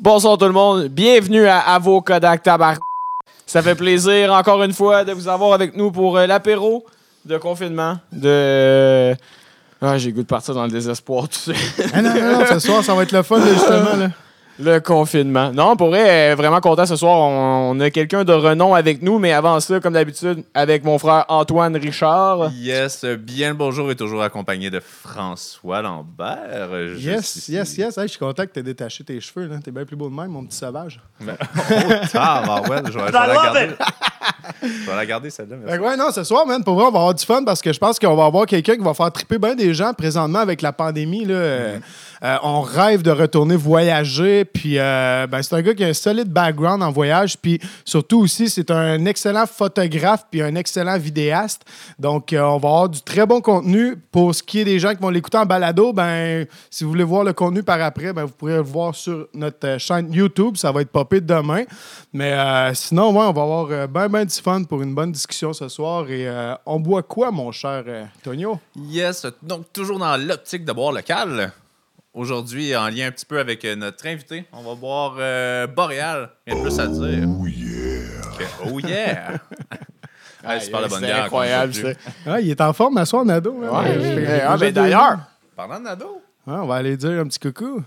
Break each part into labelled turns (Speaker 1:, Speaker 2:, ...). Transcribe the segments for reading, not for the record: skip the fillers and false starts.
Speaker 1: Bonsoir tout le monde, bienvenue à vos Kodak Tabac. Ça fait plaisir encore une fois de vous avoir avec nous pour l'apéro de confinement. J'ai le goût de partir dans le désespoir tout de suite.
Speaker 2: Non, ce soir, ça va être le fun, là, justement. Là.
Speaker 1: Le confinement. Non, pour vrai, vraiment content ce soir. On a quelqu'un de renom avec nous, mais avant ça, comme d'habitude, avec mon frère Antoine Richard.
Speaker 3: Yes, bien le bonjour est toujours accompagné de François Lambert.
Speaker 2: Yes. Hey, je suis content que tu aies détaché tes cheveux. T'es bien plus beau de même, mon petit sauvage.
Speaker 3: Ouais, je vais la garder. Je vais la garder, celle-là. Merci.
Speaker 2: Ouais, non, ce soir, man, pour vrai, on va avoir du fun parce que je pense qu'on va avoir quelqu'un qui va faire triper bien des gens présentement avec la pandémie. Là, on rêve de retourner voyager. Puis, c'est un gars qui a un solide background en voyage. Puis, surtout aussi, c'est un excellent photographe puis un excellent vidéaste. Donc, on va avoir du très bon contenu. Pour ce qui est des gens qui vont l'écouter en balado, si vous voulez voir le contenu par après, vous pourrez le voir sur notre chaîne YouTube. Ça va être popé demain. Mais sinon, ouais, on va avoir bien du fun pour une bonne discussion ce soir. Et on boit quoi, mon cher Tonio?
Speaker 3: Yes, donc toujours dans l'optique de boire local. Aujourd'hui, en lien un petit peu avec notre invité, on va boire Boréal. Rien de plus à dire.
Speaker 4: Oh yeah!
Speaker 3: Okay. Oh yeah! Super la bonne
Speaker 1: C'est
Speaker 3: bière.
Speaker 1: incroyable, ça.
Speaker 2: Ah, il est en forme à soir, Nado.
Speaker 1: Ouais, d'ailleurs.
Speaker 3: Parlant de Nado.
Speaker 2: On va aller dire un petit coucou.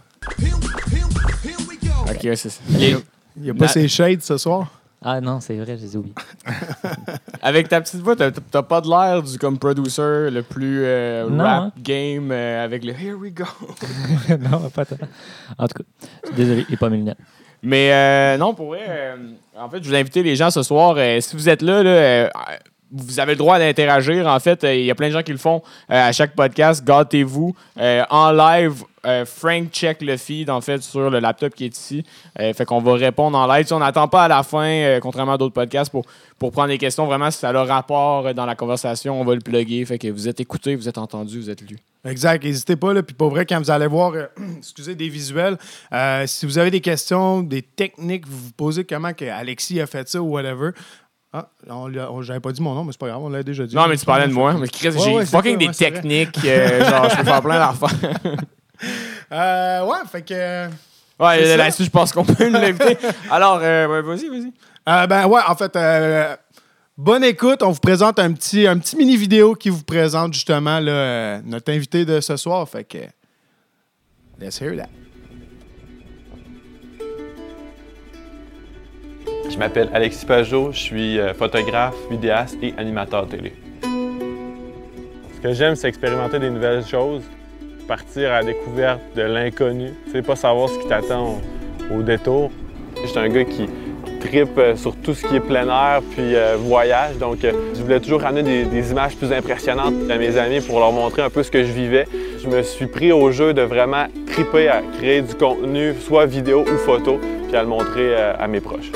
Speaker 1: Ok, c'est ça.
Speaker 2: Il n'y a pas ses shades ce soir.
Speaker 5: Ah non, c'est vrai, je les ai oubliés.
Speaker 1: Avec ta petite voix, t'as pas de l'air du comme producer le plus
Speaker 5: Non,
Speaker 1: rap
Speaker 5: hein?
Speaker 1: game avec le Here we go.
Speaker 5: Non, pas tant. En tout cas, je suis désolé, il n'est pas mes lunettes.
Speaker 1: Mais non, pour vrai, en fait, je vous invite les gens ce soir. Si vous êtes là, vous avez le droit d'interagir. En fait, il y a plein de gens qui le font à chaque podcast. Gâtez-vous. En live, Frank check le feed, en fait, sur le laptop qui est ici. Fait qu'on va répondre en live. On n'attend pas à la fin, contrairement à d'autres podcasts, pour prendre des questions. Vraiment, si ça a le rapport dans la conversation, on va le plugger. Fait que vous êtes écoutés, vous êtes entendus, vous êtes lus.
Speaker 2: Exact. N'hésitez pas. Là, puis pour vrai, quand vous allez voir des visuels, si vous avez des questions, des techniques, vous vous posez comment que Alexis a fait ça ou whatever. Ah, j'avais pas dit mon nom, mais c'est pas grave, on l'a déjà dit.
Speaker 1: Non, mais tu parlais de moi. Mais Chris, j'ai fucking des techniques. Genre, je peux faire plein d'affaires.
Speaker 2: Fait que...
Speaker 1: Ouais, là-dessus, je pense qu'on peut l'inviter. Alors, vas-y.
Speaker 2: En fait, bonne écoute. On vous présente un petit mini vidéo qui vous présente justement là, notre invité de ce soir. Fait que, let's hear that.
Speaker 6: Je m'appelle Alexis Pajot, je suis photographe, vidéaste et animateur télé. Ce que j'aime, c'est expérimenter des nouvelles choses, partir à la découverte de l'inconnu, pas savoir ce qui t'attend au détour. Je suis un gars qui trippe sur tout ce qui est plein air puis voyage, donc je voulais toujours ramener des images plus impressionnantes à mes amis pour leur montrer un peu ce que je vivais. Je me suis pris au jeu de vraiment tripper à créer du contenu, soit vidéo ou photo, puis à le montrer à mes proches.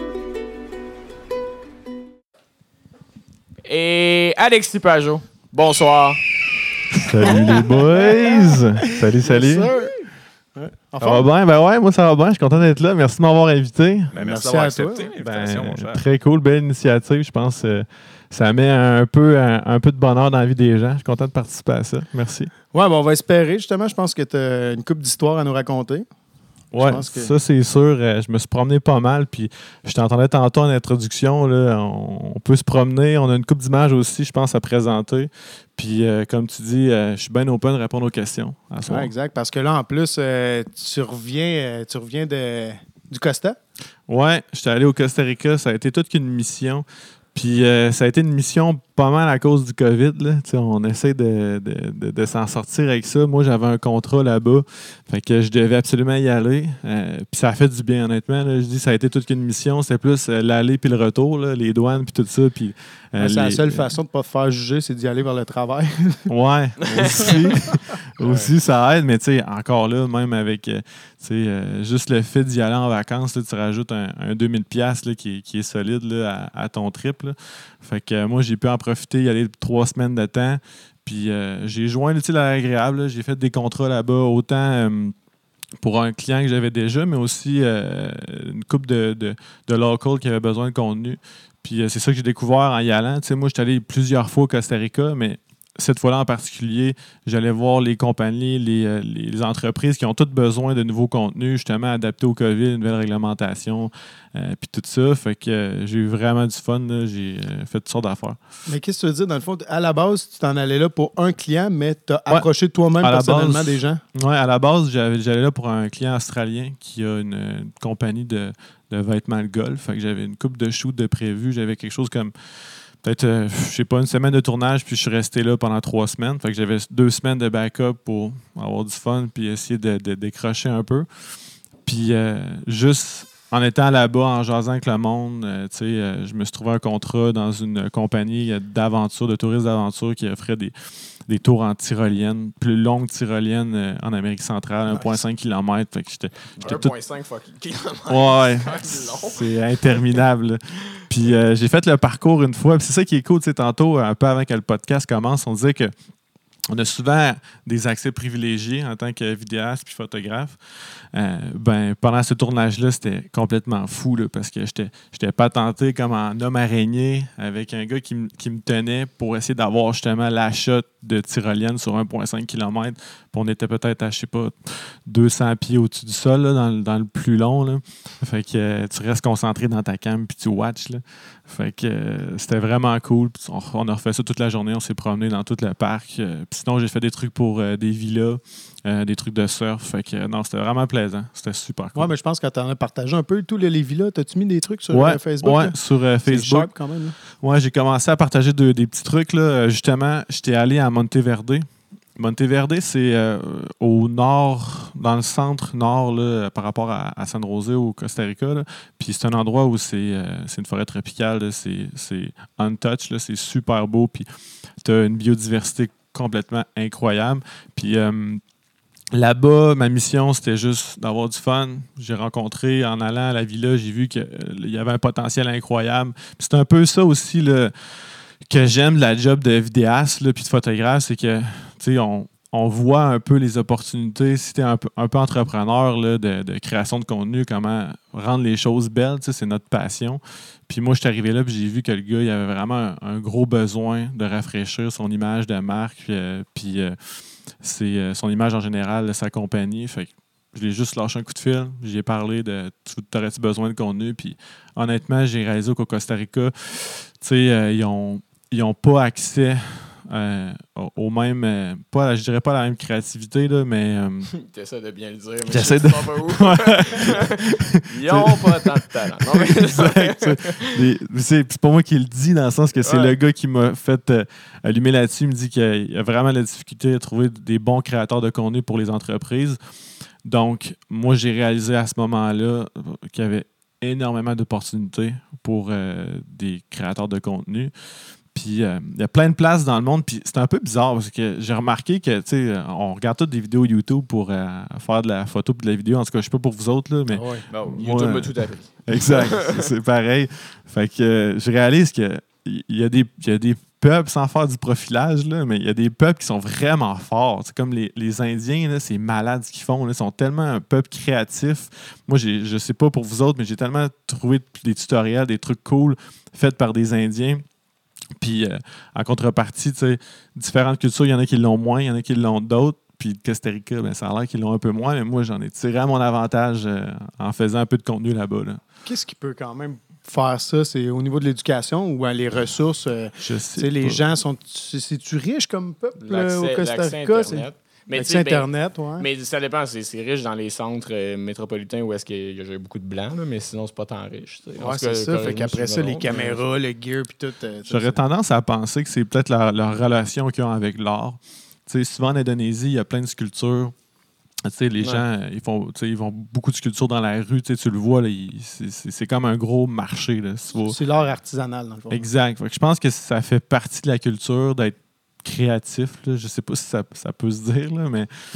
Speaker 1: Et Alexis Pajot, bonsoir.
Speaker 7: Salut les boys! Salut. Ça va bien? Ben ouais, moi ça va bien, je suis content d'être là. Merci de m'avoir invité.
Speaker 3: Merci
Speaker 2: à
Speaker 3: d'avoir
Speaker 2: toi.
Speaker 3: accepté l'invitation, mon cher.
Speaker 7: Très cool, belle initiative. Je pense que ça met un peu de bonheur dans la vie des gens. Je suis content de participer à ça. Merci.
Speaker 2: Ouais, on va espérer justement. Je pense que tu as une couple d'histoires à nous raconter.
Speaker 7: Ouais, ça c'est sûr. Je me suis promené pas mal. Puis je t'entendais tantôt en introduction. Là, on peut se promener. On a une couple d'images aussi, je pense, à présenter. Puis comme tu dis, je suis bien open de répondre aux questions.
Speaker 2: Ouais, exact. Parce que là, en plus, tu reviens du Costa.
Speaker 7: Ouais, j'étais allé au Costa Rica. Ça a été toute qu'une mission. Puis ça a été une mission pas mal à cause du COVID. Là. On essaie de s'en sortir avec ça. Moi, j'avais un contrat là-bas. Fait que je devais absolument y aller. Puis ça a fait du bien, honnêtement. Là. Je dis ça a été toute qu'une mission. C'était plus l'aller puis le retour, là, les douanes puis tout ça. Puis,
Speaker 2: c'est la seule façon de ne pas te faire juger, c'est d'y aller vers le travail.
Speaker 7: Ouais, aussi ça aide. Mais encore là, même avec juste le fait d'y aller en vacances, là, tu rajoutes un 2000$ là, qui est solide là, à ton trip. Là. Fait que moi, j'ai pu en profiter, y aller 3 semaines de temps. Puis j'ai joint l'utile à l'agréable. J'ai fait des contrats là-bas, autant pour un client que j'avais déjà, mais aussi une couple de locals qui avaient besoin de contenu. Puis c'est ça que j'ai découvert en y allant. Moi, je suis allé plusieurs fois au Costa Rica, mais cette fois-là en particulier, j'allais voir les compagnies, les entreprises qui ont toutes besoin de nouveaux contenus, justement adaptés au COVID, une nouvelle réglementation, puis tout ça. Fait que j'ai eu vraiment du fun. Là. J'ai fait toutes sortes d'affaires.
Speaker 2: Mais qu'est-ce que tu veux dire? Dans le fond, à la base, tu t'en allais là pour un client, mais tu as approché toi-même personnellement des gens?
Speaker 7: Oui, à la base, j'allais là pour un client australien qui a une compagnie de vêtements de golf. Fait que j'avais une couple de shoots de prévu. J'avais quelque chose comme peut-être, je sais pas, une semaine de tournage, puis je suis resté là pendant 3 semaines. Fait que j'avais 2 semaines de backup pour avoir du fun, puis essayer de décrocher un peu. Puis juste en étant là-bas, en jasant avec le monde, je me suis trouvé un contrat dans une compagnie d'aventure, de tourisme d'aventure qui offrait des tours en tyrolienne, plus longue tyrolienne en Amérique centrale, 1,5 km. Fait que j'étais
Speaker 1: 1,5 fucking km.
Speaker 7: Ouais, c'est interminable. Puis j'ai fait le parcours une fois. Puis c'est ça qui est cool. Tantôt, un peu avant que le podcast commence, on disait que on a souvent des accès privilégiés en tant que vidéaste puis photographe. Pendant ce tournage-là, c'était complètement fou là, parce que j'étais patenté comme un homme araignée avec un gars qui me tenait pour essayer d'avoir justement la shot de tyrolienne sur 1,5 km. Puis on était peut-être à, je sais pas, 200 pieds au-dessus du sol là, dans le plus long. Là. Fait que tu restes concentré dans ta cam puis tu watches. Là. Fait que c'était vraiment cool. Puis on a refait ça toute la journée. On s'est promené dans tout le parc. Puis sinon, j'ai fait des trucs pour des villas, des trucs de surf. Fait que non, c'était vraiment plaisant. C'était super cool.
Speaker 2: Ouais, mais je pense que tu en as partagé un peu tous les villas. T'as-tu mis des trucs sur Facebook?
Speaker 7: Ouais, sur Facebook.
Speaker 2: Sharp quand même. Là.
Speaker 7: Ouais, j'ai commencé à partager des petits trucs. Là. Justement, j'étais allé à Monteverde. Monteverde, c'est au nord, dans le centre-nord, là, par rapport à San José, au Costa Rica. Là. Puis c'est un endroit où c'est une forêt tropicale. Là. C'est untouched, là. C'est super beau. Puis tu as une biodiversité complètement incroyable. Puis là-bas, ma mission, c'était juste d'avoir du fun. J'ai rencontré, en allant à la villa, j'ai vu qu'il y avait un potentiel incroyable. Puis c'est un peu ça aussi, là, que j'aime de la job de vidéaste là, puis de photographe, c'est que on voit un peu les opportunités. Si tu es un peu entrepreneur là, de création de contenu, comment rendre les choses belles, c'est notre passion. Puis moi, je suis arrivé là puis j'ai vu que le gars, il avait vraiment un gros besoin de rafraîchir son image de marque, puis son image en général de sa compagnie. Fait que je l'ai juste lâché un coup de fil. J'ai parlé de « t'aurais-tu besoin de contenu? » Puis honnêtement, j'ai réalisé qu'au Costa Rica, ils ont pas accès au même... je dirais pas la même créativité, là, mais...
Speaker 1: T'essaies de bien le dire, mais
Speaker 7: j'essaie
Speaker 1: je sais pas où. Ils n'ont pas tant de talent. Non, mais...
Speaker 7: Exact. C'est pas moi qui le dis, dans le sens que c'est le gars qui m'a fait allumer là-dessus. Il me dit qu'il a vraiment la difficulté à trouver des bons créateurs de contenu pour les entreprises. Donc, moi, j'ai réalisé à ce moment-là qu'il y avait énormément d'opportunités pour des créateurs de contenu. Puis, il y a plein de places dans le monde. Puis, c'est un peu bizarre parce que j'ai remarqué que, tu sais, on regarde toutes des vidéos YouTube pour faire de la photo et de la vidéo. En tout cas, je sais pas pour vous autres, là, mais...
Speaker 1: YouTube m'a tout appris.
Speaker 7: Exact. C'est pareil. Fait que je réalise qu'il y a des peuples, sans faire du profilage, là, mais il y a des peuples qui sont vraiment forts. C'est comme les Indiens, là, c'est malade ce qu'ils font. Là. Ils sont tellement un peuple créatif. Moi, je sais pas pour vous autres, mais j'ai tellement trouvé des tutoriels, des trucs cool faits par des Indiens. Puis, en contrepartie, différentes cultures, il y en a qui l'ont moins, il y en a qui l'ont d'autres. Puis, Costa Rica, ça a l'air qu'ils l'ont un peu moins, mais moi, j'en ai tiré à mon avantage en faisant un peu de contenu là-bas. Là.
Speaker 2: Qu'est-ce qui peut quand même faire ça? C'est au niveau de l'éducation ou les ressources?
Speaker 7: Je sais
Speaker 2: les
Speaker 7: pas.
Speaker 2: gens sont... C'est-tu riche comme peuple au Costa
Speaker 1: l'accès
Speaker 2: Rica?
Speaker 1: Internet.
Speaker 2: L'accès Internet, ouais.
Speaker 1: Mais ça dépend. C'est riche dans les centres métropolitains où est-ce qu'il y a beaucoup de blancs, là, mais sinon, c'est pas tant riche.
Speaker 2: Ouais, c'est ça. Fait qu'après ça, les caméras, le gear, puis tout...
Speaker 7: J'aurais tendance à penser que c'est peut-être leur relation qu'ils ont avec l'art. T'sais, souvent, en Indonésie, il y a plein de sculptures. Les gens, ils font beaucoup de sculptures dans la rue. Tu le vois, là, c'est comme un gros marché. Là,
Speaker 2: c'est l'art artisanal, dans le fond.
Speaker 7: Exact. Fait que je pense que ça fait partie de la culture d'être créatif. Là. Je sais pas si ça peut se dire, là, mais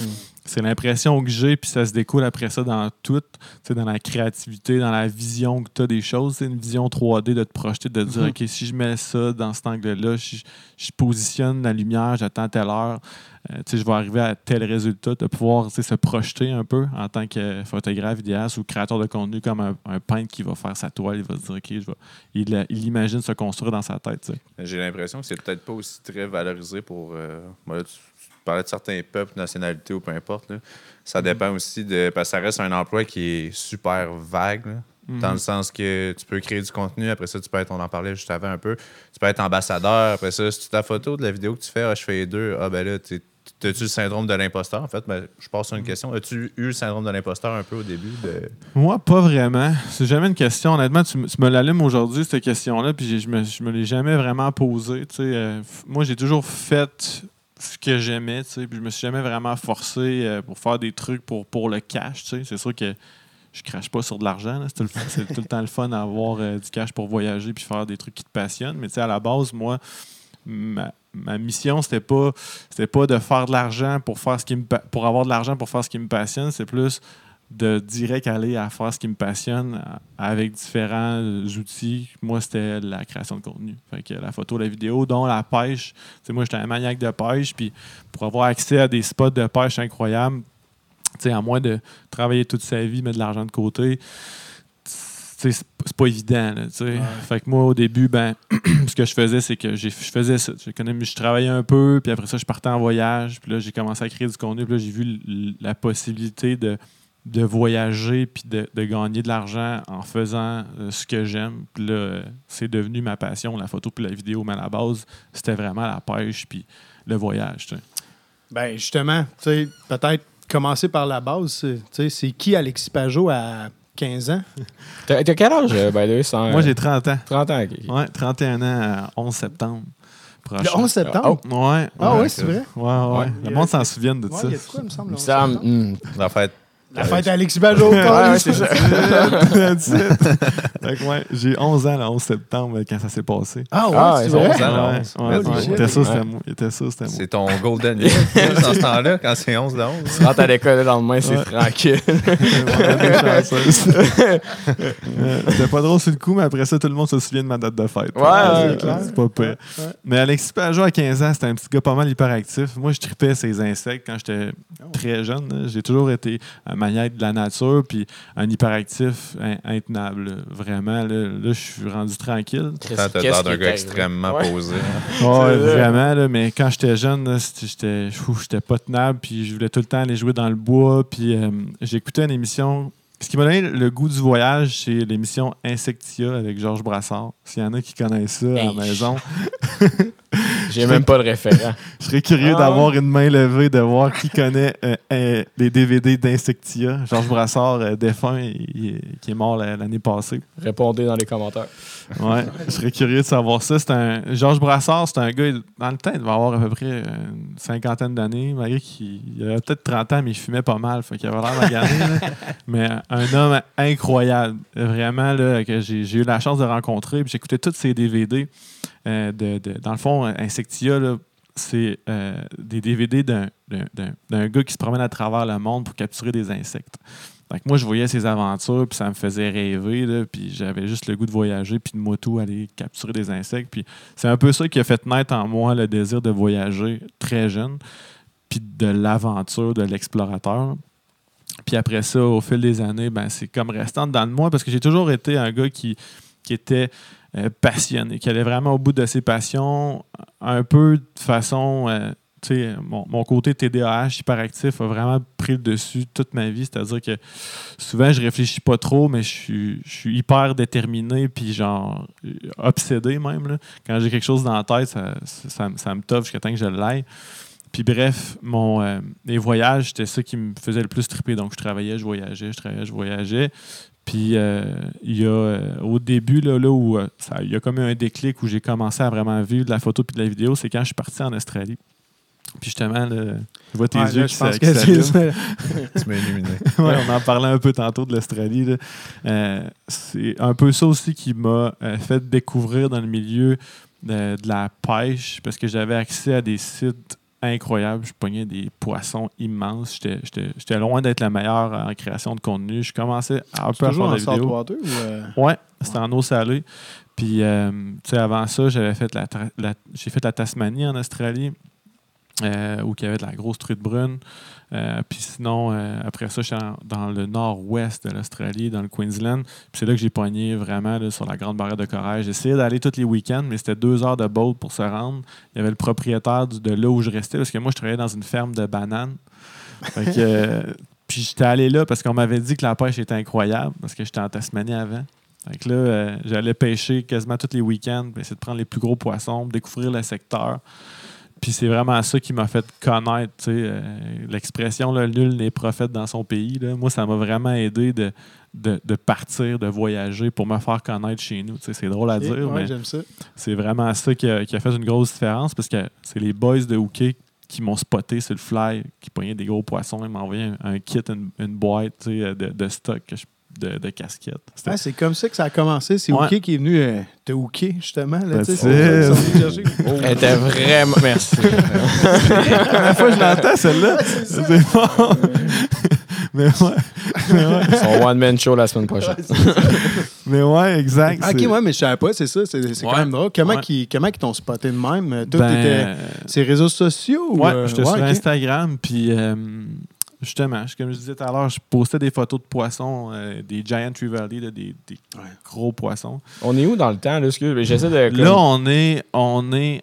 Speaker 7: c'est l'impression que j'ai, puis ça se découle après ça dans tout, dans la créativité, dans la vision que tu as des choses. C'est une vision 3D de te projeter, de te dire, OK, si je mets ça dans cet angle-là, je positionne la lumière, j'attends telle heure, je vais arriver à tel résultat, de pouvoir se projeter un peu en tant que photographe, vidéaste ou créateur de contenu comme un peintre qui va faire sa toile. Il va se dire, OK, il imagine se construire dans sa tête.
Speaker 3: J'ai l'impression que c'est peut-être pas aussi très valorisé pour... tu parlais de certains peuples, nationalités ou peu importe. Là. Ça dépend aussi de... Parce que ça reste un emploi qui est super vague, là, dans le sens que tu peux créer du contenu, après ça, tu peux être, on en parlait juste avant un peu, tu peux être ambassadeur, après ça, si tu ta photo de la vidéo que tu fais, je fais les deux, ben là, as-tu le syndrome de l'imposteur? En fait, je passe sur une question. As-tu eu le syndrome de l'imposteur un peu au début?
Speaker 7: Moi, pas vraiment. C'est jamais une question. Honnêtement, tu me l'allumes aujourd'hui, cette question-là, puis je me l'ai jamais vraiment posée. Moi, j'ai toujours fait ce que j'aimais, puis je me suis jamais vraiment forcé pour faire des trucs pour le cash. C'est sûr que je crache pas sur de l'argent. C'est tout le temps le fun d'avoir du cash pour voyager puis faire des trucs qui te passionnent. Mais à la base, moi, ma mission, c'était pas de faire de l'argent pour avoir de l'argent pour faire ce qui me passionne. C'est plus de direct aller à faire ce qui me passionne avec différents outils. Moi, c'était la création de contenu. Fait que la photo, la vidéo, dont la pêche. Moi, j'étais un maniaque de pêche. Puis pour avoir accès à des spots de pêche incroyables, à moins de travailler toute sa vie, mettre de l'argent de côté, c'est pas évident. Là, Fait que moi, au début, ce que je faisais, c'est que je faisais ça. Je travaillais un peu, puis après ça, je partais en voyage. Puis là, j'ai commencé à créer du contenu. Puis là, j'ai vu la possibilité de voyager puis de gagner de l'argent en faisant ce que j'aime. Puis là, c'est devenu ma passion, la photo puis la vidéo. Mais à la base, c'était vraiment la pêche puis le voyage.
Speaker 2: Ben justement, peut-être commencer par la base. C'est qui Alexis Pajot à 15 ans?
Speaker 1: T'as quel âge, by the way,
Speaker 7: Moi, j'ai 30 ans.
Speaker 1: 30 ans, OK.
Speaker 7: Ouais, 31 ans, 11 septembre. Prochain.
Speaker 2: Le 11 septembre?
Speaker 7: Ouais.
Speaker 2: Oui, c'est vrai?
Speaker 7: Ouais. Le monde s'en souvient de ça.
Speaker 2: Il y a de quoi, il me semble, le 11
Speaker 1: Ça,
Speaker 2: septembre?
Speaker 3: En fait,
Speaker 2: La fête à Alexis Pajot.
Speaker 1: ouais, c'est ça.
Speaker 7: Fait que, ouais, j'ai 11 ans le 11 septembre quand ça s'est passé.
Speaker 2: Ah
Speaker 1: Ah,
Speaker 2: c'est
Speaker 1: c'est
Speaker 2: vrai?
Speaker 3: 11 ans,
Speaker 7: Ouais,
Speaker 3: ouais.
Speaker 7: ouais. Il était sûr, c'était moi. Il était sûr, c'était moi.
Speaker 3: c'est ton golden year dans ce temps-là, quand c'est 11 de 11.
Speaker 1: Tu rentres à l'école le lendemain, c'est tranquille.
Speaker 7: C'était pas drôle sur le coup, mais après ça, tout le monde se souvient de ma date de fête.
Speaker 1: Ouais,
Speaker 7: c'est pas pire.
Speaker 2: Ouais.
Speaker 7: Mais Alexis Pajot, à 15 ans, c'était un petit gars pas mal hyperactif. Moi, je tripais ces insectes quand j'étais très jeune. Là. J'ai toujours été un maniaque de la nature, puis un hyperactif intenable. Là. Vraiment, là, je suis rendu tranquille.
Speaker 3: T'as l'air d'un gars extrêmement posé.
Speaker 7: Ouais, vraiment, là, mais quand j'étais jeune, là, j'étais pas tenable, puis je voulais tout le temps aller jouer dans le bois, puis j'écoutais une émission. Ce qui m'a donné le goût du voyage, c'est l'émission Insectia avec Georges Brassard. S'il y en a qui connaissent ça à la maison.
Speaker 1: J'ai même pas de référent.
Speaker 7: Je serais curieux d'avoir une main levée, de voir qui connaît les DVD d'Insectia. Georges Brassard, défunt, qui est mort l'année passée.
Speaker 1: Répondez dans les commentaires.
Speaker 7: Ouais, je serais curieux de savoir ça. Georges Brassard, c'est un gars, dans le temps, il devait avoir à peu près une cinquantaine d'années, malgré qu'il avait peut-être 30 ans, mais il fumait pas mal. Fait qu'il avait l'air magané, là. Mais un homme incroyable. Vraiment, là, que j'ai eu la chance de rencontrer. Puis j'écoutais tous ses DVD. Dans le fond, Insectia, là, c'est des DVD d'un gars qui se promène à travers le monde pour capturer des insectes. Donc moi, je voyais ses aventures, puis ça me faisait rêver, là, puis j'avais juste le goût de voyager, puis de moto aller capturer des insectes. Puis c'est un peu ça qui a fait naître en moi le désir de voyager très jeune, puis de l'aventure, de l'explorateur. Puis après ça, au fil des années, c'est comme restant dedans de moi, parce que j'ai toujours été un gars qui était passionné, qui allait vraiment au bout de ses passions, un peu de façon... mon côté TDAH hyperactif a vraiment pris le dessus toute ma vie. C'est-à-dire que souvent, je réfléchis pas trop, mais je suis hyper déterminé puis genre obsédé même. Là. Quand j'ai quelque chose dans la tête, ça me toffe jusqu'à temps que je l'aille. Puis bref, les voyages, c'était ça qui me faisait le plus triper. Donc, je travaillais, je voyageais. Puis, il y a au début, là où il y a comme eu un déclic où j'ai commencé à vraiment vivre de la photo puis de la vidéo, c'est quand je suis parti en Australie. Puis justement, là, je vois tes yeux
Speaker 2: là,
Speaker 7: qui
Speaker 2: je pense
Speaker 7: s'allument.
Speaker 2: que c'est ça.
Speaker 3: Tu m'as illuminé.
Speaker 7: Ouais, on en parlait un peu tantôt de l'Australie. Là. C'est un peu ça aussi qui m'a fait découvrir dans le milieu de la pêche, parce que j'avais accès à des sites incroyable. Je pognais des poissons immenses. J'étais loin d'être le meilleur en création de contenu. Je commençais un peu à faire des vidéos.
Speaker 2: Saltwater ou
Speaker 7: Ouais, c'était en eau salée. Puis, tu sais, avant ça, j'ai fait la Tasmanie en Australie, où il y avait de la grosse truite brune. Puis sinon, après ça, j'étais dans le nord-ouest de l'Australie, dans le Queensland. Puis c'est là que j'ai pogné vraiment là, sur la Grande Barrière de Corail. J'essayais d'aller tous les week-ends, mais c'était 2 heures de boat pour se rendre. Il y avait le propriétaire de là où je restais, parce que moi, je travaillais dans une ferme de bananes. Fait que, puis j'étais allé là parce qu'on m'avait dit que la pêche était incroyable, parce que j'étais en Tasmanie avant. Fait que là, j'allais pêcher quasiment tous les week-ends, essayer de prendre les plus gros poissons, découvrir le secteur. Puis c'est vraiment ça qui m'a fait connaître l'expression là, « nul n'est prophète dans son pays ». Là. Moi, ça m'a vraiment aidé de partir, de voyager pour me faire connaître chez nous. T'sais, c'est drôle à dire, mais
Speaker 2: j'aime ça.
Speaker 7: c'est vraiment ça qui a fait une grosse différence parce que c'est les boys de Hooké qui m'ont spoté sur le fly, qui pognaient des gros poissons. Ils m'ont envoyé un kit, une boîte de stock de casquettes.
Speaker 2: C'est comme ça que ça a commencé. C'est
Speaker 7: Ouais.
Speaker 2: Hooké qui est venu te hooker, justement. Là,
Speaker 7: That's
Speaker 2: c'est
Speaker 7: it.
Speaker 1: Elle était vraiment... Merci.
Speaker 7: La première fois que je l'entends, celle-là. C'est bon. Mais ouais.
Speaker 1: Son one-man show la semaine prochaine.
Speaker 7: Mais ouais, exact.
Speaker 2: OK, ouais, mais je savais pas, c'est ça. C'est quand même drôle. Comment ils t'ont spoté de même? Toi, t'étais sur les réseaux sociaux?
Speaker 7: Ouais, j'étais sur
Speaker 2: OK.
Speaker 7: Instagram, puis justement, comme je disais tout à l'heure, je postais des photos de poissons, des giant trevally, là, des gros poissons.
Speaker 1: On est où dans le temps, là? Excuse, j'essaie de...
Speaker 7: Là, on est en...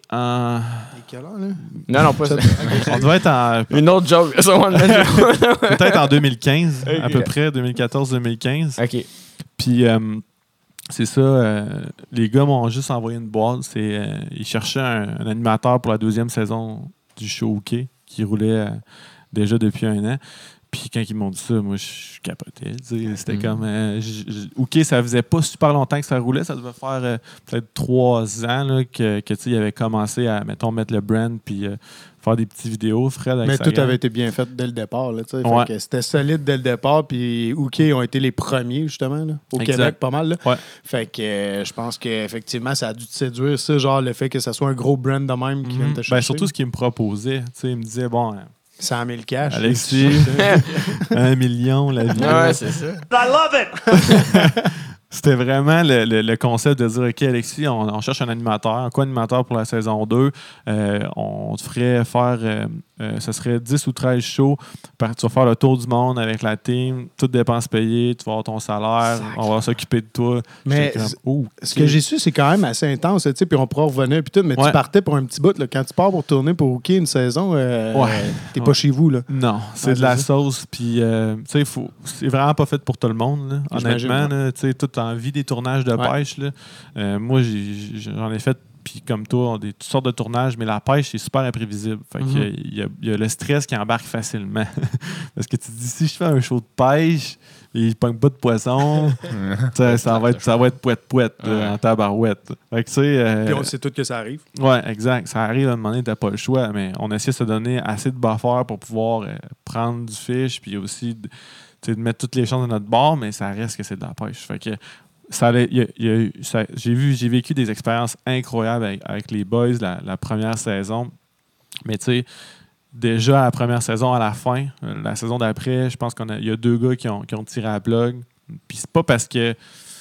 Speaker 2: Quelle heure, là?
Speaker 1: Non, pas ça.
Speaker 7: On doit être en...
Speaker 1: Une autre joke. Ça, one-man show.
Speaker 7: Peut-être en 2015,
Speaker 1: Ok.
Speaker 7: à peu près, 2014-2015.
Speaker 1: OK.
Speaker 7: Puis, c'est ça, les gars m'ont juste envoyé une boîte. Ils cherchaient un animateur pour la 2e saison du show Hooké, qui roulait déjà depuis 1 an. Puis quand ils m'ont dit ça, moi, je capotais. C'était comme... Hooké, ça faisait pas super longtemps que ça roulait. Ça devait faire peut-être 3 ans là, que il avait commencé à, mettons, mettre le brand puis faire des petites vidéos. Fred, avec
Speaker 2: Mais
Speaker 7: sa
Speaker 2: tout
Speaker 7: gang.
Speaker 2: avait été bien fait dès le départ. Là, fait
Speaker 7: Ouais.
Speaker 2: que c'était solide dès le départ. Puis Hooké ont été les premiers, justement, là, au
Speaker 7: Exact.
Speaker 2: Québec, pas mal. Là.
Speaker 7: Ouais.
Speaker 2: Fait que je pense qu'effectivement, ça a dû te séduire, ça, genre le fait que ça soit un gros brand de même qui vient te chercher.
Speaker 7: Ben, surtout ce qu'il me proposait. Il me disait, bon...
Speaker 2: 100 000 cash.
Speaker 7: Alexis, 1 million, la vie.
Speaker 1: Ouais, c'est ça.
Speaker 7: C'était vraiment le concept de dire, OK, Alexis, on cherche un animateur. Un co-animateur pour la saison 2. On te ferait faire, ce serait 10 ou 13 shows. Tu vas faire le tour du monde avec la team, toutes dépenses payées, tu vas avoir ton salaire, on va s'occuper de toi.
Speaker 2: Mais
Speaker 7: J'étais comme,
Speaker 2: ce que j'ai su, c'est quand même assez intense, tu sais, puis on pourra revenir, puis tout, mais
Speaker 7: Ouais.
Speaker 2: tu partais pour un petit bout. Là. Quand tu pars pour tourner pour Hooké une saison, t'es pas chez vous. Là.
Speaker 7: Non, c'est
Speaker 2: Ouais,
Speaker 7: de la
Speaker 2: c'est ça.
Speaker 7: sauce. Puis, tu sais, c'est vraiment pas fait pour tout le monde. Là.
Speaker 2: J'imagine,
Speaker 7: Honnêtement, là, tu sais, toute envie des tournages de
Speaker 2: Ouais.
Speaker 7: pêche. Là. Moi, j'en ai fait, puis comme toi, toutes sortes de tournages, mais la pêche, c'est super imprévisible. Fait que, il y a le stress qui embarque facilement. Parce que tu te dis, si je fais un show de pêche, et il ne pogne pas de poisson, ça va être pouette-pouette en tabarouette. Fait que, tu sais,
Speaker 2: Puis on sait tout que ça arrive.
Speaker 7: ouais, exact. Ça arrive à un moment donné, t'as pas le choix, mais on essaie de se donner assez de buffer pour pouvoir prendre du fish, puis aussi de mettre toutes les chances de notre bord, mais ça reste que c'est de la pêche. Fait que j'ai vécu des expériences incroyables avec les boys la première saison. Mais tu sais, déjà la première saison à la fin, la saison d'après, je pense qu'il y a 2 gars qui ont tiré à la plug. Puis c'est pas parce que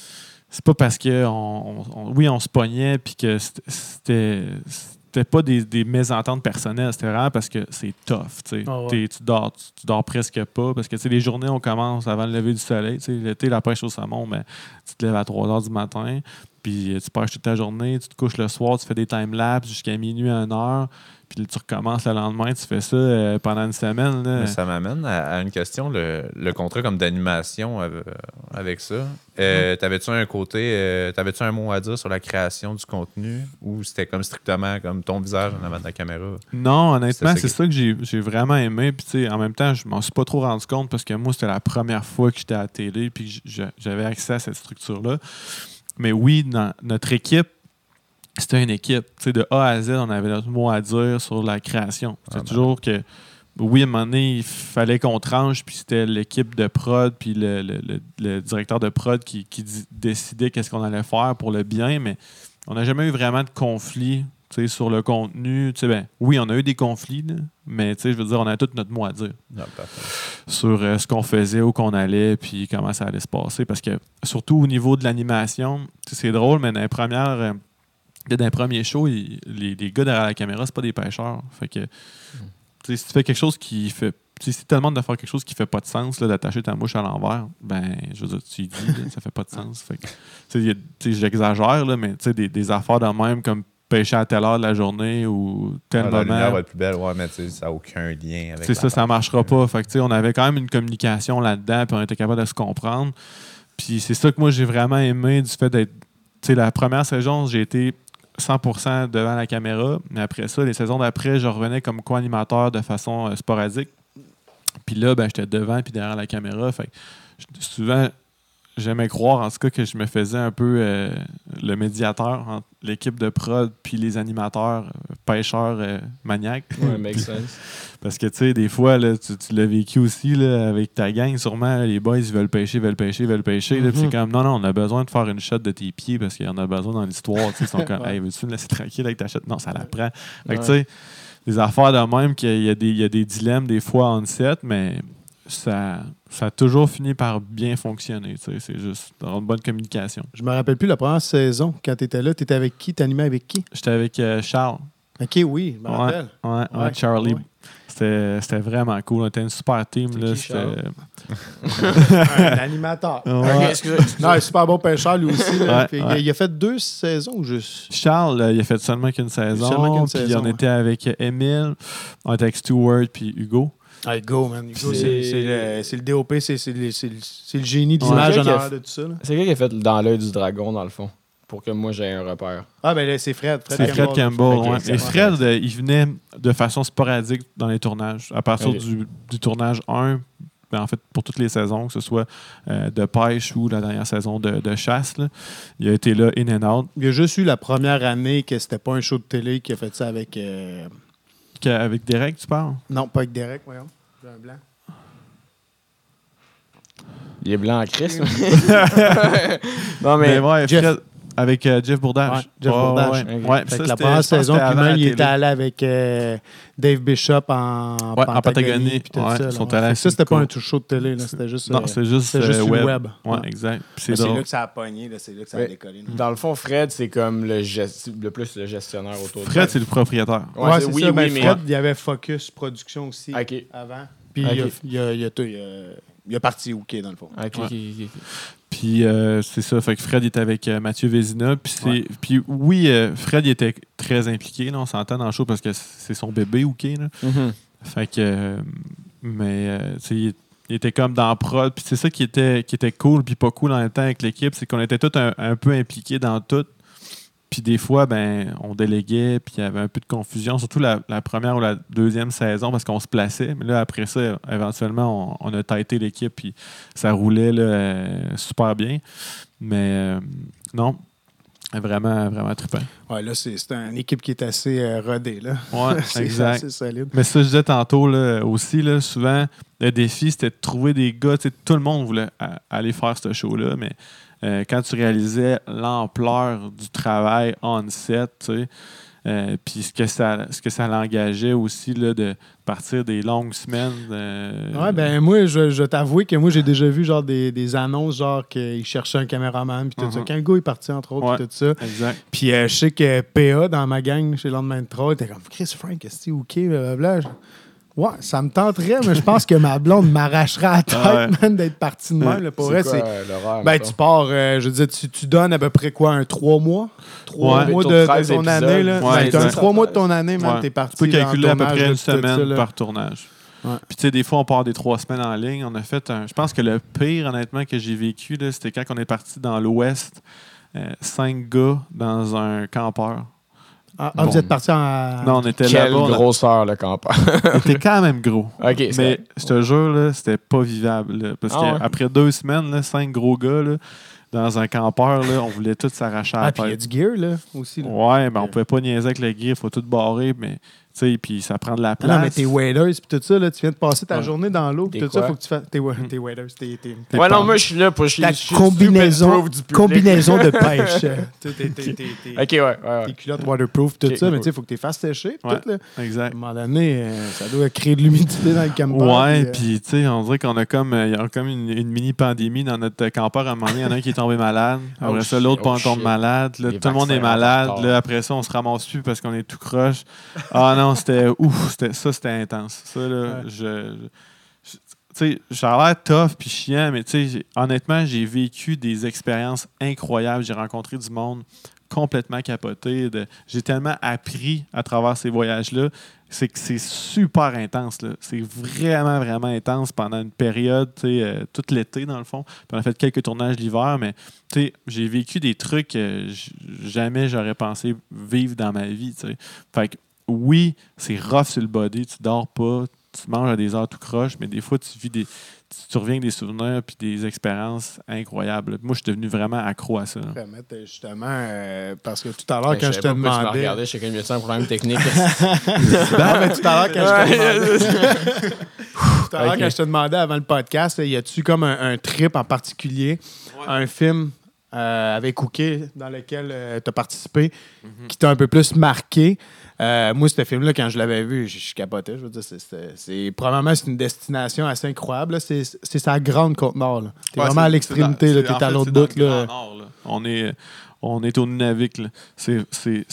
Speaker 7: oui, on se pognait puis que c'était pas des mésententes personnelles, c'était vraiment parce que c'est tough.
Speaker 2: Ah ouais.
Speaker 7: Tu dors presque pas parce que les journées, on commence avant le lever du soleil. L'été, la pêche au saumon, mais tu te lèves à 3 h du matin, puis tu pêches toute ta journée, tu te couches le soir, tu fais des time-lapse jusqu'à minuit, 1 heure, puis tu recommences le lendemain, tu fais ça pendant une semaine. Là.
Speaker 3: Mais ça m'amène à une question, le contrat comme d'animation avec ça. T'avais-tu un côté, t'avais-tu un mot à dire sur la création du contenu ou c'était comme strictement comme ton visage en avant de la caméra?
Speaker 7: Non, honnêtement,
Speaker 3: C'était
Speaker 7: c'est
Speaker 3: ça
Speaker 7: ça que j'ai vraiment aimé. Puis, tu sais, en même temps, je m'en suis pas trop rendu compte parce que moi, c'était la première fois que j'étais à la télé puis j'avais accès à cette structure-là. Mais oui, dans notre équipe, c'était une équipe. Tu sais, de A à Z, on avait notre mot à dire sur la création. C'est toujours que, oui, à un moment donné, il fallait qu'on tranche, puis c'était l'équipe de prod, puis le directeur de prod qui décidait qu'est-ce qu'on allait faire pour le bien, mais on n'a jamais eu vraiment de conflit. sur le contenu, oui, on a eu des conflits, là, mais je veux dire, on a tout notre mot à dire sur ce qu'on faisait, où qu'on allait, puis comment ça allait se passer. Parce que, surtout au niveau de l'animation, c'est drôle, mais dans les premiers shows, les gars derrière la caméra, c'est pas des pêcheurs. Fait que, si tu fais quelque chose qui fait. Si tu te demandes de faire quelque chose qui fait pas de sens, là, d'attacher ta mouche à l'envers, je veux dire, tu lui dis, là, ça fait pas de sens. Fait que, j'exagère, là, mais des affaires de même comme pêcher à telle heure de la journée ou tel moment. La
Speaker 3: lumière va être plus belle, ouais, mais ça n'a aucun lien avec
Speaker 7: ça marchera pas. Fait que, on avait quand même une communication là-dedans, puis on était capable de se comprendre. Puis c'est ça que moi, j'ai vraiment aimé du fait d'être... la première saison, j'ai été 100% devant la caméra, mais après ça, les saisons d'après, je revenais comme co-animateur de façon sporadique. Puis là, j'étais devant puis derrière la caméra. Fait que souvent, j'aimais croire, en tout cas, que je me faisais un peu le médiateur entre l'équipe de prod puis les animateurs, pêcheurs maniaques.
Speaker 1: Ouais, make sense.
Speaker 7: Parce que, des fois, là, tu l'as vécu aussi là, avec ta gang, sûrement, les boys, ils veulent pêcher. Là, puis c'est comme, non, on a besoin de faire une shot de tes pieds parce qu'il y en a besoin dans l'histoire. Ils sont comme, hey, veux-tu me laisser tranquille avec ta shot? Non, ça la prend. Fait que, tu sais, des affaires de même qu'il y a des dilemmes des fois en set, mais ça a toujours fini par bien fonctionner. C'est juste dans une bonne communication.
Speaker 2: Je me rappelle plus la première saison. Quand tu étais là, tu étais avec qui? T'animais avec qui?
Speaker 7: J'étais avec Charles.
Speaker 2: OK, oui, je me rappelle.
Speaker 7: Ouais, Charlie. Ouais. C'était vraiment cool. On était une super team. Là,
Speaker 2: un animateur.
Speaker 7: Ouais.
Speaker 2: Non, un super bon pêcheur, lui aussi. Là. Il a fait 2 saisons ou juste?
Speaker 7: Charles, il a fait seulement qu'une saison. Puis on était avec Émile, on était avec Stewart puis Hugo.
Speaker 2: Ah, Hugo, man. Hugo, c'est le DOP, c'est le génie de l'image en arrière de tout ça.
Speaker 1: C'est qui a fait dans l'œil du dragon, dans le fond? Pour que moi, j'ai un repère.
Speaker 2: Ah, ben là, c'est Fred.
Speaker 7: C'est Fred Campbell, ouais. Et Fred, il venait de façon sporadique dans les tournages. À partir du tournage 1, en fait, pour toutes les saisons, que ce soit de pêche ou la dernière saison de chasse, là, il a été là in and out.
Speaker 2: Il y a juste eu la première année que c'était pas un show de télé qui a fait ça avec...
Speaker 7: Avec Derek, tu parles?
Speaker 2: Non, pas avec Derek, voyons. J'ai un blanc.
Speaker 1: Il est blanc en Christ. Non, mais
Speaker 7: ouais, Fred, avec Jeff Bourdage.
Speaker 2: Ouais, Jeff Bourdage.
Speaker 7: Ouais,
Speaker 2: fait que la première saison, puis même, il était allé avec Dave Bishop en Patagonie. Puis tout ça,
Speaker 7: ça,
Speaker 2: c'était pas un tout show de télé. Là. C'était juste,
Speaker 7: c'est juste
Speaker 2: web.
Speaker 7: Ouais, exact.
Speaker 2: C'est là que ça a pogné. Là. C'est là que ça a décollé. Là.
Speaker 1: Dans le fond, Fred, c'est comme le plus le gestionnaire autour de
Speaker 7: Fred, c'est le propriétaire.
Speaker 2: Ouais, c'est ça. Mais Fred, il y avait Focus Production aussi avant. Puis il a parti OK, dans le fond.
Speaker 1: OK.
Speaker 7: Puis c'est ça, fait que Fred était avec Mathieu Vézina. Puis oui, Fred il était très impliqué, là, on s'entend dans le show parce que c'est son bébé OK. Là.
Speaker 1: Mm-hmm.
Speaker 7: Fait que, il était comme dans la prod. Puis c'est ça qui était cool puis pas cool en même temps avec l'équipe, c'est qu'on était tous un peu impliqués dans tout. Puis des fois, on déléguait, puis il y avait un peu de confusion, surtout la première ou la deuxième saison, parce qu'on se plaçait. Mais là, après ça, éventuellement, on a tighté l'équipe, puis ça roulait là, super bien. Mais non, vraiment, vraiment trippant.
Speaker 2: Ouais, là, c'est une équipe qui est assez rodée, là.
Speaker 7: Ouais, exact.
Speaker 2: C'est solide.
Speaker 7: Mais ça, je disais tantôt là, aussi, là, souvent, le défi, c'était de trouver des gars. Tout le monde voulait aller faire ce show-là, mais quand tu réalisais l'ampleur du travail on-set, puis ce que ça l'engageait aussi là, de partir des longues semaines.
Speaker 2: Ouais, moi, je t'avoue que moi, j'ai déjà vu genre des annonces, genre qu'ils cherchaient un caméraman, puis tout ça. Quand le gars est parti, entre autres, puis tout ça.
Speaker 7: Exact.
Speaker 2: Puis je sais que PA, dans ma gang, chez Lendemain de Troll, était comme Chris Frank, est-ce que OK, blablabla. Ouais, ça me tenterait, mais je pense que ma blonde m'arracherait à la tête, man, d'être partie de même. Pour vrai, c'est. Tu pars, je veux dire, tu donnes à peu près quoi, un 3 mois? 3 mois de ton année, là. Tu as 3 mois de ton année, man, t'es parti.
Speaker 7: Tu peux calculer à peu près une semaine par tournage.
Speaker 2: Ouais.
Speaker 7: Puis, tu sais, des fois, on part des 3 semaines en ligne. On a fait je pense que le pire, honnêtement, que j'ai vécu, là, c'était quand on est parti dans l'Ouest, 5 gars dans un campeur.
Speaker 2: Vous êtes parti en...
Speaker 7: Non, on était
Speaker 1: Quelle
Speaker 7: là-bas.
Speaker 1: grosseur, le campeur.
Speaker 7: Il était quand même gros.
Speaker 1: OK,
Speaker 7: mais je te jure, là, c'était pas vivable. Là, parce qu'après 2 semaines, là, 5 gros gars, là, dans un campeur, là, on voulait tous s'arracher à la tête.
Speaker 2: Puis il y a du gear, là, aussi. Là.
Speaker 7: Ouais, on pouvait pas niaiser avec le gear. Il faut tout barrer. Mais sais, puis ça prend de la
Speaker 2: Ah
Speaker 7: place.
Speaker 2: non, mais tes waders puis tout ça, là, tu viens de passer ta
Speaker 1: Ouais.
Speaker 2: journée dans l'eau puis
Speaker 1: T'es
Speaker 2: tout ça,
Speaker 1: quoi?
Speaker 2: faut que tu fasses tes waders, tes
Speaker 1: Ouais, non, moi, je suis là pour...
Speaker 2: ta
Speaker 1: je suis
Speaker 2: combinaison,
Speaker 1: super pro du public.
Speaker 2: combinaison de pêche.
Speaker 1: OK, ouais.
Speaker 2: Tes culottes waterproof, tout
Speaker 1: Ok,
Speaker 2: ça, mais
Speaker 1: cool.
Speaker 2: tu sais, il faut que tu les fasses sécher. Puis
Speaker 7: Ouais.
Speaker 2: tout, là. À
Speaker 7: Exact.
Speaker 2: un moment donné, ça doit créer de l'humidité dans le camper.
Speaker 7: Ouais, puis tu sais, on dirait qu'on a comme, il y a comme une mini-pandémie dans notre campeur. À un moment donné, il y en a un qui est tombé malade. Après ça, l'autre tombe malade. Là,
Speaker 1: Les
Speaker 7: tout le monde est
Speaker 1: vaccins en
Speaker 7: malade.
Speaker 1: retard.
Speaker 7: Là, après ça, on se ramasse plus parce qu'on est tout croche. Ah non, c'était ouf. C'était intense. Ça, là, tu sais, j'ai l'air tough puis chiant, mais tu sais, honnêtement, j'ai vécu des expériences incroyables. J'ai rencontré du monde complètement capoté. J'ai tellement appris à travers ces voyages-là. C'est que c'est super intense. Là. C'est vraiment, vraiment intense pendant une période, tout l'été, dans le fond. Puis on a fait quelques tournages l'hiver, mais j'ai vécu des trucs que jamais j'aurais pensé vivre dans ma vie. T'sais. Fait que oui, c'est rough sur le body, tu dors pas, tu manges à des heures tout croche, mais des fois, tu reviens avec des souvenirs puis des expériences incroyables. Moi, je suis devenu vraiment accro à ça.
Speaker 2: Justement, parce que tout à l'heure, quand je te demandais.
Speaker 1: Regardez, je sais qu'il y a un problème technique.
Speaker 2: Non, mais tout à l'heure, quand je te demandais. Tout à l'heure,
Speaker 1: Ok.
Speaker 2: quand je te demandais avant le podcast, y a-tu comme un trip en particulier, un film avec Cookie dans lequel tu as participé, qui t'a un peu plus marqué? Moi, ce film-là, quand je l'avais vu, je capotais. Je veux dire, probablement, c'est une destination assez incroyable. là. C'est sa grande Côte-Nord. T'es vraiment à l'extrémité. T'es à l'autre bout. Là.
Speaker 7: On est au Nunavik. Là. C'est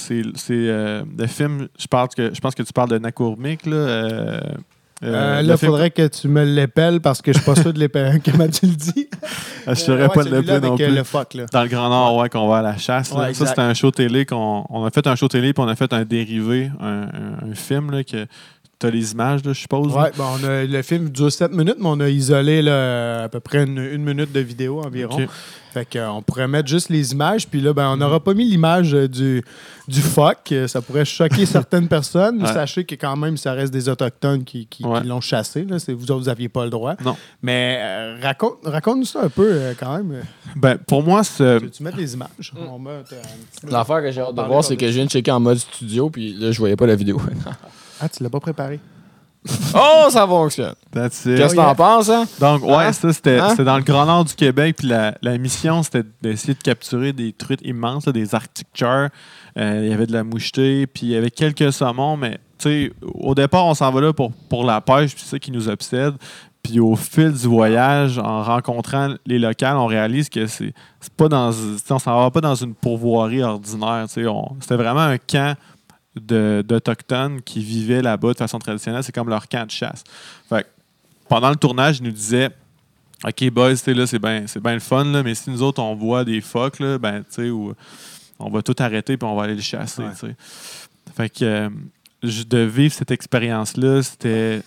Speaker 7: le film. Je pense que tu parles de Nakourmik. Là,
Speaker 2: Là, il faudrait que tu me l'épelles parce que je suis pas sûr de l'épeler. Comment tu le dis?
Speaker 7: Je ne saurais pas
Speaker 2: celui-là
Speaker 7: l'appeler non
Speaker 2: avec
Speaker 7: plus.
Speaker 2: le fuck, là.
Speaker 7: Dans le Grand Nord, ouais, qu'on va à la chasse. là.
Speaker 2: Ouais,
Speaker 7: Ça,
Speaker 2: exact.
Speaker 7: c'était un show télé on a fait un show télé puis on a fait un dérivé, un film là, que tu as les images, là, je suppose. là.
Speaker 2: Ouais, bon, le film dure 7 minutes, mais on a isolé là, à peu près une minute de vidéo environ.
Speaker 7: Ok.
Speaker 2: Fait qu'on pourrait mettre juste les images, puis là, ben, on n'aura pas mis l'image du fuck. Ça pourrait choquer certaines personnes.
Speaker 7: Ouais.
Speaker 2: Sachez que quand même, ça reste des Autochtones qui
Speaker 7: Ouais.
Speaker 2: l'ont chassé. Là. Vous autres, vous n'aviez pas le droit.
Speaker 7: Non.
Speaker 2: Mais raconte-nous ça un peu quand même.
Speaker 7: Ben, pour moi,
Speaker 2: Tu mets les images. On met un petit peu-
Speaker 1: L'affaire que j'ai hâte de
Speaker 2: Parler
Speaker 1: voir, c'est
Speaker 2: par-dessus.
Speaker 1: que je viens de checker en mode studio, puis là, je voyais pas la vidéo.
Speaker 2: Ah, tu l'as pas préparé?
Speaker 1: Oh, ça fonctionne.
Speaker 7: that's it.
Speaker 1: Qu'est-ce que t'en penses, hein?
Speaker 7: Donc, ouais,
Speaker 1: Hein?
Speaker 7: ça, c'était
Speaker 1: Hein?
Speaker 7: dans le Grand Nord du Québec. Puis la mission, c'était d'essayer de capturer des truites immenses, là, des Arctic char. Il y avait de la mouchetée, puis il y avait quelques saumons. Mais, tu sais, au départ, on s'en va là pour la pêche, puis c'est ça qui nous obsède. Puis au fil du voyage, en rencontrant les locales, on réalise que c'est pas dans... On s'en va pas dans une pourvoirie ordinaire. Tu sais, c'était vraiment un camp d'Autochtones qui vivaient là-bas de façon traditionnelle. C'est comme leur camp de chasse. Fait que pendant le tournage, ils nous disaient OK, boys, là, c'est bien le fun, là, mais si nous autres, on voit des phoques, là, ben, tu sais, on va tout arrêter puis on va aller les chasser.
Speaker 2: Ouais.
Speaker 7: Tu sais. Fait que de vivre cette expérience-là, c'était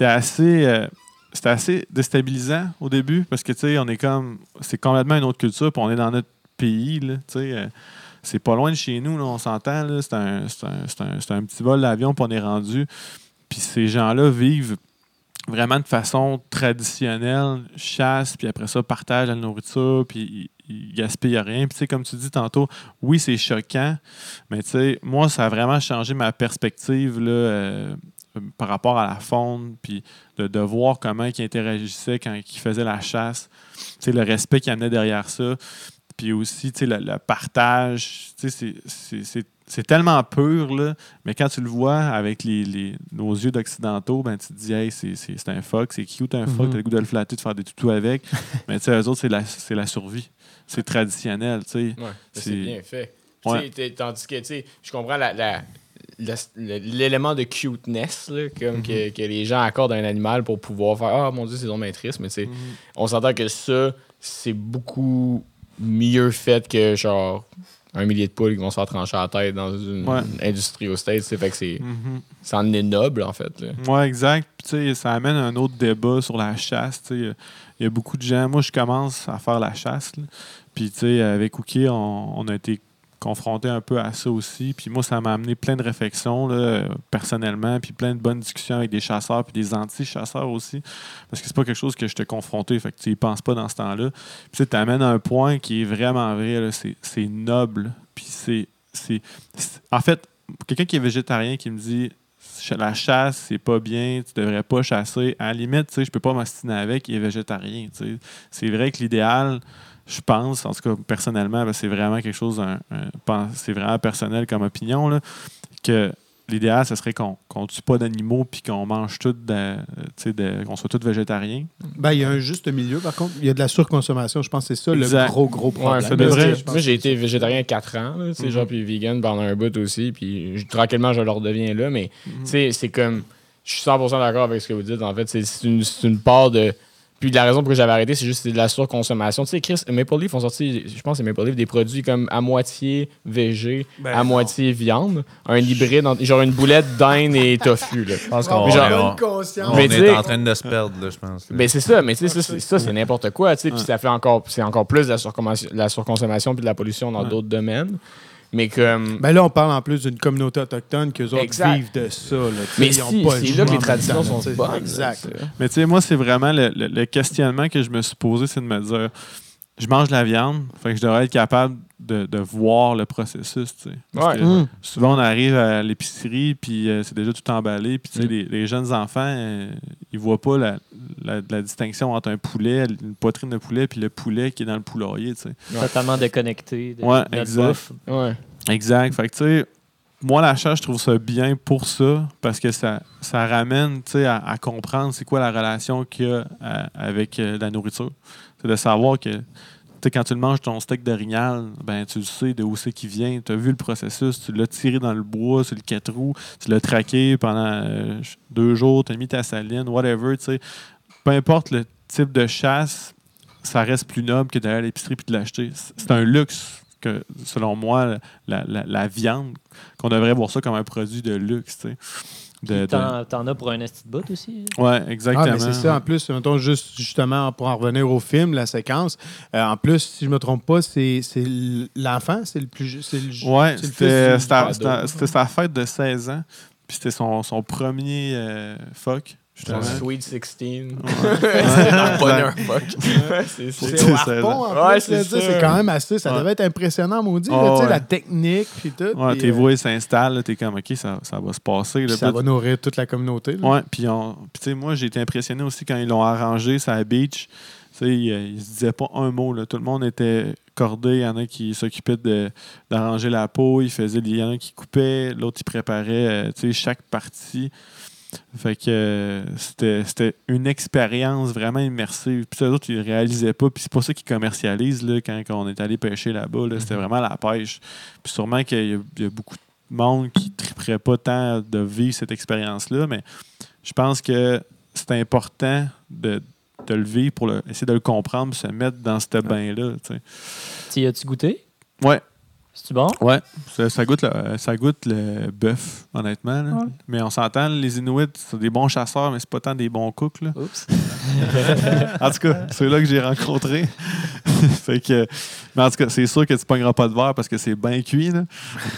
Speaker 7: assez déstabilisant au début parce que, tu sais, c'est complètement une autre culture puis on est dans notre pays, là, tu sais. C'est pas loin de chez nous, là, on s'entend. Là, c'est un petit vol d'avion, puis on est rendu. Puis ces gens-là vivent vraiment de façon traditionnelle, chasse, puis après ça, partagent la nourriture, puis ils gaspillent rien. Puis tu sais, comme tu dis tantôt, oui, c'est choquant, mais tu sais, moi, ça a vraiment changé ma perspective là, par rapport à la faune, puis de voir comment ils interagissaient quand ils faisaient la chasse. Tu sais, le respect qu'ils amenaient derrière ça. Puis aussi, tu sais, le partage, tu sais, c'est tellement pur, là, mais quand tu le vois avec nos yeux d'occidentaux, ben, tu te dis, hey, c'est un phoque, c'est cute un phoque, t'as le goût de le flatter, de faire des toutous avec. Mais tu sais, eux autres, c'est la survie. C'est traditionnel, tu sais.
Speaker 1: Ouais, c'est bien fait.
Speaker 7: Ouais.
Speaker 1: Tandis que, tu sais, je comprends l'élément de cuteness là, comme que les gens accordent à un animal pour pouvoir faire « Ah, mon Dieu, c'est donc triste », mais tu sais, on s'entend que ça, c'est beaucoup mieux fait que, genre, un millier de poules qui vont se faire trancher la tête dans une industrie aux States. Fait que c'est en est noble, en fait. Là.
Speaker 7: Ouais, exact. Puis, tu sais, ça amène un autre débat sur la chasse. Tu sais, il y a beaucoup de gens. Moi, je commence à faire la chasse. Là. Puis, tu sais, avec Cookie, on a été confronté un peu à ça aussi. Puis moi, ça m'a amené plein de réflexions là, personnellement, puis plein de bonnes discussions avec des chasseurs puis des anti-chasseurs aussi. Parce que c'est pas quelque chose que je t'ai confronté, fait que tu y penses pas dans ce temps-là. Puis tu t'amènes à un point qui est vraiment vrai, là, c'est noble. Puis c'est... En fait, quelqu'un qui est végétarien qui me dit la chasse, c'est pas bien, tu devrais pas chasser. À la limite, tu sais, je peux pas m'ostiner avec, il est végétarien. Tu sais. C'est vrai que l'idéal, je pense, en tout cas personnellement, c'est vraiment quelque chose, c'est vraiment personnel comme opinion, là, que l'idéal, ce serait qu'on tue pas d'animaux puis qu'on mange tout, qu'on soit tous végétariens.
Speaker 2: Ben, il y a un juste milieu, par contre. Il y a de la surconsommation. Je pense que c'est ça
Speaker 7: Exact.
Speaker 2: le gros problème.
Speaker 1: Ouais,
Speaker 7: ça devrait-
Speaker 1: moi, j'ai été végétarien 4 ans, là, tu sais, genre, puis vegan pendant un bout aussi, puis tranquillement, je le redeviens là, mais tu sais, c'est comme, je suis 100% d'accord avec ce que vous dites, en fait, c'est une part de... Puis la raison pour laquelle j'avais arrêté, c'est juste de la surconsommation. Tu sais, Chris, Maple Leaf ont sorti, je pense que c'est Maple Leaf, des produits comme à moitié végé, à moitié viande. Un hybride, genre une boulette d'Inde et tofu. Là. Je pense qu'on
Speaker 3: On
Speaker 1: genre,
Speaker 3: est-
Speaker 2: Bonne conscience.
Speaker 3: On
Speaker 1: Mais
Speaker 3: est
Speaker 1: tu sais-
Speaker 3: en train de se perdre, là, je pense. là.
Speaker 1: ben c'est ça, mais tu sais, ça, c'est n'importe quoi. Tu sais, puis ça fait encore plus de la surconsommation puis de la pollution dans d'autres domaines. Mais comme.
Speaker 2: Ben là, on parle en plus d'une communauté autochtone qu'eux autres
Speaker 1: Exact.
Speaker 2: vivent de ça. Là,
Speaker 1: Mais
Speaker 2: ils ont
Speaker 1: si,
Speaker 2: pas le
Speaker 1: c'est
Speaker 2: choix
Speaker 1: là que les
Speaker 2: en
Speaker 1: traditions
Speaker 2: même temps,
Speaker 1: sont
Speaker 2: tu sais.
Speaker 1: bonnes.
Speaker 2: Exact.
Speaker 1: là,
Speaker 7: Mais tu sais, moi, c'est vraiment le questionnement que je me suis posé, c'est de me dire, je mange de la viande, fait que je devrais être capable de voir le processus, tu sais. Parce
Speaker 1: Ouais.
Speaker 7: que souvent, on arrive à l'épicerie, puis c'est déjà tout emballé, puis tu sais, les jeunes enfants, ils voient pas la distinction entre un poulet, une poitrine de poulet, puis le poulet qui est dans le poulailler, tu sais.
Speaker 5: Totalement déconnecté de
Speaker 7: Ouais,
Speaker 5: notre
Speaker 7: exact.
Speaker 5: bouffe.
Speaker 1: Ouais.
Speaker 7: Exact. Fait que, tu sais, moi, la chasse, je trouve ça bien pour ça, parce que ça ramène, tu sais, à comprendre c'est quoi la relation qu'il y a avec la nourriture. C'est de savoir que, tu sais, quand tu le manges, ton steak d'orignal, ben, tu le sais de où c'est qu'il vient. Tu as vu le processus, tu l'as tiré dans le bois, sur le 4 roues, tu l'as traqué pendant 2 jours, tu as mis ta saline, whatever, tu sais. Peu importe le type de chasse, ça reste plus noble que d'aller à l'épicerie et de l'acheter. C'est un luxe que, selon moi, la viande, qu'on devrait voir ça comme un produit de luxe, tu sais.
Speaker 5: T'en as pour un esti de bout aussi.
Speaker 7: Ouais, exactement.
Speaker 2: Ah, mais c'est ça. En plus, mettons, justement, pour en revenir au film, la séquence, en plus, si je me trompe pas, c'est l'enfant, c'est le plus...
Speaker 7: Ouais,
Speaker 2: c'est le
Speaker 7: c'était
Speaker 2: fils du-
Speaker 7: c'était sa fête de 16 ans, puis c'était son premier fuck.
Speaker 1: Genre
Speaker 7: justement.
Speaker 1: Sweet 16.
Speaker 7: Ouais,
Speaker 1: Un bonheur,
Speaker 7: exact.
Speaker 1: fuck. C'est
Speaker 2: C'est
Speaker 7: C'est
Speaker 2: au
Speaker 7: ça.
Speaker 2: harpon, en
Speaker 1: Ouais,
Speaker 2: plus,
Speaker 1: c'est
Speaker 2: là, tu sais,
Speaker 1: ça.
Speaker 2: c'est quand même assez... Ça
Speaker 7: Ouais.
Speaker 2: devait être impressionnant, maudit,
Speaker 7: Oh,
Speaker 2: là, tu sais,
Speaker 7: ouais.
Speaker 2: la technique, puis tout.
Speaker 7: Ouais,
Speaker 2: puis,
Speaker 7: tes voix s'installent, là, t'es comme, OK, ça va se passer.
Speaker 2: puis
Speaker 7: Là,
Speaker 2: ça
Speaker 7: puis
Speaker 2: va nourrir toute la communauté. là.
Speaker 7: ouais, puis tu sais, moi, j'ai été impressionné aussi quand ils l'ont arrangé, ça à beach. Tu sais, ils se disaient pas un mot, là. Tout le monde était cordé. Il y en a qui s'occupaient d'arranger la peau, il y en a qui coupaient, l'autre, il préparait, tu sais, chaque partie. Fait que c'était une expérience vraiment immersive. Puis eux autres, ils ne réalisaient pas. Puis c'est pas ça qu'ils commercialisent là, quand on est allé pêcher là-bas. Là. C'était vraiment la pêche. Puis sûrement qu'il y a beaucoup de monde qui ne triperait pas tant de vivre cette expérience-là. Mais je pense que c'est important de le vivre pour essayer de le comprendre et se mettre dans ce bain-là. Tu sais.
Speaker 5: T'y as-tu goûté?
Speaker 7: Ouais.
Speaker 5: C'est-tu bon?
Speaker 7: Ouais, ça goûte le bœuf, honnêtement. Là.
Speaker 5: Ouais.
Speaker 7: Mais on s'entend, les Inuits, c'est des bons chasseurs, mais c'est pas tant des bons cooks. Là.
Speaker 5: Oups.
Speaker 7: En tout cas, ceux-là que j'ai rencontrés. Fait que, mais en tout cas, c'est sûr que tu pogneras pas de verre parce que c'est bien cuit. Là.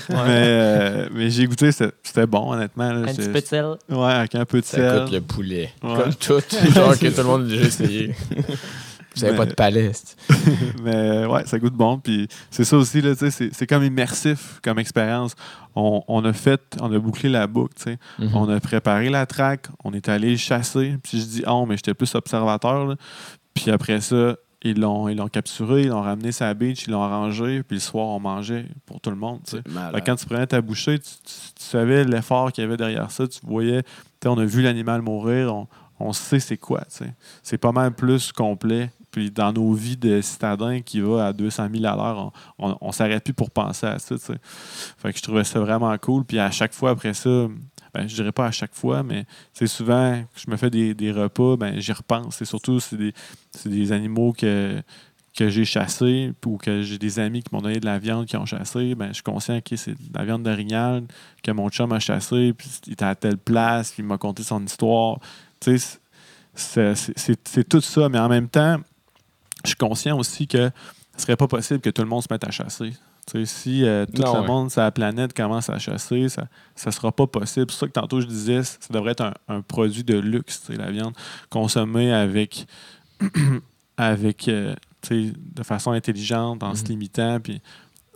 Speaker 7: Mais j'ai goûté, c'était bon, honnêtement. Là.
Speaker 5: Un petit peu de sel.
Speaker 7: Ouais, avec un peu de
Speaker 1: Ça
Speaker 7: sel.
Speaker 1: coûte le poulet.
Speaker 7: Ouais.
Speaker 1: Comme tout. Genre que tout le monde a déjà essayé. Vous avez
Speaker 7: Mais-
Speaker 1: pas de palais.
Speaker 7: Mais ouais, ça goûte bon. Puis c'est ça aussi, là, tu sais, c'est comme immersif comme expérience. On a bouclé la boucle, tu sais. On a préparé la traque, on est allé chasser. Puis je dis mais j'étais plus observateur. Là. Puis après ça, ils l'ont capturé, ils l'ont ramené sur la beach, ils l'ont arrangé. Puis le soir, on mangeait pour tout le monde, tu sais. Fait que quand tu prenais ta bouchée, tu savais l'effort qu'il y avait derrière ça. Tu voyais, tu sais, on a vu l'animal mourir, on sait c'est quoi, tu sais. C'est pas mal plus complet. Puis dans nos vies de citadins qui va à 200 000 à l'heure, on s'arrête plus pour penser à ça, tu sais. Fait que je trouvais ça vraiment cool. Puis à chaque fois après ça, ben, je dirais pas à chaque fois, mais c'est souvent que je me fais des repas, ben, j'y repense. C'est surtout, c'est des animaux que j'ai chassés ou que j'ai des amis qui m'ont donné de la viande qui ont chassé. Ben, je suis conscient que c'est de la viande d'orignal que mon chum a chassé, puis il était à telle place, puis il m'a conté son histoire. Tu sais, c'est tout ça, mais en même temps, je suis conscient aussi que ce serait pas possible que tout le monde se mette à chasser. Tu sais, si tout le monde sur la planète commence à chasser, ça ne sera pas possible. C'est pour ça que tantôt je disais ça devrait être un produit de luxe, tu sais, la viande consommée avec tu sais, de façon intelligente, en se limitant. Puis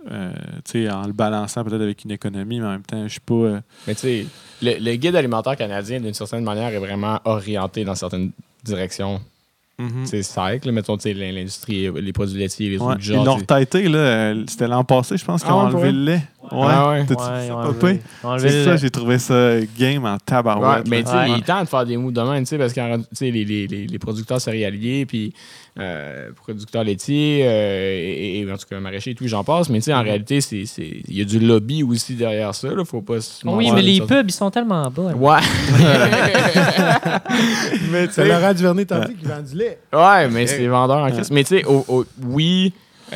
Speaker 7: en le balançant peut-être avec une économie, mais en même temps, je suis pas...
Speaker 1: Mais tu sais, le guide alimentaire canadien, d'une certaine manière, est vraiment orienté dans certaines directions. C'est sec, là, mettons, l'industrie, les produits laitiers, les trucs du genre.
Speaker 7: Ils l'ont retaité, là, c'était l'an passé, je pense, qu'ils ont enlevé le lait.
Speaker 1: Ouais.
Speaker 7: C'est ça, j'ai trouvé ça game en tabarouette.
Speaker 1: Mais tu sais, il est temps de faire des moves de même, tu sais, parce que les producteurs céréaliers, puis producteurs laitiers, et en tout cas maraîchers et tout, j'en passe, mais tu sais, en réalité, il y a du lobby aussi derrière ça, là, faut pas se
Speaker 5: Oui, mais les pubs, ils sont tellement bas. Là.
Speaker 1: Ouais. Mais
Speaker 2: C'est Laurent Duvernay t'a dit qu'il vend du lait.
Speaker 1: Ouais, mais c'est vendeur en crise. Mais tu sais, oui,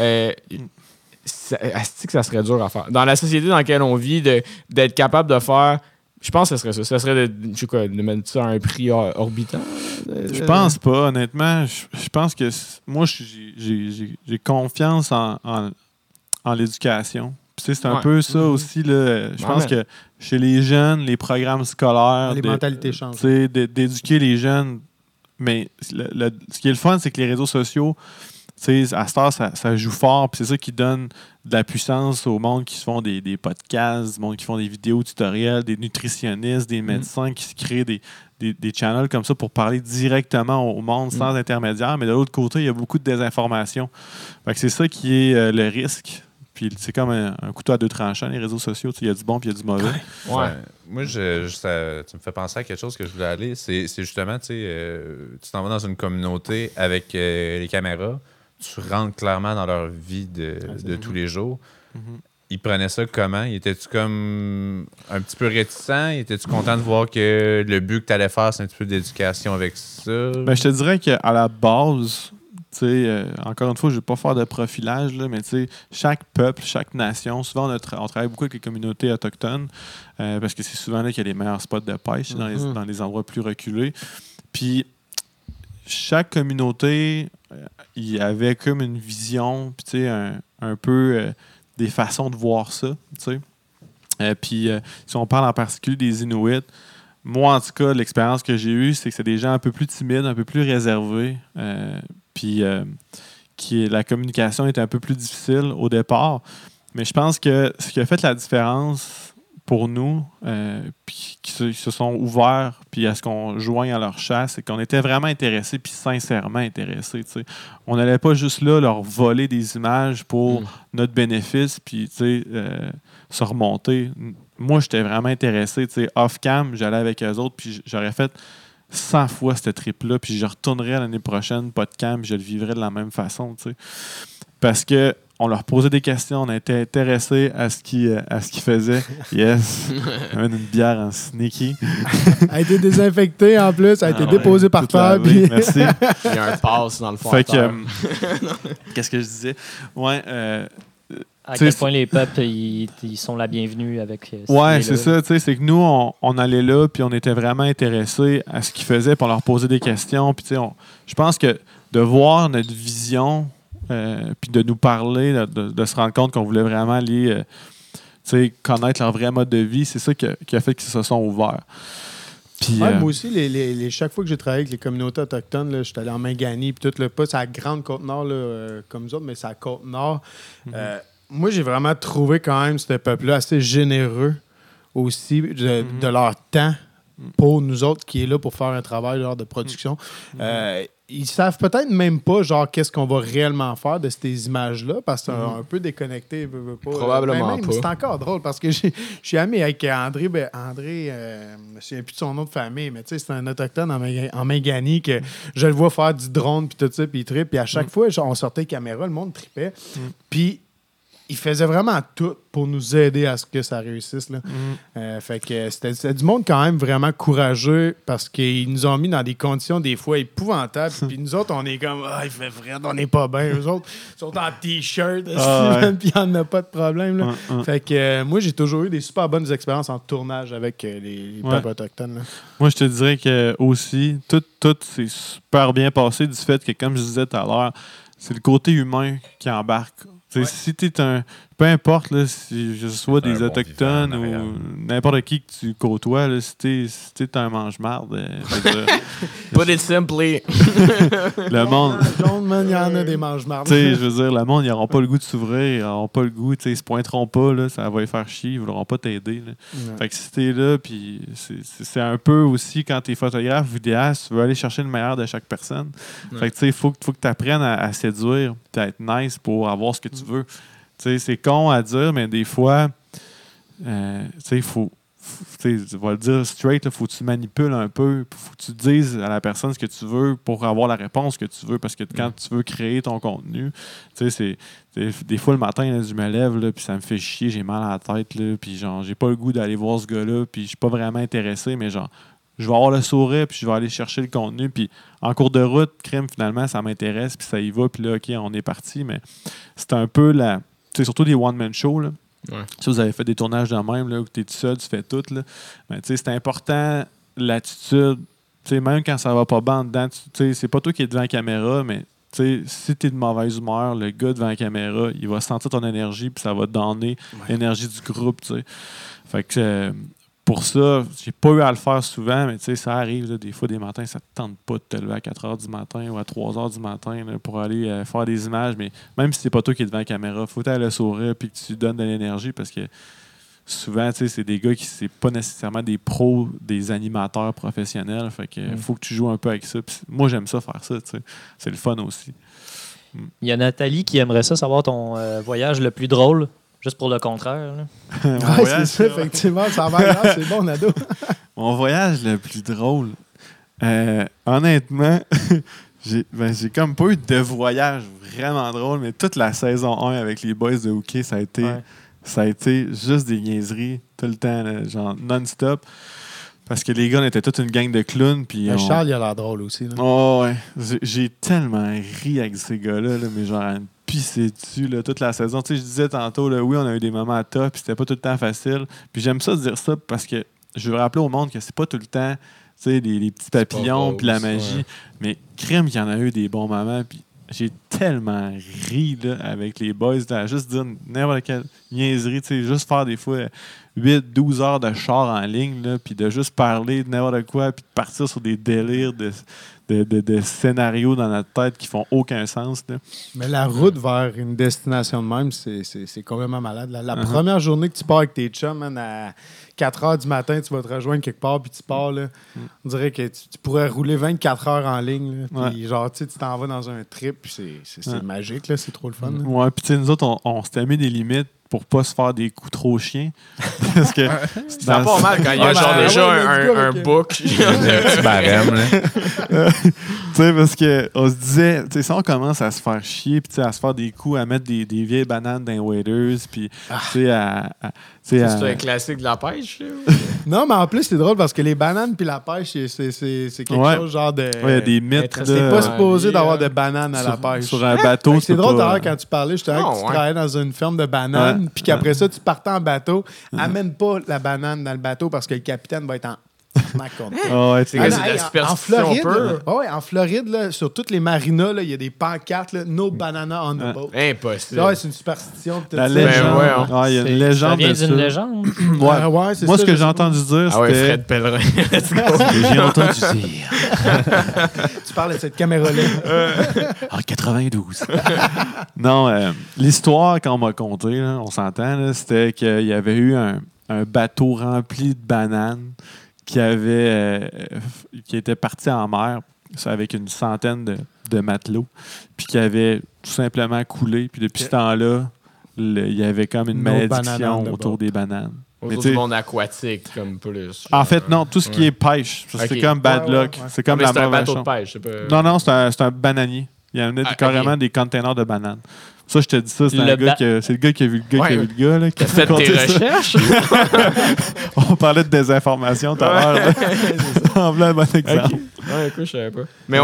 Speaker 1: asti que ça serait dur à faire. Dans la société dans laquelle on vit, d'être capable de faire. Je pense que ce serait ça. Ça serait de mettre ça à un prix orbitant.
Speaker 7: Je pense pas, honnêtement. Je pense que moi, j'ai confiance en l'éducation. Puis, c'est un peu ça aussi. Là, je pense que chez les jeunes, les programmes scolaires.
Speaker 2: Les mentalités changent.
Speaker 7: D'éduquer les jeunes. Mais ce qui est le fun, c'est que les réseaux sociaux, à cette heure, ça joue fort. Puis c'est ça qui donne de la puissance au monde qui se font des podcasts, du monde qui font des vidéos tutoriels, des nutritionnistes, des médecins qui se créent des channels comme ça pour parler directement au monde sans intermédiaire. Mais de l'autre côté, il y a beaucoup de désinformation. Fait que c'est ça qui est le risque. Puis c'est comme un couteau à deux tranchants, les réseaux sociaux. Il y a du bon puis il y a du mauvais.
Speaker 3: Ouais. Moi, tu me fais penser à quelque chose que je voulais aller. C'est justement, tu t'en vas dans une communauté avec les caméras. Tu rentres clairement dans leur vie de tous les jours. Ils prenaient ça comment? Étais-tu comme un petit peu réticent? Étais-tu content de voir que le but que tu allais faire, c'est un petit peu d'éducation avec ça?
Speaker 7: Ben, je te dirais qu'à la base, encore une fois, je ne vais pas faire de profilage, là, mais chaque peuple, chaque nation, souvent on travaille beaucoup avec les communautés autochtones parce que c'est souvent là qu'il y a les meilleurs spots de pêche dans les endroits plus reculés. Puis chaque communauté, il y avait comme une vision, puis un peu des façons de voir ça. Puis si on parle en particulier des Inuits, moi en tout cas, l'expérience que j'ai eue, c'est que c'est des gens un peu plus timides, un peu plus réservés. Puis la communication est un peu plus difficile au départ. Mais je pense que ce qui a fait la différence pour nous, puis qui se sont ouverts, puis à ce qu'on joigne à leur chasse, c'est qu'on était vraiment intéressés, puis sincèrement intéressés. T'sais. On n'allait pas juste là leur voler des images pour notre bénéfice, puis se remonter. Moi, j'étais vraiment intéressé. Off-cam, j'allais avec eux autres, puis j'aurais fait 100 fois cette trip-là, puis je retournerai l'année prochaine, pas de cam, puis je le vivrais de la même façon. Parce que on leur posait des questions, on était intéressés à ce qu'ils faisaient. Yes! Une bière en sneaky.
Speaker 2: Elle a été désinfectée en plus, elle a été déposée par terre.
Speaker 7: Puis... Merci.
Speaker 1: Il y a un pass dans le fond.
Speaker 7: Fait que, qu'est-ce que je disais? Ouais.
Speaker 5: À quel point les peuples, ils sont la bienvenue avec...
Speaker 7: Ouais, c'est ça. C'est que nous, on allait là, puis on était vraiment intéressés à ce qu'ils faisaient, pour leur poser des questions. Puis je pense que de voir notre vision... puis de nous parler, de se rendre compte qu'on voulait vraiment aller connaître leur vrai mode de vie, c'est ça qui a fait qu'ils se sont ouverts. Puis,
Speaker 2: moi aussi, chaque fois que j'ai travaillé avec les communautés autochtones, je suis allé en Mangani, puis tout, pas sur la grande Côte-Nord comme nous autres, mais sur la Côte-Nord. Moi, j'ai vraiment trouvé quand même ce peuple-là assez généreux aussi de leur temps pour nous autres qui est là pour faire un travail de production. Ils savent peut-être même pas qu'est-ce qu'on va réellement faire de ces images-là parce que c'est un peu déconnecté.
Speaker 1: Probablement pas.
Speaker 2: C'est encore drôle parce que je suis ami avec André, je me souviens plus de son nom de famille, mais c'est un autochtone en Mangani que je le vois faire du drone puis tout ça, puis il trippe. Puis à chaque fois, on sortait caméra, le monde trippait. Puis il faisait vraiment tout pour nous aider à ce que ça réussisse. Là. Fait que c'était du monde quand même vraiment courageux parce qu'ils nous ont mis dans des conditions des fois épouvantables. Puis nous autres, on est comme il fait vrai, on n'est pas bien. Eux autres sont en t-shirt, puis il n'y en a pas de problème. Là. Fait que moi, j'ai toujours eu des super bonnes expériences en tournage avec les peuples autochtones. Là.
Speaker 7: Moi, je te dirais que aussi, tout s'est super bien passé du fait que, comme je disais tout à l'heure, c'est le côté humain qui embarque Ouais. Si t'es un... Peu importe, là, si je sois des
Speaker 3: bon
Speaker 7: Autochtones
Speaker 3: vivant en arrière.
Speaker 7: ou n'importe qui que tu côtoies, là, si t'es un mange-marde,
Speaker 1: Put it simply.
Speaker 7: le monde...
Speaker 2: Jaune, man, il y en a des mange-mardes.
Speaker 7: Tu sais, je veux dire, le monde, ils n'auront pas le goût de s'ouvrir, ils n'auront pas le goût, tu sais, ils se pointeront pas, là, ça va les faire chier, ils ne voudront pas t'aider. Là.
Speaker 2: Ouais.
Speaker 7: Fait que si t'es là, puis c'est un peu aussi, quand t'es photographe, vidéaste, tu veux aller chercher le meilleur de chaque personne.
Speaker 1: Ouais.
Speaker 7: Fait que tu sais, il faut que tu apprennes à séduire, puis à être nice pour avoir ce que tu veux. Tu sais, c'est con à dire, mais des fois, tu sais, il faut... Tu vas le dire straight, il faut que tu manipules un peu, faut que tu dises à la personne ce que tu veux pour avoir la réponse que tu veux. Parce que quand tu veux créer ton contenu, des fois le matin, là, je me lève, là, puis ça me fait chier, j'ai mal à la tête, là, puis genre, j'ai pas le goût d'aller voir ce gars-là, puis je suis pas vraiment intéressé, mais genre, je vais avoir le sourire, puis je vais aller chercher le contenu, puis en cours de route, crème, finalement, ça m'intéresse, puis ça y va, puis là, OK, on est parti, mais c'est un peu la... Tu sais, surtout des one-man shows, là.
Speaker 1: Ouais.
Speaker 7: Si vous avez fait des tournages de même, là, où tu es tout seul, tu fais tout, là, ben, c'est important, l'attitude. Même quand ça va pas bien dedans, c'est pas toi qui es devant la caméra, mais si tu es de mauvaise humeur, le gars devant la caméra, il va sentir ton énergie, puis ça va donner l'énergie du groupe. T'sais. Fait que pour ça, j'ai pas eu à le faire souvent, mais ça arrive, là, des fois, des matins, ça te tente pas de te lever à 4 h du matin ou à 3 h du matin là, pour aller faire des images, mais même si c'est pas toi qui es devant la caméra, faut aller le sourire puis que tu donnes de l'énergie parce que souvent, c'est des gars qui c'est pas nécessairement des pros, des animateurs professionnels, fait que faut que tu joues un peu avec ça. Pis moi, j'aime ça faire ça, c'est le fun aussi.
Speaker 5: Il y a Nathalie qui aimerait ça savoir ton voyage le plus drôle. Juste pour le contraire. Là.
Speaker 2: Ouais, c'est ça, effectivement. Ça va grave, c'est bon, Nado.
Speaker 7: Mon voyage le plus drôle. Honnêtement, j'ai comme pas eu de voyage vraiment drôle, mais toute la saison 1 avec les boys de hockey, ça a été juste des niaiseries tout le temps, là, genre non-stop. Parce que les gars, on était toute une gang de clowns. Puis
Speaker 2: Charles, il a l'air drôle aussi. Là.
Speaker 7: Oh, ouais. J'ai tellement ri avec ces gars-là, là, mais genre, à me pisser dessus là, toute la saison. Tu sais, je disais tantôt, là, oui, on a eu des moments top, puis c'était pas tout le temps facile. Puis j'aime ça dire ça parce que je veux rappeler au monde que c'est pas tout le temps, tu sais, les petits papillons, puis la magie. Ouais. Mais crème, qu'il y en a eu des bons moments, puis j'ai tellement ri là, avec les boys, là, à juste dire n'importe quelle niaiserie, tu sais, juste faire des fois 8-12 heures de char en ligne, là, puis de juste parler de n'importe quoi, puis de partir sur des délires de scénarios dans notre tête qui font aucun sens. Là.
Speaker 2: Mais la route vers une destination de même, c'est complètement malade. La première journée que tu pars avec tes chums, man, à 4 h du matin, tu vas te rejoindre quelque part, puis tu pars. Là, on dirait que tu pourrais rouler 24 heures en ligne. Là, puis genre, tu t'en vas dans un trip, puis c'est magique. Là, c'est trop le fun. Là.
Speaker 7: Ouais, puis nous autres, on s'était mis des limites pour pas se faire des coups trop chiens. Parce que
Speaker 1: c'est pas mal quand il y a genre déjà un book.
Speaker 3: Un petit barème, là.
Speaker 7: Tu sais, parce qu'on se disait, tu sais, si on commence à se faire chier, puis à se faire des coups, à mettre des vieilles bananes dans les waders, puis tu sais,
Speaker 1: c'est un classique de la pêche, là?
Speaker 2: Non, mais en plus, c'est drôle parce que les bananes puis la pêche, c'est quelque chose genre de...
Speaker 7: Oui, il y a des mythes.
Speaker 2: C'est pas supposé d'avoir de bananes à la pêche.
Speaker 7: Sur un bateau,
Speaker 2: c'est drôle d'ailleurs quand tu parlais, justement, que tu travaillais dans une ferme de bananes, puis qu'après ça, tu partais en bateau. Amène pas la banane dans le bateau parce que le capitaine va être en...
Speaker 1: c'est de la superstition
Speaker 2: en Floride, là, sur toutes les marinas, il y a des pancartes, là, no banana on the boat.
Speaker 1: Impossible.
Speaker 2: Ouais, c'est une superstition.
Speaker 7: La légende. Il y a une légende.
Speaker 5: Ça vient d'une légende.
Speaker 7: Ouais, c'est moi, ce que j'ai entendu dire, c'était...
Speaker 1: Fred Pellerin.
Speaker 7: J'ai entendu dire.
Speaker 2: Tu parles de cette caméra-là.
Speaker 7: En 92. Non, l'histoire qu'on m'a contée, là, on s'entend, là, c'était qu'il y avait eu un bateau rempli de bananes qui était parti en mer avec une centaine de matelots, puis qui avait tout simplement coulé. Puis depuis ce temps-là, il y avait comme une malédiction autour des bananes.
Speaker 1: Autour du monde aquatique, comme plus.
Speaker 7: En fait, non, tout ce qui est pêche. C'est comme bad luck. C'est comme la
Speaker 1: mauvaise chance. C'est un bateau de pêche.
Speaker 7: Non, c'est un bananier. Il y en a carrément des containers de bananes. Ça, je te dis ça, c'est le gars qui a vu le gars qui a vu le gars. Là, qui
Speaker 1: a fait tes recherches?
Speaker 7: On parlait de désinformation tout à l'heure. En plein bon exemple.
Speaker 1: Okay. Ouais, écoute, je savais pas. Mais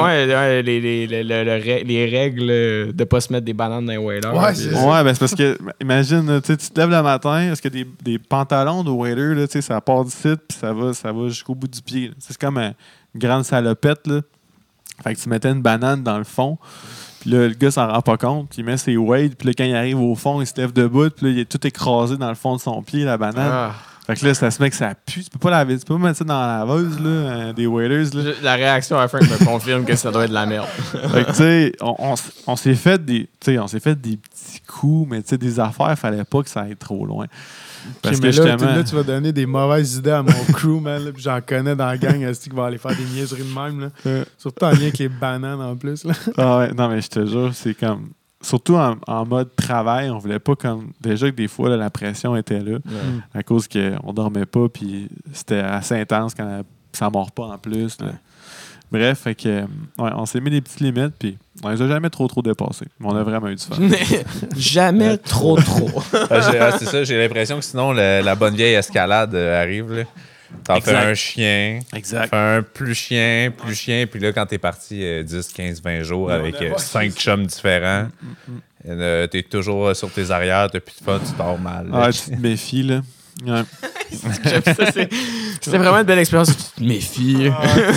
Speaker 1: les règles de ne pas se mettre des bananes dans les waders.
Speaker 7: Ouais, c'est parce que, imagine, tu te lèves le matin, est-ce que des pantalons de wader, ça part du site, puis ça va jusqu'au bout du pied. C'est comme une grande salopette. Là. Fait que tu mettais une banane dans le fond. Puis là, le gars s'en rend pas compte. Puis il met ses weights. Puis là, quand il arrive au fond, il se lève debout. Puis là, il est tout écrasé dans le fond de son pied, la banane.
Speaker 1: Ah.
Speaker 7: Fait que là, ça se met que ça pue. Tu peux pas laver, tu peux pas mettre ça dans la laveuse, là, des waders, là.
Speaker 1: La réaction à Frank me confirme que ça doit être de la merde.
Speaker 7: Fait que, tu sais, on s'est fait des petits coups, mais tu sais, des affaires, fallait pas que ça aille trop loin. Parce que
Speaker 2: là, tu vas donner des mauvaises idées à mon crew, man. Là, puis j'en connais dans la gang qui va aller faire des niaiseries de même. Là. Surtout en lien avec les bananes en plus. Là.
Speaker 7: Ah ouais, non, mais je te jure, c'est comme... Surtout en mode travail, on voulait pas comme... Déjà que des fois, là, la pression était là, à cause qu'on dormait pas, puis c'était assez intense quand ça mord pas en plus. Là. Bref, fait que, on s'est mis des petites limites, puis on les a jamais trop dépassées. Mais on a vraiment eu du fun.
Speaker 1: Jamais trop.
Speaker 3: C'est ça, j'ai l'impression que sinon, la bonne vieille escalade arrive. Là. T'en fais un chien,
Speaker 7: Exact.
Speaker 3: fais un plus chien, puis là, quand t'es parti 10, 15, 20 jours avec 5 chums différents, t'es toujours sur tes arrières, t'as plus de fun, tu dors mal.
Speaker 7: Ah, tu te méfies, là. Ouais.
Speaker 1: J'aime ça, c'était vraiment une belle expérience. Tu te méfies.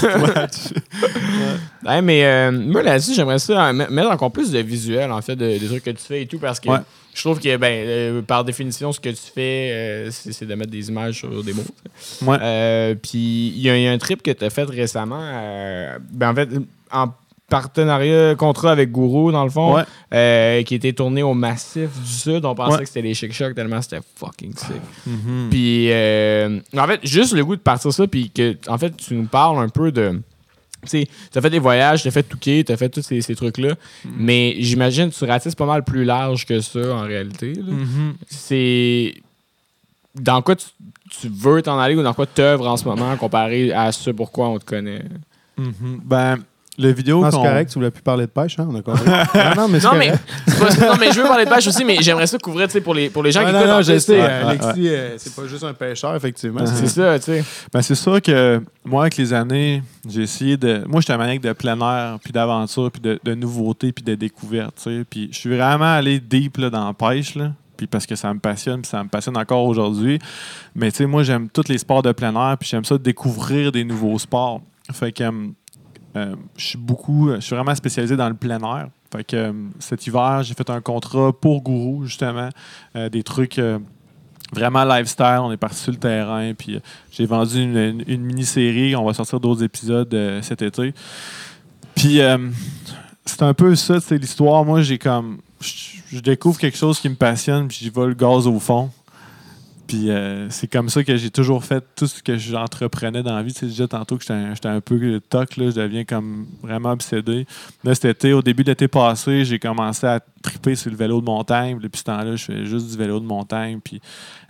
Speaker 1: Ouais, mais moi, là-dessus, j'aimerais ça mettre encore plus de visuel, en fait, des trucs que tu fais et tout, parce que je trouve que, par définition, ce que tu fais, c'est de mettre des images sur des mots.
Speaker 7: Ouais.
Speaker 1: Puis, il y a un trip que tu as fait récemment, en fait, en partenariat, contrat avec Gourou, dans le fond, qui était tourné au Massif du Sud. On pensait que c'était les Chic Chocs tellement c'était fucking sick.
Speaker 7: Mm-hmm.
Speaker 1: Puis, en fait, juste le goût de partir ça, puis que, en fait, tu nous parles un peu de... Tu sais, t'as fait des voyages, t'as fait Touquet, t'as fait tous ces trucs-là, mais j'imagine que tu ratisses pas mal plus large que ça, en réalité. Là. C'est... Dans quoi tu veux t'en aller ou dans quoi tu œuvres en ce moment comparé à ce pourquoi on te connaît?
Speaker 7: Ben... Le vidéo
Speaker 2: c'est correct, tu voulais plus parler de pêche, hein? On a compris. non, mais
Speaker 1: je veux parler de pêche aussi, mais j'aimerais ça couvrir pour les gens qui écoutent.
Speaker 2: Non, je sais. Alexis, c'est pas juste un pêcheur, effectivement.
Speaker 1: C'est ça, tu sais.
Speaker 7: Ben, c'est sûr que moi, avec les années, j'ai essayé de... Moi, j'étais un maniaque de plein air, puis d'aventure, puis de nouveautés, puis de découvertes, tu sais. Puis je suis vraiment allé deep là, dans la pêche, là. Puis parce que ça me passionne, puis ça me passionne encore aujourd'hui. Mais tu sais, moi, j'aime tous les sports de plein air, puis j'aime ça découvrir des nouveaux sports. Fait que... je suis vraiment spécialisé dans le plein air. Fait que cet hiver, j'ai fait un contrat pour Gourou, justement. Des trucs vraiment lifestyle. On est parti sur le terrain. Puis j'ai vendu une mini-série. On va sortir d'autres épisodes cet été. Puis c'est un peu ça, c'est l'histoire. Moi, je découvre quelque chose qui me passionne, puis j'y vais le gaz au fond. Puis c'est comme ça que j'ai toujours fait tout ce que j'entreprenais dans la vie. Tu sais, déjà tantôt que j'étais un peu toc, là, je deviens comme vraiment obsédé. Là, cet été, au début de l'été passé, j'ai commencé à triper sur le vélo de montagne. Depuis ce temps-là, je fais juste du vélo de montagne. Puis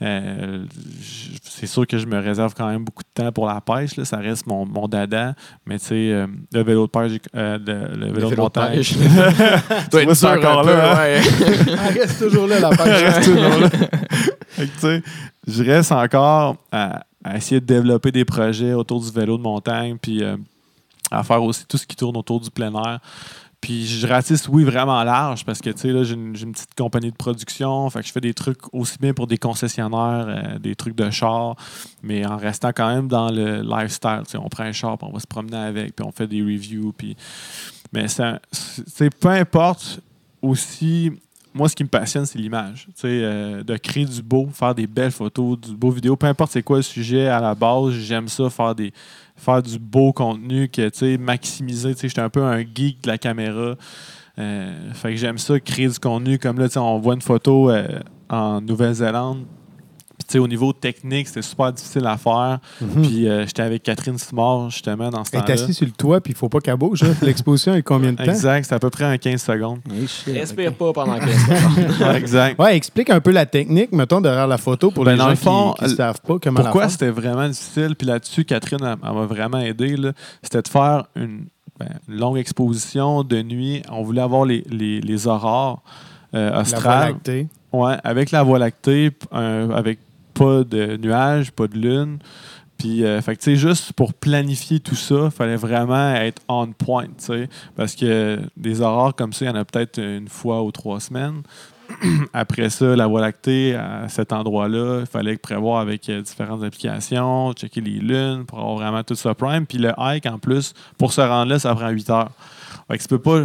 Speaker 7: c'est sûr que je me réserve quand même beaucoup de temps pour la pêche. Là. Ça reste mon dada. Mais tu sais, le vélo de pêche, le vélo de montagne.
Speaker 1: Doit être sûr encore là.
Speaker 2: Elle reste toujours là, la pêche reste toujours là.
Speaker 7: Fait que, tu sais, je reste encore à essayer de développer des projets autour du vélo de montagne, puis à faire aussi tout ce qui tourne autour du plein air. Puis je ratisse, oui, vraiment large, parce que, tu sais, là, j'ai une petite compagnie de production, fait que je fais des trucs aussi bien pour des concessionnaires, des trucs de char, mais en restant quand même dans le lifestyle. Tu sais, on prend un char, puis on va se promener avec, puis on fait des reviews, puis... Mais peu importe aussi... Moi, ce qui me passionne, c'est l'image. De créer du beau, faire des belles photos, du beau vidéo. Peu importe c'est quoi le sujet à la base, j'aime ça, faire du beau contenu, maximiser. J'étais un peu un geek de la caméra. Fait que j'aime ça, créer du contenu. Comme là, on voit une photo en Nouvelle-Zélande. Puis, au niveau technique, c'était super difficile à faire. Puis, j'étais avec Catherine Simard, justement, dans ce temps-là.
Speaker 2: Elle est assise sur le toit, puis il ne faut pas qu'elle bouge. L'exposition est combien de temps?
Speaker 7: Exact, c'est à peu près en 15 secondes.
Speaker 1: Respire pas pendant 15 secondes.
Speaker 7: Exact.
Speaker 2: Ouais, explique un peu la technique, mettons, derrière la photo pour les gens qui ne savent pas comment la faire.
Speaker 7: Pourquoi c'était vraiment difficile? Puis là-dessus, Catherine, elle m'a vraiment aidé. C'était de faire une longue exposition de nuit. On voulait avoir les aurores australes.
Speaker 2: La Voie lactée.
Speaker 7: Ouais, avec la Voie lactée, avec pas de nuages, pas de lune. Puis, fait que, tu sais, juste pour planifier tout ça, il fallait vraiment être on point, tu sais. Parce que des aurores comme ça, il y en a peut-être une fois ou 3 semaines. Après ça, la Voie lactée, à cet endroit-là, il fallait prévoir avec différentes applications, checker les lunes pour avoir vraiment tout ça prime. Puis le hike, en plus, pour se rendre là, ça prend 8 heures. Fait que tu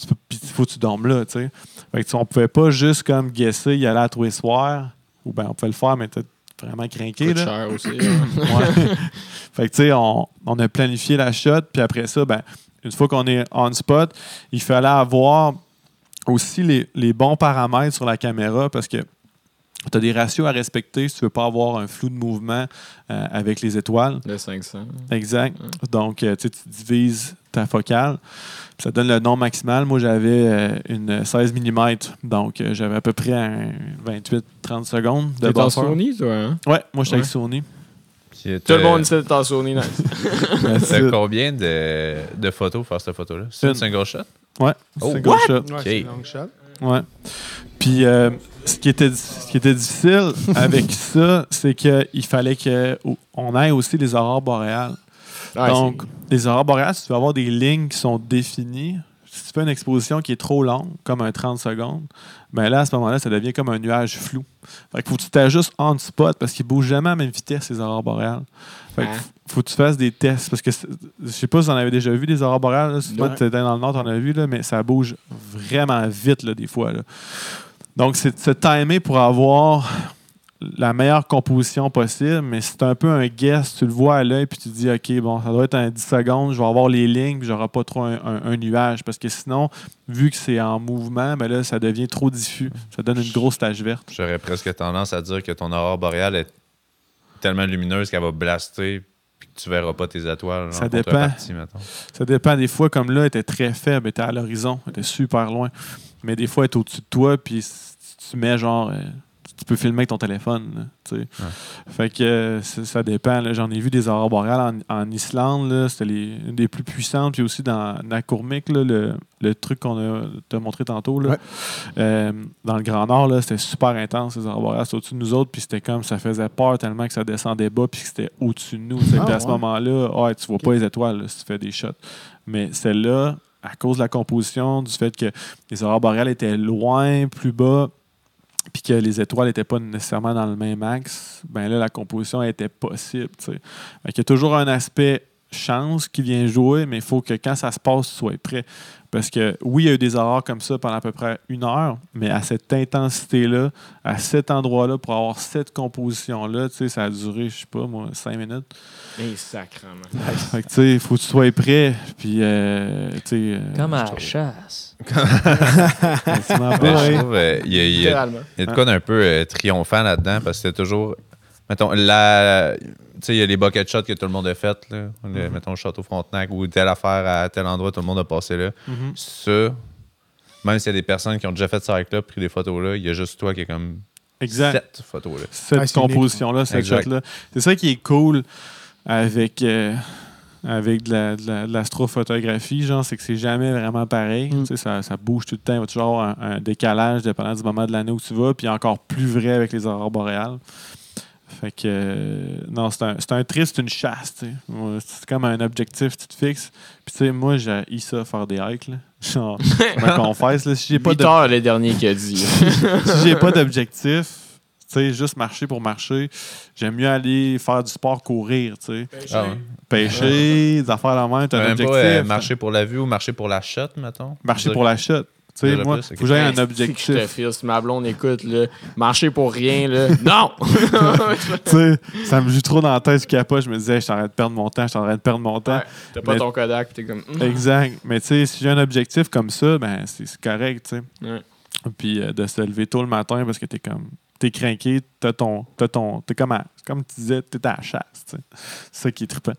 Speaker 7: Puis il faut que tu dormes là, tu sais. Fait que on pouvait pas juste comme guesser, y aller à tous les soirs. Ou bien on pouvait le faire, mais t'es vraiment craqué.
Speaker 1: Coûte
Speaker 7: Là.
Speaker 1: cher aussi.
Speaker 7: Ouais. Fait que tu sais, on a planifié la shot, puis après ça, ben, une fois qu'on est on spot, il fallait avoir aussi les bons paramètres sur la caméra parce que tu as des ratios à respecter si tu veux pas avoir un flou de mouvement avec les étoiles.
Speaker 1: Le 500.
Speaker 7: Exact. Donc, tu divises ta focale. Ça donne le nombre maximal. Moi, j'avais une 16 mm. Donc, j'avais à peu près un 28-30 secondes de
Speaker 1: T'es en
Speaker 7: buffer.
Speaker 1: Sony, toi, hein?
Speaker 7: Ouais, moi, j'étais avec
Speaker 1: Ouais.
Speaker 7: Sony.
Speaker 3: Puis,
Speaker 1: Tout le monde ici est en Sony, nice.
Speaker 3: T'as combien de photos pour faire cette photo-là? C'est une single shot?
Speaker 7: Ouais,
Speaker 3: Oh,
Speaker 7: c'est
Speaker 3: what?
Speaker 7: shot.
Speaker 2: Ouais, c'est long shot.
Speaker 7: Ouais. Puis, ce qui était difficile avec ça, c'est qu'il fallait qu'on aille aussi les aurores boréales.
Speaker 1: Ouais,
Speaker 7: Donc, les aurores boréales, si tu veux avoir des lignes qui sont définies, si tu fais une exposition qui est trop longue, comme un 30 secondes, ben là, à ce moment-là, ça devient comme un nuage flou. Fait qu'il faut que tu t'ajustes on spot parce qu'ils ne bougent jamais à la même vitesse, les aurores boréales. Fait qu'il faut que tu fasses des tests. Parce que je sais pas si vous en avez déjà vu des aurores boréales. Là. Si toi, tu étais dans le nord, tu en as vu, là, mais ça bouge vraiment vite là, des fois. Là. Donc, c'est de se timer pour avoir la meilleure composition possible, mais c'est un peu un guess. Tu le vois à l'œil, puis tu te dis, OK, bon, ça doit être un 10 secondes, je vais avoir les lignes, puis j'aurai pas trop un nuage. Parce que sinon, vu que c'est en mouvement, ben là, ça devient trop diffus. Ça donne une grosse tache verte.
Speaker 3: J'aurais presque tendance à dire que ton aurore boréale est tellement lumineuse qu'elle va blaster puis que tu verras pas tes étoiles.
Speaker 7: Ça
Speaker 3: en
Speaker 7: dépend.
Speaker 3: contrepartie, mettons.
Speaker 7: Ça dépend. Des fois, comme là, elle était très faible, elle était à l'horizon, elle était super loin. Mais des fois, elle est au-dessus de toi, puis si tu mets genre... tu peux filmer avec ton téléphone. Là, tu sais. Fait que ça dépend. Là. J'en ai vu des aurores boréales en Islande. Là. C'était une des plus puissantes. Puis aussi dans Nakurmik, là, le truc qu'on t'a montré tantôt. Là. Dans le Grand Nord, là, c'était super intense, les aurores boréales. C'était au-dessus de nous autres. Puis c'était comme ça faisait peur tellement que ça descendait bas. Puis que c'était au-dessus de nous. Puis à ce moment-là, tu vois pas les étoiles là, si tu fais des shots. Mais celle-là, à cause de la composition, du fait que les aurores boréales étaient loin, plus bas, puis que les étoiles n'étaient pas nécessairement dans le même axe, ben là, la composition était possible. Il y a toujours un aspect chance qui vient jouer, mais il faut que quand ça se passe, tu sois prêt. Parce que oui, il y a eu des aurores comme ça pendant à peu près 1 heure, mais à cette intensité-là, à cet endroit-là, pour avoir cette composition-là, ça a duré, je sais pas, moi, 5 minutes.
Speaker 1: Et sacrement.
Speaker 7: Fait que, tu sais, il faut que tu sois prêt. Puis,
Speaker 5: comme à la chasse.
Speaker 3: Je trouve il y a de quoi d'un peu triomphant là-dedans parce que c'était toujours. Mettons, il y a les bucket shots que tout le monde a fait. Là. Mettons, le Château Frontenac ou telle affaire à tel endroit, tout le monde a passé là. Ça, même s'il y a des personnes qui ont déjà fait ça avec là, pris des photos là, il y a juste toi qui est comme cette photo-là.
Speaker 7: Cette composition-là, cette shot-là. C'est ça qui est cool avec de l'astrophotographie, genre, c'est que c'est jamais vraiment pareil. Ça bouge tout le temps. Il va toujours avoir un décalage dépendant du moment de l'année où tu vas, puis encore plus vrai avec les aurores boréales. Fait que, non, c'est un trip, c'est une chasse, tu sais. C'est comme un objectif, tu te fixes. Puis, tu sais, moi, j'ai ça faire des hikes, là. Genre, je me confesse, là. Si j'ai pas
Speaker 1: 8 heures, le dernier qui a dit.
Speaker 7: si j'ai pas d'objectif, tu sais, juste marcher pour marcher, j'aime mieux aller faire du sport, courir, tu sais. Pêcher, des affaires la main, t'as un objectif.
Speaker 3: Pas, marcher pour la vue ou marcher pour la shot, mettons?
Speaker 7: Marcher pour la shot. Tu sais, moi, faut que j'aie un objectif.
Speaker 1: Je te file, si ma blonde écoute, là, marcher pour rien, là, non!
Speaker 7: Tu sais, ça me joue trop dans la tête, je capote, je me disais, je suis en train de perdre mon temps.
Speaker 1: Ouais, t'as pas ton Kodak, pis t'es comme...
Speaker 7: Exact. Mais tu sais, si j'ai un objectif comme ça, ben c'est correct, tu sais.
Speaker 1: Ouais.
Speaker 7: Puis de se lever tôt le matin parce que t'es craqué, t'es comme tu disais, t'es à la chasse, tu sais. C'est ça qui est trippant.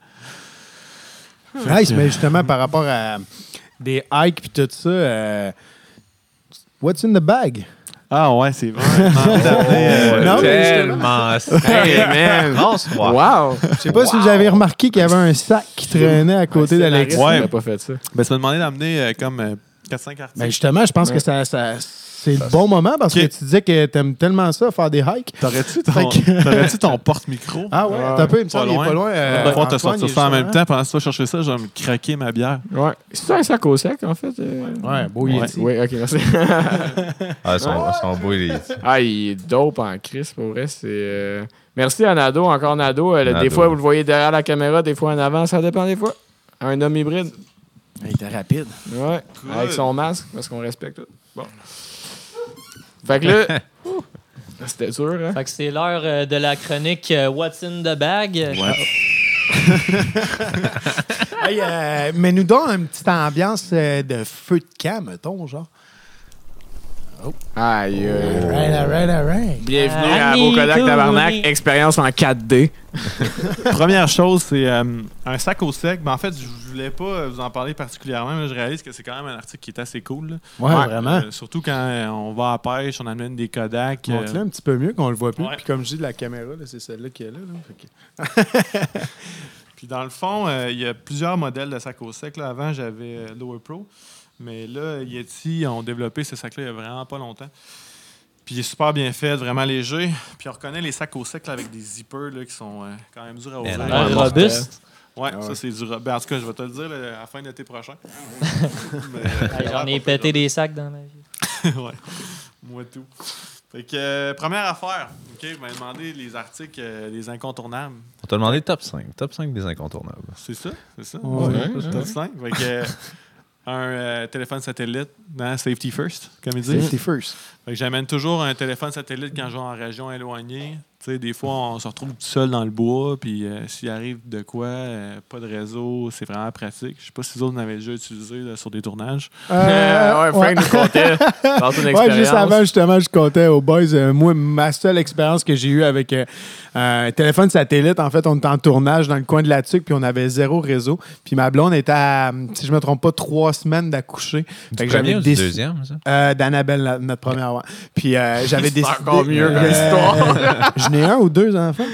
Speaker 2: Nice, mais justement, par rapport à des hikes puis tout ça, what's in the bag?
Speaker 7: Ah ouais, c'est vrai.
Speaker 2: Non,
Speaker 3: tellement
Speaker 1: Hey, man! Wow!
Speaker 2: Je sais pas si vous avez remarqué qu'il y avait un sac qui traînait à côté d'Alexis.
Speaker 7: Ouais.
Speaker 1: Il a pas fait ça.
Speaker 7: Ben, ça m'a demandé d'amener comme 4-5 articles.
Speaker 2: Ben justement, je pense que c'est le bon moment parce que tu disais que t'aimes tellement ça, faire des hikes.
Speaker 7: T'aurais-tu ton porte-micro?
Speaker 2: Ah ouais, t'as un peu, il me semble, il est pas loin.
Speaker 7: On va te sortir ça en même temps. Pendant que tu vas chercher ça, je vais me craquer ma bière.
Speaker 1: Ouais. C'est un sac au sec, en fait?
Speaker 2: Ouais, beau Yeti.
Speaker 1: Oui, ok, merci.
Speaker 3: Ils sont beaux, les Yeti.
Speaker 1: Ah, il est dope en crise, pour vrai. C'est... Merci à Nado, encore Nado.
Speaker 3: Nado.
Speaker 1: Des fois, vous le voyez derrière la caméra, des fois en avant, ça dépend des fois. Un homme hybride.
Speaker 2: Il était rapide.
Speaker 1: Ouais,
Speaker 7: Cool.
Speaker 1: avec son masque, parce qu'on respecte tout. Bon. Fait que là, c'était dur, hein?
Speaker 5: Fait que c'est l'heure de la chronique What's in the bag.
Speaker 2: Hey, mais nous donne une petite ambiance de feu de camp, mettons, genre.
Speaker 1: Aïe.
Speaker 2: Alright.
Speaker 1: Bienvenue à vos Kodak Tabarnak, expérience en 4D.
Speaker 7: Première chose, c'est un sac au sec. Mais en fait, je voulais pas vous en parler particulièrement, mais je réalise que c'est quand même un article qui est assez cool. Là.
Speaker 2: Ouais, vraiment.
Speaker 7: Surtout quand on va à la pêche, on amène des Kodak.
Speaker 2: Montre-le un petit peu mieux qu'on le voit plus.
Speaker 7: Ouais.
Speaker 2: Puis comme je dis, la caméra, là, c'est celle-là qui est là. Fait que-
Speaker 7: Puis dans le fond, il y a plusieurs modèles de sacs au sec. Là. Avant, j'avais Lower Pro. Mais là, Yeti ont développé ce sac-là il y a vraiment pas longtemps. Puis il est super bien fait, vraiment léger. Puis on reconnaît les sacs au sec là, avec des zippers là, qui sont quand même durs à ouvrir.
Speaker 5: l'air robuste.
Speaker 7: Ouais,
Speaker 2: Ah ouais.
Speaker 7: ça c'est du ben, en tout cas, je vais te le dire là, à la fin de l'été prochain.
Speaker 5: Hey, j'en ai pété des sacs dans ma vie.
Speaker 7: Ouais, moi tout. Fait que première affaire, OK, vous m'avez demandé les articles, les incontournables.
Speaker 3: On t'a demandé top 5. Top 5 des incontournables.
Speaker 7: C'est ça? C'est ça?
Speaker 2: Ouais.
Speaker 7: C'est top 5. Fait que un téléphone satellite, hein, safety first, comme ils disent.
Speaker 2: Safety first.
Speaker 7: Fait que j'amène toujours un téléphone satellite quand je vais en région éloignée. Tu sais, des fois, on se retrouve tout seul dans le bois, puis s'il arrive de quoi, pas de réseau, c'est vraiment pratique. Je sais pas si les autres en avaient déjà utilisé là, sur des tournages.
Speaker 1: Ouais, Frank nous comptait dans ton expérience.
Speaker 2: Ouais, juste avant, justement, je comptais aux boys. Moi, ma seule expérience que j'ai eue avec un téléphone satellite, en fait, on était en tournage dans le coin de la Tuque, puis on avait 0 réseau. Puis ma blonde était à, si je me trompe pas, 3 semaines d'accoucher. Fait que
Speaker 3: Premier ou du
Speaker 2: décidé-
Speaker 3: deuxième, ça?
Speaker 2: D'Annabelle, notre première. Ouais. Puis j'avais décidé.
Speaker 1: encore mieux comme histoire.
Speaker 2: J'en ai un ou 2 enfants.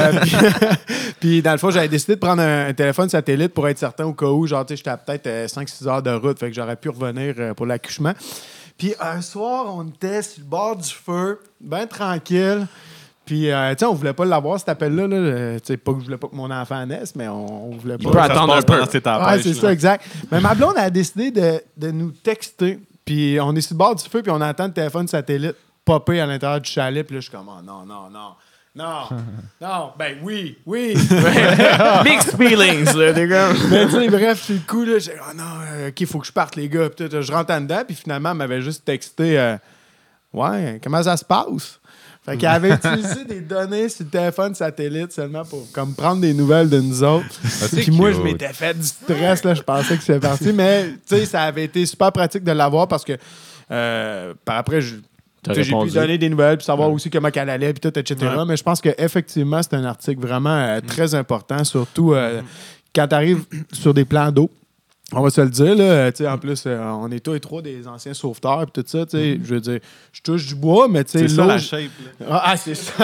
Speaker 2: Puis dans le fond, j'avais décidé de prendre un téléphone satellite pour être certain au cas où, genre, tu sais, j'étais à peut-être 5-6 heures de route, fait que j'aurais pu revenir pour l'accouchement. Puis un soir, on était sur le bord du feu, bien tranquille. Puis, tu sais, on voulait pas l'avoir, cet appel-là. Là. Tu sais, pas que je voulais pas que mon enfant naisse, mais on voulait pas.
Speaker 1: peut attendre un peu.
Speaker 2: Ouais, c'est ça, exact. Mais ma blonde a décidé de nous texter. Puis on est sur le bord du feu, puis on entend le téléphone satellite popper à l'intérieur du chalet. Puis là, je suis comme, oh, non. Non, ben oui.
Speaker 1: Mixed feelings, là, des gars.
Speaker 2: Mais tu sais, bref, sur le coup, là, j'ai dit, oh non, OK, faut que je parte, les gars. Puis tout, je rentre en dedans, puis finalement, elle m'avait juste texté, ouais, comment ça se passe? Fait qu'elle avait utilisé des données sur le téléphone satellite seulement pour comme prendre des nouvelles de nous autres.
Speaker 3: c'est
Speaker 2: Puis moi,
Speaker 3: cute.
Speaker 2: je m'étais fait du stress, là, je pensais que c'était parti. Mais tu sais, ça avait été super pratique de l'avoir parce que par après,
Speaker 1: T'as
Speaker 2: j'ai pu
Speaker 1: répondu.
Speaker 2: donner des nouvelles puis savoir aussi comment elle allait puis tout, etc.
Speaker 7: Ouais.
Speaker 2: Mais je pense qu'effectivement, c'est un article vraiment très important, surtout quand tu arrives sur des plans d'eau. On va se le dire, là, tu sais, en plus, on est tous et trois des anciens sauveteurs et tout ça, tu sais, je veux dire, je touche du bois, mais tu sais,
Speaker 7: C'est ça
Speaker 2: l'eau...
Speaker 7: la shape. Là.
Speaker 2: Ah, c'est ça!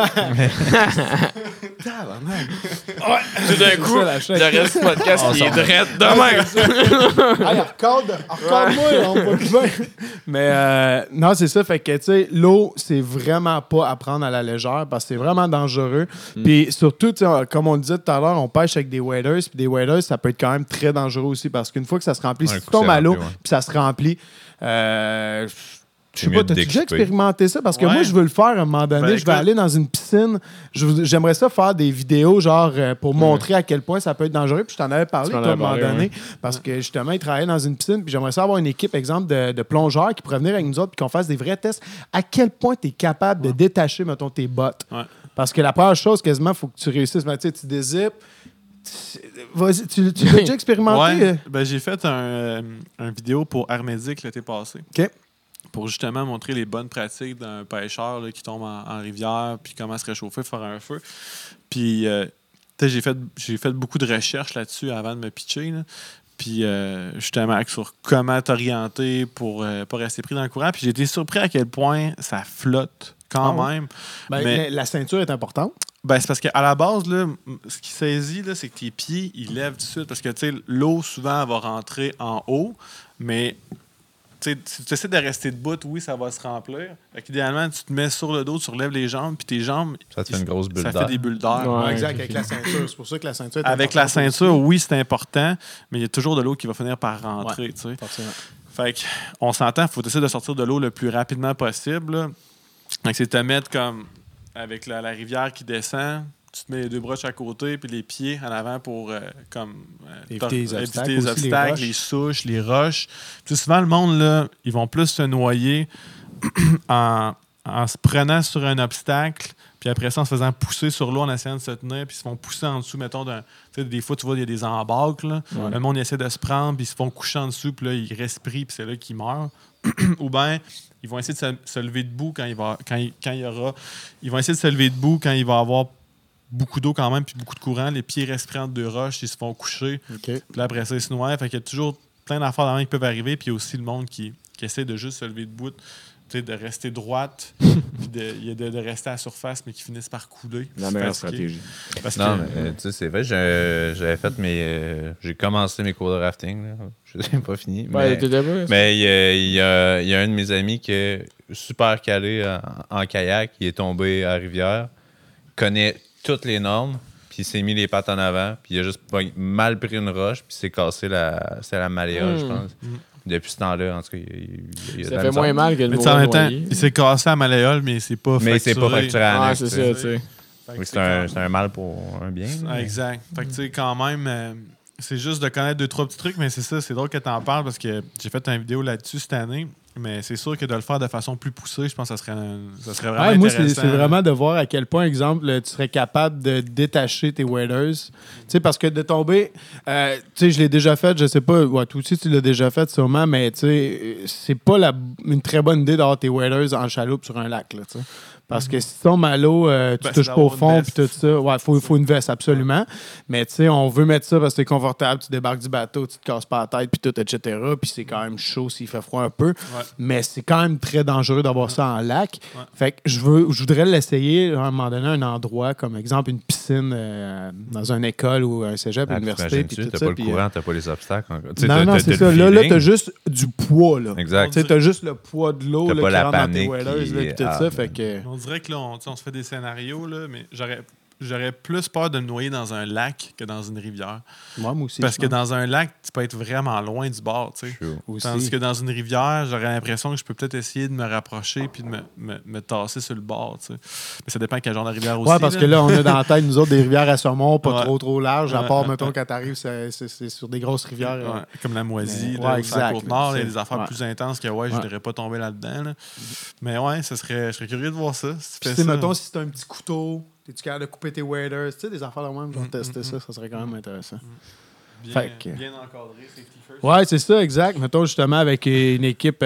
Speaker 2: Tabarnak.
Speaker 1: Tout d'un coup,
Speaker 2: la chaîne.
Speaker 1: le reste du podcast, il est drette de même.
Speaker 2: Hey, recorde-moi, on va plus bien. Mais non, c'est ça. Fait que, tu sais, l'eau, c'est vraiment pas à prendre à la légère parce que c'est vraiment dangereux. Puis surtout, tu sais, comme on le disait tout à l'heure, on pêche avec des waders. Puis des waders, ça peut être quand même très dangereux aussi parce qu'une fois que ça se remplit, si tu tombes à l'eau, puis ça se remplit, je sais
Speaker 3: mieux
Speaker 2: pas,
Speaker 3: de
Speaker 2: t'as-tu déjà
Speaker 3: découper.
Speaker 2: expérimenté ça? Parce que
Speaker 7: Ouais.
Speaker 2: moi, je veux le faire à un moment donné.
Speaker 7: Ben,
Speaker 2: je vais
Speaker 7: écoute.
Speaker 2: aller dans une piscine. J'aimerais ça faire des vidéos, genre, pour montrer à quel point ça peut être dangereux. Puis je t'en avais parlé,
Speaker 1: Tu m'en
Speaker 2: toi, à un
Speaker 1: avais
Speaker 2: moment
Speaker 1: parlé,
Speaker 2: donné. Parce que, justement, ils travaillaient dans une piscine. Puis j'aimerais ça avoir une équipe, exemple, de plongeurs qui pourraient venir avec nous autres puis qu'on fasse des vrais tests. À quel point tu es capable de détacher, mettons, tes bottes.
Speaker 7: Ouais.
Speaker 2: Parce que la première chose, quasiment, il faut que tu réussisses. Mais, tu sais, tu dézippes. Vas-y, tu l'as déjà expérimenté?
Speaker 7: Ouais, ben, j'ai fait un vidéo pour Armédic l'été passé.
Speaker 2: OK.
Speaker 7: Pour justement montrer les bonnes pratiques d'un pêcheur là, qui tombe en rivière, puis comment se réchauffer, faire un feu. Puis, tu sais, j'ai fait beaucoup de recherches là-dessus avant de me pitcher. Là. Puis, justement, sur comment t'orienter pour pas rester pris dans le courant. Puis, j'ai été surpris à quel point ça flotte quand
Speaker 2: Ah ouais?
Speaker 7: même.
Speaker 2: Ben,
Speaker 7: Mais-
Speaker 2: la ceinture est importante.
Speaker 7: Ben, c'est parce qu'à la base, là, ce qui saisit, là, c'est que tes pieds, ils lèvent tout de suite. Parce que tu sais, l'eau, souvent, elle va rentrer en haut, mais tu sais, si tu essaies de rester debout, oui, ça va se remplir. Fait qu'idéalement, tu te mets sur le dos, tu relèves les jambes, puis tes jambes,
Speaker 3: Ça te fait une grosse bulle
Speaker 7: ça
Speaker 3: d'air.
Speaker 7: fait des bulles d'air.
Speaker 1: Ouais.
Speaker 2: Exact, avec la ceinture. C'est pour ça que la ceinture est
Speaker 7: Avec la
Speaker 2: importante
Speaker 7: ceinture,
Speaker 2: aussi.
Speaker 7: oui, c'est important, mais il y a toujours de l'eau qui va finir par rentrer. Tu sais.
Speaker 2: Forcément.
Speaker 7: Fait qu'on s'entend, il faut essayer de sortir de l'eau le plus rapidement possible. Là. Fait que c'est te mettre comme avec la rivière qui descend, tu te mets les deux broches à côté, puis les pieds en avant pour
Speaker 2: Éviter les obstacles
Speaker 7: éviter
Speaker 2: aussi,
Speaker 7: les souches, les roches. Puis souvent, le monde, là, ils vont plus se noyer en se prenant sur un obstacle, puis après ça, en se faisant pousser sur l'eau en essayant de se tenir, puis ils se font pousser en dessous, mettons, des fois, tu vois, il y a des embâcles, là.
Speaker 1: Ouais.
Speaker 7: Le monde essaie de se prendre, puis ils se font coucher en dessous, puis là, ils respirent, puis c'est là qu'ils meurent. Ou bien, ils vont essayer de se lever debout quand il y aura... Ils vont essayer de se lever debout quand il va y avoir beaucoup d'eau quand même, puis beaucoup de courant. Les pieds respirent entre deux roches, ils se font coucher. Puis là, après ça, ils se noient. Fait qu'il y a toujours plein d'affaires dans la main qui peuvent arriver, puis il y a aussi le monde qui essaie de juste se lever debout, de rester droite, puis de rester à la surface, mais qui finissent par couler.
Speaker 1: La meilleure stratégie.
Speaker 7: Parce
Speaker 3: Non,
Speaker 7: que,
Speaker 3: mais tu sais, c'est vrai, j'avais fait j'ai commencé mes cours de rafting. Là. Je n'ai pas fini.
Speaker 1: Ouais, t'étais pas,
Speaker 3: mais il y a un de mes amis qui est super calé en kayak. Il est tombé à la rivière, connaît toutes les normes, puis il s'est mis les pattes en avant, puis il a juste mal pris une roche, puis s'est cassé la malléole, je pense. Depuis ce temps-là, en tout cas, il
Speaker 1: ça fait moins mal que de
Speaker 7: mais
Speaker 1: mourir
Speaker 7: en même temps,
Speaker 1: noyé.
Speaker 7: il s'est cassé à malléole, mais c'est pas fracturé.
Speaker 3: Mais c'est pas fracturé à
Speaker 1: Ouais,
Speaker 3: neige,
Speaker 1: c'est
Speaker 3: tu sais.
Speaker 1: ça, tu sais.
Speaker 7: Fait que
Speaker 3: C'est un mal pour un bien.
Speaker 7: Ah, exact. Fait que tu sais, quand même, c'est juste de connaître 2-3 petits trucs, mais c'est ça, c'est drôle que tu en parles parce que j'ai fait une vidéo là-dessus cette année. Mais c'est sûr que de le faire de façon plus poussée, je pense que ça serait vraiment
Speaker 2: Moi,
Speaker 7: intéressant.
Speaker 2: c'est vraiment de voir à quel point, exemple, tu serais capable de détacher tes waders. Tu sais, parce que de tomber, tu sais, je l'ai déjà fait, je sais pas, ouais, toi aussi tu l'as déjà fait sûrement, mais tu sais, c'est pas une très bonne idée d'avoir tes waders en chaloupe sur un lac, là, tu sais. Parce que si tu tombes à l'eau, tu touches pas au fond, puis tout ça. Ouais, faut une veste, absolument. Mais tu sais, on veut mettre ça parce que c'est confortable. Tu débarques du bateau, tu te casses pas la tête, puis tout, etc. Puis c'est quand même chaud s'il fait froid un peu.
Speaker 7: Ouais.
Speaker 2: Mais c'est quand même très dangereux d'avoir ça en lac.
Speaker 7: Ouais.
Speaker 2: Fait que je voudrais l'essayer à un moment donné, un endroit, comme exemple une piscine dans une école ou un cégep, une université. Puis tout
Speaker 3: T'as
Speaker 2: ça,
Speaker 3: pas le
Speaker 2: puis,
Speaker 3: courant, t'as pas les obstacles. Encore.
Speaker 2: non, c'est ça. Là, t'as juste du poids. Là.
Speaker 3: Exact.
Speaker 2: Tu sais, t'as juste le poids de l'eau
Speaker 3: T'as
Speaker 2: là,
Speaker 3: pas
Speaker 2: qui
Speaker 3: la
Speaker 2: rentre dans tes
Speaker 3: panique
Speaker 2: waders,
Speaker 3: qui
Speaker 2: là, puis tout
Speaker 3: est-
Speaker 2: ça. Fait que...
Speaker 7: On dirait que là, on se fait des scénarios, là, mais j'aurais plus peur de me noyer dans un lac que dans une rivière.
Speaker 2: Moi aussi.
Speaker 7: Parce que dans un lac, tu peux être vraiment loin du bord, tu sais.
Speaker 3: True.
Speaker 7: Tandis que dans une rivière, j'aurais l'impression que je peux peut-être essayer de me rapprocher puis de me tasser sur le bord, tu sais. Mais ça dépend quel genre de rivière aussi.
Speaker 2: Ouais, parce que là, on a dans la tête, nous autres, des rivières à saumon, pas
Speaker 7: Ouais.
Speaker 2: trop larges, à part,
Speaker 7: Ouais.
Speaker 2: mettons, quand t'arrives, c'est sur des grosses rivières.
Speaker 7: Ouais, comme la Moisie,
Speaker 2: Mais-
Speaker 7: là,
Speaker 2: ouais,
Speaker 7: ou sur la
Speaker 2: exact,
Speaker 7: Côte-Nord, il y a
Speaker 2: là,
Speaker 7: des affaires
Speaker 2: ouais.
Speaker 7: plus intenses que, je
Speaker 2: Ouais.
Speaker 7: voudrais pas tomber là-dedans. Là. Mais ouais, je serais curieux de voir ça. Si tu
Speaker 2: Puis,
Speaker 7: fais
Speaker 2: tu sais,
Speaker 7: ça.
Speaker 2: mettons, si t'as un petit couteau, t'es-tu capable de couper tes waders, tu sais, des affaires de même, genre tester ça serait quand même intéressant.
Speaker 7: bien,
Speaker 2: fait que-
Speaker 7: bien encadré, safety first.
Speaker 2: Ouais, c'est ça, exact. Mettons, justement, avec une équipe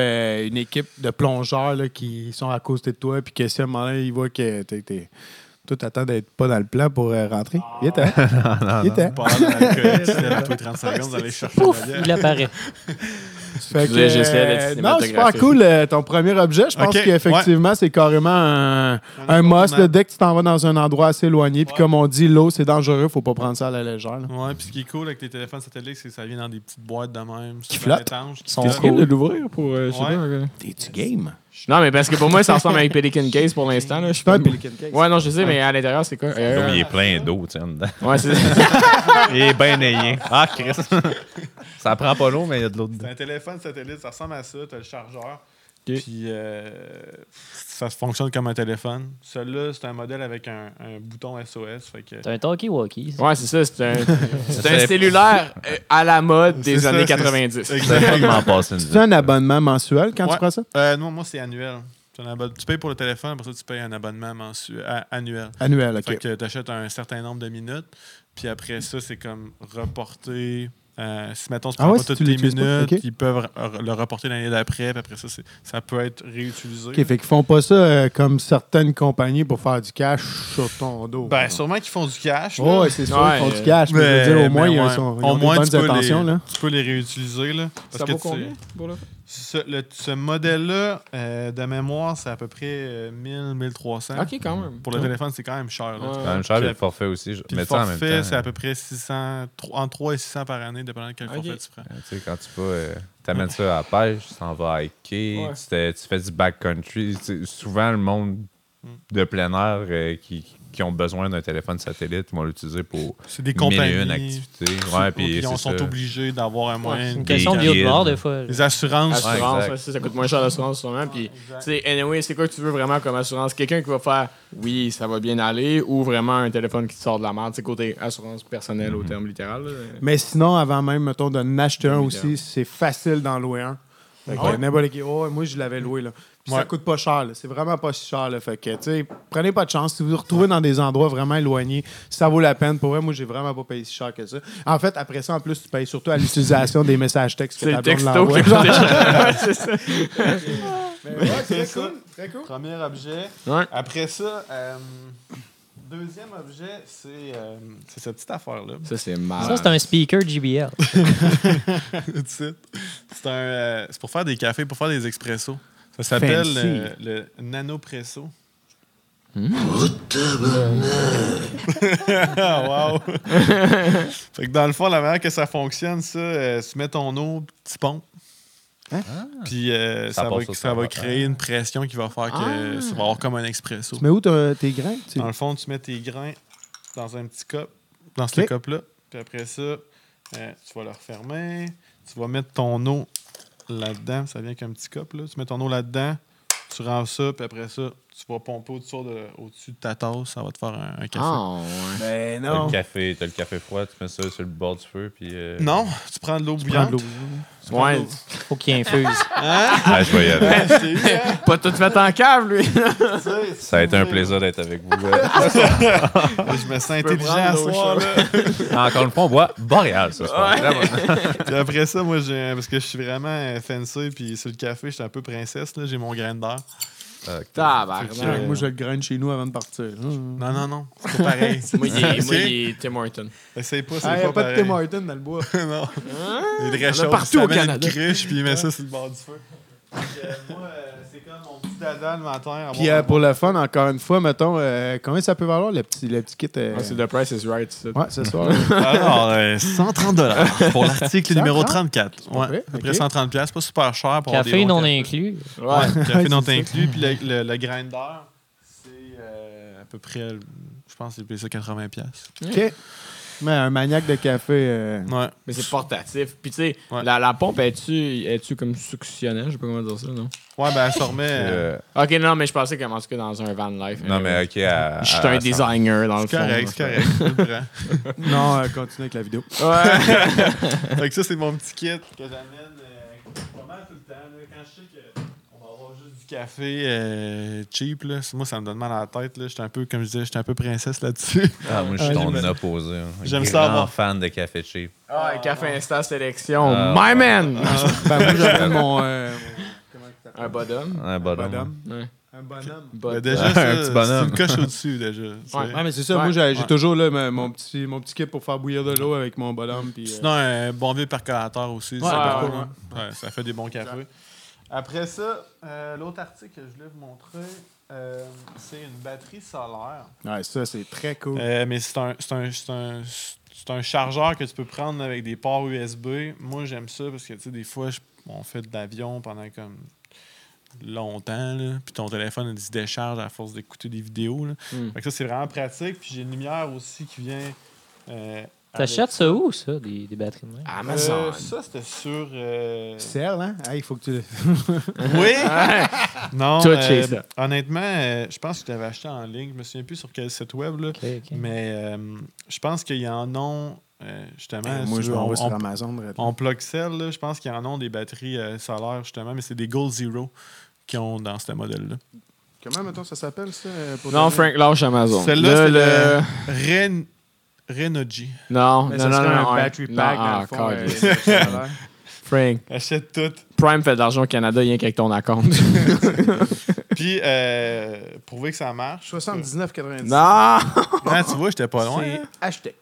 Speaker 2: de plongeurs là, qui sont à côté de toi, puis que si à un moment donné, ils voient que toi, t'attends d'être pas dans le plan pour rentrer. Viens-t'en. Viens-t'en.
Speaker 7: Pas dans l'alcoolique, tu te lèves tous les 30 secondes, d'aller chercher
Speaker 5: Pouf,
Speaker 7: la bière.
Speaker 5: il apparaît.
Speaker 2: Fait que,
Speaker 1: Excusez, j'essaie d'être
Speaker 2: non, super
Speaker 1: cinématographique.
Speaker 2: cool ton premier objet. Je pense
Speaker 7: Ok,
Speaker 2: qu'effectivement, c'est carrément un must. Là, dès que tu t'en vas dans un endroit assez éloigné, puis comme on dit, l'eau, c'est dangereux, faut pas prendre ça à la légère. là.
Speaker 7: Ouais, puis ce qui est cool avec les téléphones satellites, c'est que ça vient dans des petites boîtes de même.
Speaker 2: Qui
Speaker 7: super
Speaker 2: flottent.
Speaker 7: étanches, qui
Speaker 5: Ils sont
Speaker 7: flottent.
Speaker 5: cool.
Speaker 1: de l'ouvrir pour. Je sais
Speaker 7: Ouais.
Speaker 1: pas.
Speaker 2: T'es-tu game?
Speaker 1: Non, mais parce que pour moi, ça ressemble à un Pelican Case pour l'instant. là. Je suis
Speaker 2: C'est un
Speaker 1: pas.
Speaker 2: Pelican Case.
Speaker 1: Ouais, non, je sais, mais à l'intérieur, c'est quoi?
Speaker 3: Comme il est plein d'eau, tu sais, en dedans.
Speaker 1: Ouais, c'est
Speaker 3: Il est bien ayé. Ah, Chris. Ça prend pas l'eau, mais il y a de l'eau
Speaker 7: C'est
Speaker 3: dedans.
Speaker 7: un téléphone satellite, ça ressemble à ça. Tu as le chargeur.
Speaker 1: Ok.
Speaker 7: Puis ça fonctionne comme un téléphone. Celui-là, c'est un modèle avec un bouton SOS. Fait que,
Speaker 5: T'as un talkie-walkie.
Speaker 1: Ouais, c'est ça. C'est un cellulaire à la mode des
Speaker 7: C'est ça,
Speaker 1: années
Speaker 7: c'est-
Speaker 1: 90.
Speaker 3: Ça fait m'en passer une
Speaker 2: C'est un abonnement mensuel quand
Speaker 7: Ouais.
Speaker 2: tu prends ça?
Speaker 7: non, moi, c'est annuel. Tu payes pour le téléphone, après ça, tu payes un abonnement annuel.
Speaker 2: Annuel, OK.
Speaker 7: Fait que tu achètes un certain nombre de minutes. Puis après ça, c'est comme reporter. Si, mettons, tu
Speaker 2: Ah
Speaker 7: prends
Speaker 2: ouais,
Speaker 7: pas
Speaker 2: si
Speaker 7: toutes
Speaker 2: tu
Speaker 7: tes
Speaker 2: l'utilises pas,
Speaker 7: minutes,
Speaker 2: ok.
Speaker 7: ils peuvent le reporter l'année d'après. Puis après ça, ça peut être réutilisé.
Speaker 2: OK, fait qu'ils font pas ça comme certaines compagnies pour faire du cash sur ton dos.
Speaker 7: Ben, sûrement qu'ils font du cash. là.
Speaker 2: Ouais, c'est sûr
Speaker 1: Ouais,
Speaker 2: qu'ils font du cash, mais je veux dire, au moins, ils ont
Speaker 7: au
Speaker 2: des
Speaker 7: moins,
Speaker 2: bonnes
Speaker 7: tu peux
Speaker 2: intentions.
Speaker 7: les,
Speaker 2: Là.
Speaker 7: tu peux les réutiliser. Là, parce
Speaker 1: Ça
Speaker 7: que
Speaker 1: vaut
Speaker 7: tu-
Speaker 1: combien pour le
Speaker 7: ce modèle-là, de mémoire, c'est à peu près 1000-1300.
Speaker 1: Ok, quand même.
Speaker 7: Pour le téléphone, c'est quand même cher. Là.
Speaker 1: Ouais.
Speaker 3: C'est quand même cher,
Speaker 7: Puis
Speaker 3: le forfait aussi.
Speaker 7: Puis
Speaker 3: Mais
Speaker 7: le
Speaker 3: ça, en même
Speaker 7: forfait,
Speaker 3: temps,
Speaker 7: c'est à peu près 600, entre 3 et 600 par année, dépendant de quel
Speaker 1: Ok.
Speaker 7: forfait tu prends.
Speaker 3: tu sais, quand tu vas, t'amènes ça à la pêche, tu t'en vas hiker,
Speaker 1: Ouais.
Speaker 3: tu fais du backcountry. Tu sais, souvent, le monde de plein air qui ont besoin d'un téléphone satellite vont l'utiliser pour
Speaker 7: C'est des
Speaker 3: 1001
Speaker 7: compagnies.
Speaker 3: activités. Ouais, puis
Speaker 7: Puis
Speaker 3: c'est
Speaker 7: on sont
Speaker 3: ça.
Speaker 7: obligés d'avoir un
Speaker 5: C'est
Speaker 7: moyen.
Speaker 5: une question de vie ou de mort, des fois.
Speaker 7: Les assurances.
Speaker 3: Ouais,
Speaker 1: Assurance,
Speaker 3: exact.
Speaker 1: ça coûte moins cher l'assurance sûrement. Puis, tu sais, anyway, c'est quoi que tu veux vraiment comme assurance? Quelqu'un qui va faire oui, ça va bien aller ou vraiment un téléphone qui te sort de la merde, c'est côté assurance personnelle au terme littéral. Là.
Speaker 2: Mais sinon, avant même, mettons, d'en acheter un
Speaker 1: Évidemment.
Speaker 2: aussi, c'est facile d'en louer un. Fait que n'importe qui. Oh, moi, je l'avais loué. Là. Puis ça
Speaker 7: Ouais.
Speaker 2: coûte pas cher. Là. C'est vraiment pas si cher. Là. Fait que, tu sais, prenez pas de chance. Si vous vous retrouvez dans des endroits vraiment éloignés, ça vaut la peine. Pour vrai, moi, j'ai vraiment pas payé si cher que ça. En fait, après ça, en plus, tu payes surtout à l'utilisation des messages textes que
Speaker 1: C'est
Speaker 2: ta
Speaker 1: le
Speaker 2: blonde
Speaker 1: texto
Speaker 2: l'envoie.
Speaker 1: qui coûte cher. Ouais, c'est ça.
Speaker 2: Mais ouais, c'est
Speaker 7: C'est
Speaker 2: cool. Très cool.
Speaker 7: Premier objet.
Speaker 1: Ouais.
Speaker 7: Après ça, deuxième objet, c'est cette petite affaire-là.
Speaker 1: Ça, c'est
Speaker 5: Ça,
Speaker 1: mal.
Speaker 5: c'est un speaker JBL.
Speaker 7: That's it. C'est pour faire des cafés, pour faire des expressos. Ça s'appelle
Speaker 2: Fancy.
Speaker 7: le Nanopresso. Wow! Fait que dans le fond, la manière que ça fonctionne, ça, tu mets ton eau, tu pompes. Puis
Speaker 3: Ça passe au
Speaker 7: ça va
Speaker 3: serveur.
Speaker 7: créer une pression qui va faire que ça va avoir comme un expresso.
Speaker 2: Tu mets où tes grains?
Speaker 7: Dans le fond, tu mets tes grains dans un petit cup, dans ce
Speaker 2: Ok.
Speaker 7: cup-là. Puis après ça, tu vas le refermer. Tu vas mettre ton eau là-dedans. Ça vient avec un petit cup. Là. Tu mets ton eau là-dedans. Tu rends ça. Puis après ça, tu vas pomper au-dessus de ta tasse. Ça va te faire un café.
Speaker 1: Ah, ouais.
Speaker 2: Ben
Speaker 3: T'as
Speaker 2: non.
Speaker 3: le café froid, tu mets ça sur le bord du feu, puis...
Speaker 7: Non, tu prends de l'eau
Speaker 2: Prends
Speaker 7: bouillante.
Speaker 2: de l'eau.
Speaker 1: Ouais.
Speaker 5: Faut qu'il infuse.
Speaker 3: Ah, je vais y aller.
Speaker 1: Pas tout fait en cave, lui.
Speaker 3: Ça a été un plaisir d'être avec vous. Là.
Speaker 7: Je me sens intelligent à
Speaker 1: prendre l'eau
Speaker 7: soir. Là.
Speaker 3: Encore une fois, on boit boréal ce soir. Vraiment.
Speaker 7: Puis après ça, moi, parce que je suis vraiment fancy. Puis sur le café, je suis un peu princesse. Là. J'ai mon grinder.
Speaker 1: Tabarnak.
Speaker 2: Moi, je le graine chez nous avant de partir.
Speaker 7: Non. C'est pas pareil.
Speaker 1: Moi, il est Tim Horton.
Speaker 7: Essaye pas,
Speaker 2: Il
Speaker 7: c'est
Speaker 2: n'y a pas de
Speaker 7: pareil.
Speaker 2: Tim Hortons dans le bois.
Speaker 7: Non. Il
Speaker 1: Il y en a
Speaker 7: réchauffe,
Speaker 1: partout au
Speaker 7: ça met
Speaker 1: Canada.
Speaker 7: une cruche, puis il met ça sur le bord du feu. Donc, moi, c'est comme mon petit dada le matin.
Speaker 2: Puis pour le fun, encore une fois, mettons, combien ça peut valoir le petit kit?
Speaker 1: Ah, c'est The Price is Right. Ça.
Speaker 2: Ouais, ce soir.
Speaker 7: Alors, 130$ pour l'article numéro 34.
Speaker 2: pas
Speaker 7: Ouais,
Speaker 2: vrai,
Speaker 7: à peu près
Speaker 2: ok.
Speaker 7: 130$, c'est pas super cher pour avoir des
Speaker 5: Café
Speaker 7: bons
Speaker 5: non
Speaker 7: cafés.
Speaker 5: inclus.
Speaker 1: Ouais.
Speaker 7: Café non
Speaker 2: c'est ça.
Speaker 7: inclus, puis le grinder, c'est à peu près, je pense que c'est payé ça 80$.
Speaker 2: OK. Mais un maniaque de café...
Speaker 7: Ouais.
Speaker 1: Mais c'est portatif. Puis, tu sais,
Speaker 7: Ouais.
Speaker 1: la pompe, es-tu comme suctionnelle? Je sais pas comment dire ça, non?
Speaker 7: Ouais, ben, elle se remet.
Speaker 1: Ok, non, mais je pensais qu'en tout cas dans un van life.
Speaker 3: Non, mais OK,
Speaker 1: Je suis un designer, dans le
Speaker 7: C'est
Speaker 1: fond.
Speaker 7: correct, c'est correct. je le prends.
Speaker 2: Non, continue avec la vidéo.
Speaker 1: Ouais.
Speaker 7: Fait que ça, c'est mon petit kit que j'amène pas mal tout le temps. Là. Quand je sais qu'on va avoir juste du café cheap, là, moi, ça me donne mal à la tête. Là. J'étais un peu, comme je disais, j'étais un peu princesse là-dessus.
Speaker 3: Ah, moi, je suis ton
Speaker 7: j'aime-
Speaker 3: opposé. Hein.
Speaker 7: j'aime
Speaker 3: Grand
Speaker 7: ça avoir-
Speaker 3: fan de café cheap.
Speaker 1: Ah, Café Instant Sélection.
Speaker 3: Ah,
Speaker 1: My man!
Speaker 2: Ben, moi, j'amène mon...
Speaker 1: Un bottom.
Speaker 3: Un bonhomme.
Speaker 2: bonhomme.
Speaker 1: Ouais.
Speaker 2: Un bonhomme.
Speaker 7: Mais déjà,
Speaker 3: Un
Speaker 7: ça,
Speaker 3: petit bonhomme.
Speaker 7: c'est une coche au-dessus, déjà. tu sais.
Speaker 2: Ouais, mais c'est ça.
Speaker 1: Ouais.
Speaker 2: Moi, j'ai
Speaker 7: Ouais.
Speaker 2: toujours là, mon petit kit pour faire bouillir de l'eau avec mon bonhomme. Puis,
Speaker 7: Sinon, un bon vieux percolateur aussi.
Speaker 2: Ouais,
Speaker 7: c'est pas
Speaker 1: ouais,
Speaker 7: cool, hein. Ouais, ça fait des bons cafés. Après ça, l'autre article que je voulais vous montrer, c'est une batterie solaire.
Speaker 2: ouais, ça, c'est très cool.
Speaker 7: Mais c'est un chargeur que tu peux prendre avec des ports USB. Moi, j'aime ça parce que, tu sais, des fois, on fait de l'avion pendant comme longtemps, là, puis ton téléphone il se décharge à force d'écouter des vidéos. Là. Fait que ça, c'est vraiment pratique. Puis j'ai une lumière aussi qui vient...
Speaker 5: T'achètes ça où, ça, des batteries de même?
Speaker 1: Amazon.
Speaker 7: Ça, c'était sur...
Speaker 2: Serre, hein? Il faut que tu...
Speaker 7: Oui! Non,
Speaker 1: Tout chez ça.
Speaker 7: honnêtement, je pense que tu l'avais acheté en ligne. Je me souviens plus sur quel site web. Là.
Speaker 5: Ok, ok.
Speaker 7: Mais je pense qu'il y en ont, justement...
Speaker 2: Moi,
Speaker 7: si
Speaker 2: je
Speaker 7: tu veux,
Speaker 2: m'en vais sur
Speaker 7: on,
Speaker 2: Amazon.
Speaker 7: on plug cell, là, je pense qu'il y en ont des batteries solaires, justement, mais c'est des Gold Zero qui ont dans ce modèle-là.
Speaker 2: Comment, mettons, ça s'appelle, ça? Pour
Speaker 1: Non,
Speaker 2: donner-
Speaker 1: Frank, lâche Amazon.
Speaker 7: Celle-là,
Speaker 1: Là,
Speaker 7: c'est le Renogy.
Speaker 1: Non,
Speaker 2: Mais
Speaker 1: non,
Speaker 2: ça
Speaker 1: non,
Speaker 2: serait
Speaker 1: non.
Speaker 2: un
Speaker 1: ouais.
Speaker 2: battery
Speaker 1: Non,
Speaker 2: pack, dans
Speaker 1: ah,
Speaker 2: le fond.
Speaker 1: calme. Frank,
Speaker 7: Achète tout.
Speaker 1: Prime fait de l'argent au Canada rien qu'avec ton account.
Speaker 7: Puis, prouver que ça marche.
Speaker 2: 79,90.
Speaker 1: Non!
Speaker 7: Ah, tu vois, j'étais pas loin.
Speaker 2: C'est
Speaker 7: hein.
Speaker 2: acheté.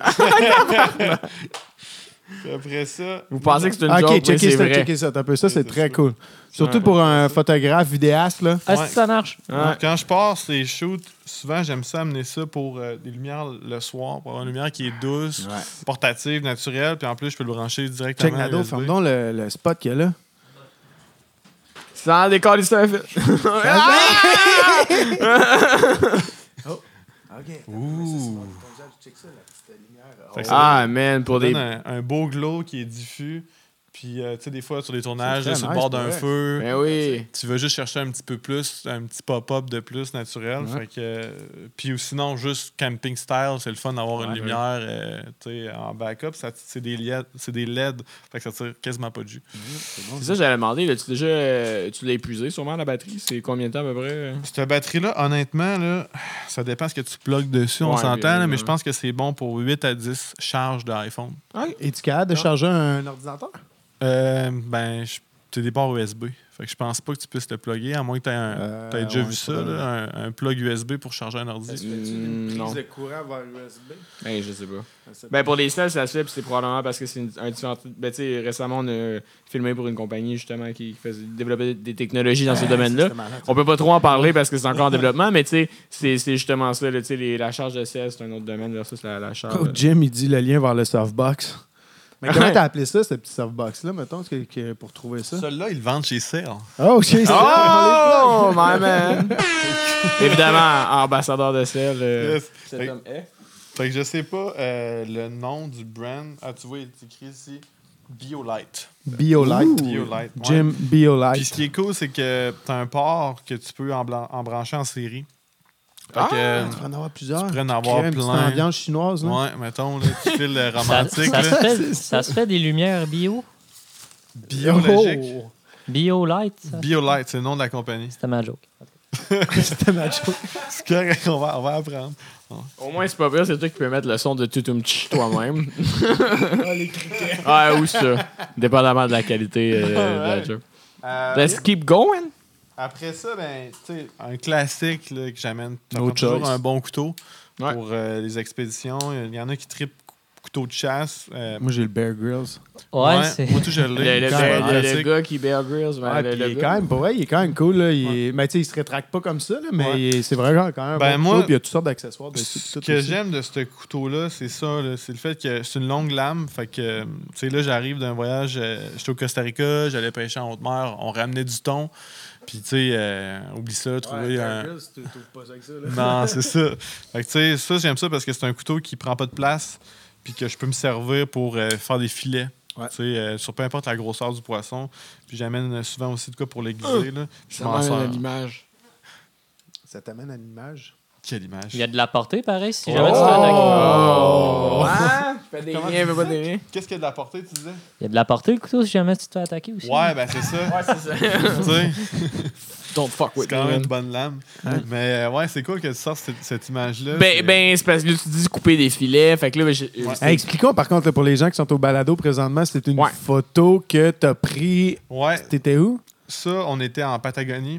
Speaker 7: Puis après ça...
Speaker 1: Vous pensez que c'est une
Speaker 2: OK,
Speaker 1: joke, mais
Speaker 2: checkez
Speaker 1: c'est
Speaker 2: ça,
Speaker 1: vrai.
Speaker 2: checkez ça. Un peu. Ça, c'est
Speaker 7: C'est
Speaker 2: très
Speaker 7: ça.
Speaker 2: cool. Surtout
Speaker 1: Ouais.
Speaker 2: pour un photographe, vidéaste, là.
Speaker 5: Ah,
Speaker 7: Ouais.
Speaker 5: si ça marche.
Speaker 1: Ouais.
Speaker 7: Quand je pars ces shoots, souvent j'aime ça amener ça pour des lumières le soir, pour avoir une lumière qui est douce, portative, naturelle, puis en plus je peux le brancher directement.
Speaker 2: Check Nado,
Speaker 7: USB.
Speaker 2: ferme donc le spot qu'il y a là.
Speaker 1: Sans décoller ça un fait.
Speaker 2: OK.
Speaker 7: Ouh. Fait que ça
Speaker 1: Ah, man, pour
Speaker 7: donne
Speaker 1: des...
Speaker 7: un beau glow qui est diffus. Puis, tu sais, des fois, sur des tournages,
Speaker 2: C'est
Speaker 7: là,
Speaker 2: très
Speaker 7: sur le
Speaker 2: nice,
Speaker 7: bord d'un
Speaker 2: pour vrai.
Speaker 7: feu,
Speaker 1: Ben oui.
Speaker 7: tu veux juste chercher un petit peu plus, un petit pop-up de plus naturel.
Speaker 2: Ouais.
Speaker 7: Fait que, puis sinon, juste camping style, c'est le fun d'avoir une
Speaker 1: Ouais,
Speaker 7: lumière tu sais, en backup. C'est des LED, fait que ça tire quasiment pas de jus.
Speaker 1: C'est ça, j'allais demander. Là, tu l'as épuisé sûrement, la batterie? C'est combien de temps à peu près?
Speaker 7: Cette batterie-là, honnêtement, là, ça dépend ce que tu plugues dessus, on
Speaker 1: Ouais,
Speaker 7: s'entend,
Speaker 1: bien,
Speaker 7: là, mais
Speaker 1: ouais.
Speaker 7: je pense que c'est bon pour 8 à 10 charges d'iPhone.
Speaker 2: Es-tu capable de charger un ordinateur?
Speaker 7: C'est des ports USB. Fait que je pense pas que tu puisses le plugger, à moins que tu aies déjà
Speaker 2: ouais,
Speaker 7: vu ça,
Speaker 2: probablement.
Speaker 7: là, un plug USB pour charger un ordi.
Speaker 1: non.
Speaker 2: de courant vers USB?
Speaker 1: Ben, je sais pas. Ben, pour les cells, ça se fait, puis c'est probablement parce que c'est un différent. Ben, tu sais, récemment, on a filmé pour une compagnie, justement, qui développait des technologies dans ce domaine-là. On peut pas trop en parler parce que c'est encore en développement, mais tu sais, c'est justement ça. Là, tu sais, la charge de sel, c'est un autre domaine versus la charge.
Speaker 2: Coach Jim, il dit le lien vers le softbox. Mais comment t'as appelé ça, ce petit softbox-là, mettons, pour trouver ça?
Speaker 7: Celui-là, ils le vendent chez Cell.
Speaker 2: Oh, shit!
Speaker 1: Oh, my man! Évidemment, ambassadeur de sel.
Speaker 7: Yes.
Speaker 1: Cet
Speaker 7: Fait-
Speaker 1: homme est.
Speaker 7: Fait que je sais pas le nom du brand. Ah, tu vois, il est écrit ici BioLite.
Speaker 2: BioLite.
Speaker 7: BioLite. ouais.
Speaker 2: Jim
Speaker 7: Puis ce
Speaker 2: BioLite.
Speaker 7: qui est cool, c'est que tu as un port que tu peux en brancher en série. Fait
Speaker 1: Ah!
Speaker 7: que,
Speaker 2: Tu pourrais en avoir plusieurs.
Speaker 7: tu pourrais en avoir
Speaker 2: Crée une petite
Speaker 7: plein.
Speaker 2: ambiance chinoise, là.
Speaker 7: Ouais, mettons, là, tu files
Speaker 5: Ça,
Speaker 7: romantique.
Speaker 5: ça
Speaker 7: là.
Speaker 5: se fait, ça se fait des lumières bio?
Speaker 7: Biologique.
Speaker 2: Oh!
Speaker 5: BioLite, ça?
Speaker 7: BioLite, c'est le nom de la compagnie.
Speaker 5: C'était ma joke.
Speaker 2: C'était ma joke.
Speaker 7: C'est correct, on va apprendre.
Speaker 1: Au moins, c'est pas vrai, c'est toi qui peux mettre le son de Tutumchi toi-même. Ah, ou ça. Dépendamment de la qualité de la joke. Let's keep going.
Speaker 7: Après ça, ben, tu sais, un classique là, que j'amène. Ça
Speaker 2: No
Speaker 7: prend toujours
Speaker 2: choice.
Speaker 7: un bon couteau
Speaker 1: Ouais.
Speaker 7: pour les expéditions. Il y en a qui trippent couteau de chasse.
Speaker 2: Moi, j'ai le Bear Grylls.
Speaker 5: Ouais, c'est.
Speaker 7: Moi, tout, je l'ai.
Speaker 1: Le,
Speaker 7: C'est un
Speaker 1: le
Speaker 7: classique.
Speaker 1: gars qui Bear Grylls,
Speaker 2: Ouais, puis il est quand même, pour vrai, il est quand même cool. Là. Mais tu sais, il se rétracte pas comme ça, là, mais
Speaker 7: Ouais.
Speaker 2: c'est vraiment quand même un
Speaker 7: Ben,
Speaker 2: bon
Speaker 7: moi,
Speaker 2: couteau, puis il y a toutes sortes d'accessoires dessus.
Speaker 7: Ce
Speaker 2: tout
Speaker 7: que
Speaker 2: aussi.
Speaker 7: j'aime de ce couteau-là, c'est ça. Là, c'est le fait que c'est une longue lame. Fait que, tu sais, là, j'arrive d'un voyage. J'étais au Costa Rica, j'allais pêcher en haute mer. On ramenait du thon. Puis, tu sais, oublie ça, trouver un. Non, c'est ça. Fait que, tu sais, ça, j'aime ça parce que c'est un couteau qui prend pas de place. Puis que je peux me servir pour faire des filets.
Speaker 2: Ouais.
Speaker 7: Tu sais, sur peu importe la grosseur du poisson. Puis j'amène souvent aussi de quoi pour l'aiguiser. Là. Je
Speaker 1: Ça
Speaker 7: m'en
Speaker 1: m'amène à
Speaker 7: sers.
Speaker 1: l'image.
Speaker 2: Ça t'amène à l'image.
Speaker 7: Quelle image.
Speaker 5: Il y a de la portée, pareil, si
Speaker 7: Oh!
Speaker 5: jamais tu te fais attaquer.
Speaker 1: Oh! Hein? Je fais des
Speaker 7: Comment
Speaker 1: liens,
Speaker 7: tu
Speaker 1: mais pas
Speaker 7: disais?
Speaker 1: des liens.
Speaker 7: Qu'est-ce qu'il y a de la portée, tu disais?
Speaker 5: Il y a de la portée, le couteau, si jamais tu te fais attaquer aussi.
Speaker 7: Ouais, ben c'est ça.
Speaker 1: Ouais, c'est ça.
Speaker 7: Tu sais,
Speaker 1: Don't fuck
Speaker 7: c'est
Speaker 1: with
Speaker 7: quand
Speaker 1: me,
Speaker 7: même
Speaker 1: man.
Speaker 7: une bonne lame. Mais ouais, c'est cool que tu sortes cette image-là.
Speaker 1: Ben, c'est parce que là, tu dis couper des filets. Fait que là,
Speaker 7: Ouais.
Speaker 2: Hey, expliquons par contre, là, pour les gens qui sont au balado présentement, c'est une
Speaker 1: Ouais.
Speaker 2: photo que t'as pris.
Speaker 7: Ouais,
Speaker 2: T'étais où?
Speaker 7: ça, on était en Patagonie.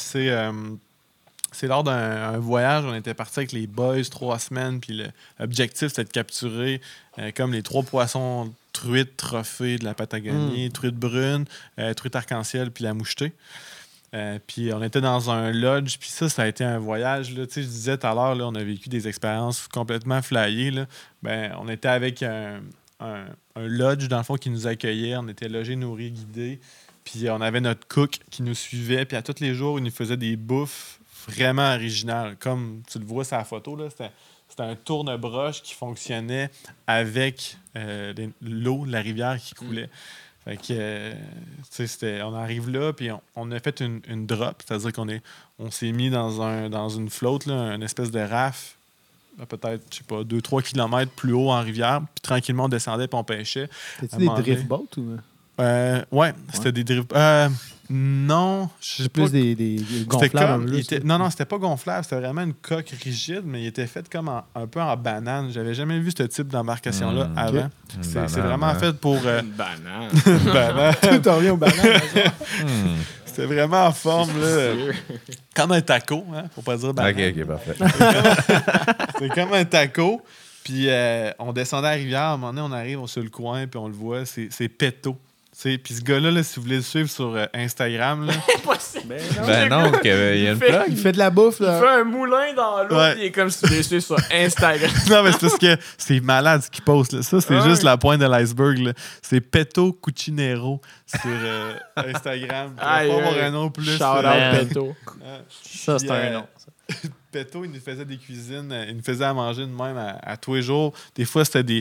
Speaker 7: C'est lors d'un voyage, on était parti avec les boys 3 semaines, puis l'objectif c'était de capturer comme les 3 poissons truites trophées de la Patagonie, truite brune, truite arc-en-ciel, puis la mouchetée. Puis on était dans un lodge, puis ça a été un voyage. Là. Tu sais, je disais tout à l'heure, là, on a vécu des expériences complètement flyées. Là. Ben, on était avec un lodge, dans le fond, qui nous accueillait. On était logés, nourris, guidés. Puis on avait notre cook qui nous suivait. Puis à tous les jours, il nous faisait des bouffes vraiment originales. Comme tu le vois sur la photo, là, c'était un tourne-broche qui fonctionnait avec l'eau de la rivière qui coulait. Fait que, tu sais, on arrive là, puis on a fait une drop, c'est-à-dire on s'est mis dans une flotte, là, une espèce de raft, peut-être, je sais pas, 2-3 km plus haut en rivière, puis tranquillement, on descendait, puis on pêchait.
Speaker 2: T'as-tu
Speaker 7: À un
Speaker 2: des
Speaker 7: moment donné.
Speaker 2: drift boats ou
Speaker 7: Ouais, c'était des drift. Non, je sais
Speaker 2: c'est
Speaker 7: pas.
Speaker 2: plus des
Speaker 7: C'était
Speaker 2: gonflables?
Speaker 7: comme, non, c'était pas gonflable, c'était vraiment une coque rigide, mais il était fait comme un peu en banane. J'avais jamais vu ce type d'embarcation-là avant. C'est vraiment fait pour.
Speaker 1: Une banane.
Speaker 7: banane.
Speaker 2: T'en reviens au banane.
Speaker 7: C'était vraiment en forme, là, comme un taco, hein, faut pas dire banane.
Speaker 3: Ok, parfait.
Speaker 7: C'était comme un taco. Puis on descendait à la rivière, à un moment donné, on arrive sur le coin, puis on le voit, c'est péto. Puis ce gars-là, là, si vous voulez le suivre sur Instagram, là,
Speaker 1: Impossible.
Speaker 3: Ben non, il y a une plug.
Speaker 2: Il fait de la bouffe,
Speaker 1: Il
Speaker 2: là.
Speaker 1: fait un moulin dans l'eau,
Speaker 7: Ouais.
Speaker 1: puis il est comme si tu le suivais sur Instagram.
Speaker 7: non, mais c'est parce que c'est malade ce qu'il poste. Là. Ça, c'est
Speaker 1: Ouais.
Speaker 7: juste la pointe de l'iceberg. Là. C'est Peto Cucinero sur Instagram. Il
Speaker 1: Aïe,
Speaker 7: va pas avoir
Speaker 1: aïe.
Speaker 7: un nom plus.
Speaker 1: Shout out
Speaker 5: Man.
Speaker 1: Beto.
Speaker 5: Ça, c'est un nom.
Speaker 7: Peto, il nous faisait des cuisines, il nous faisait à manger de même à tous les jours. Des fois, c'était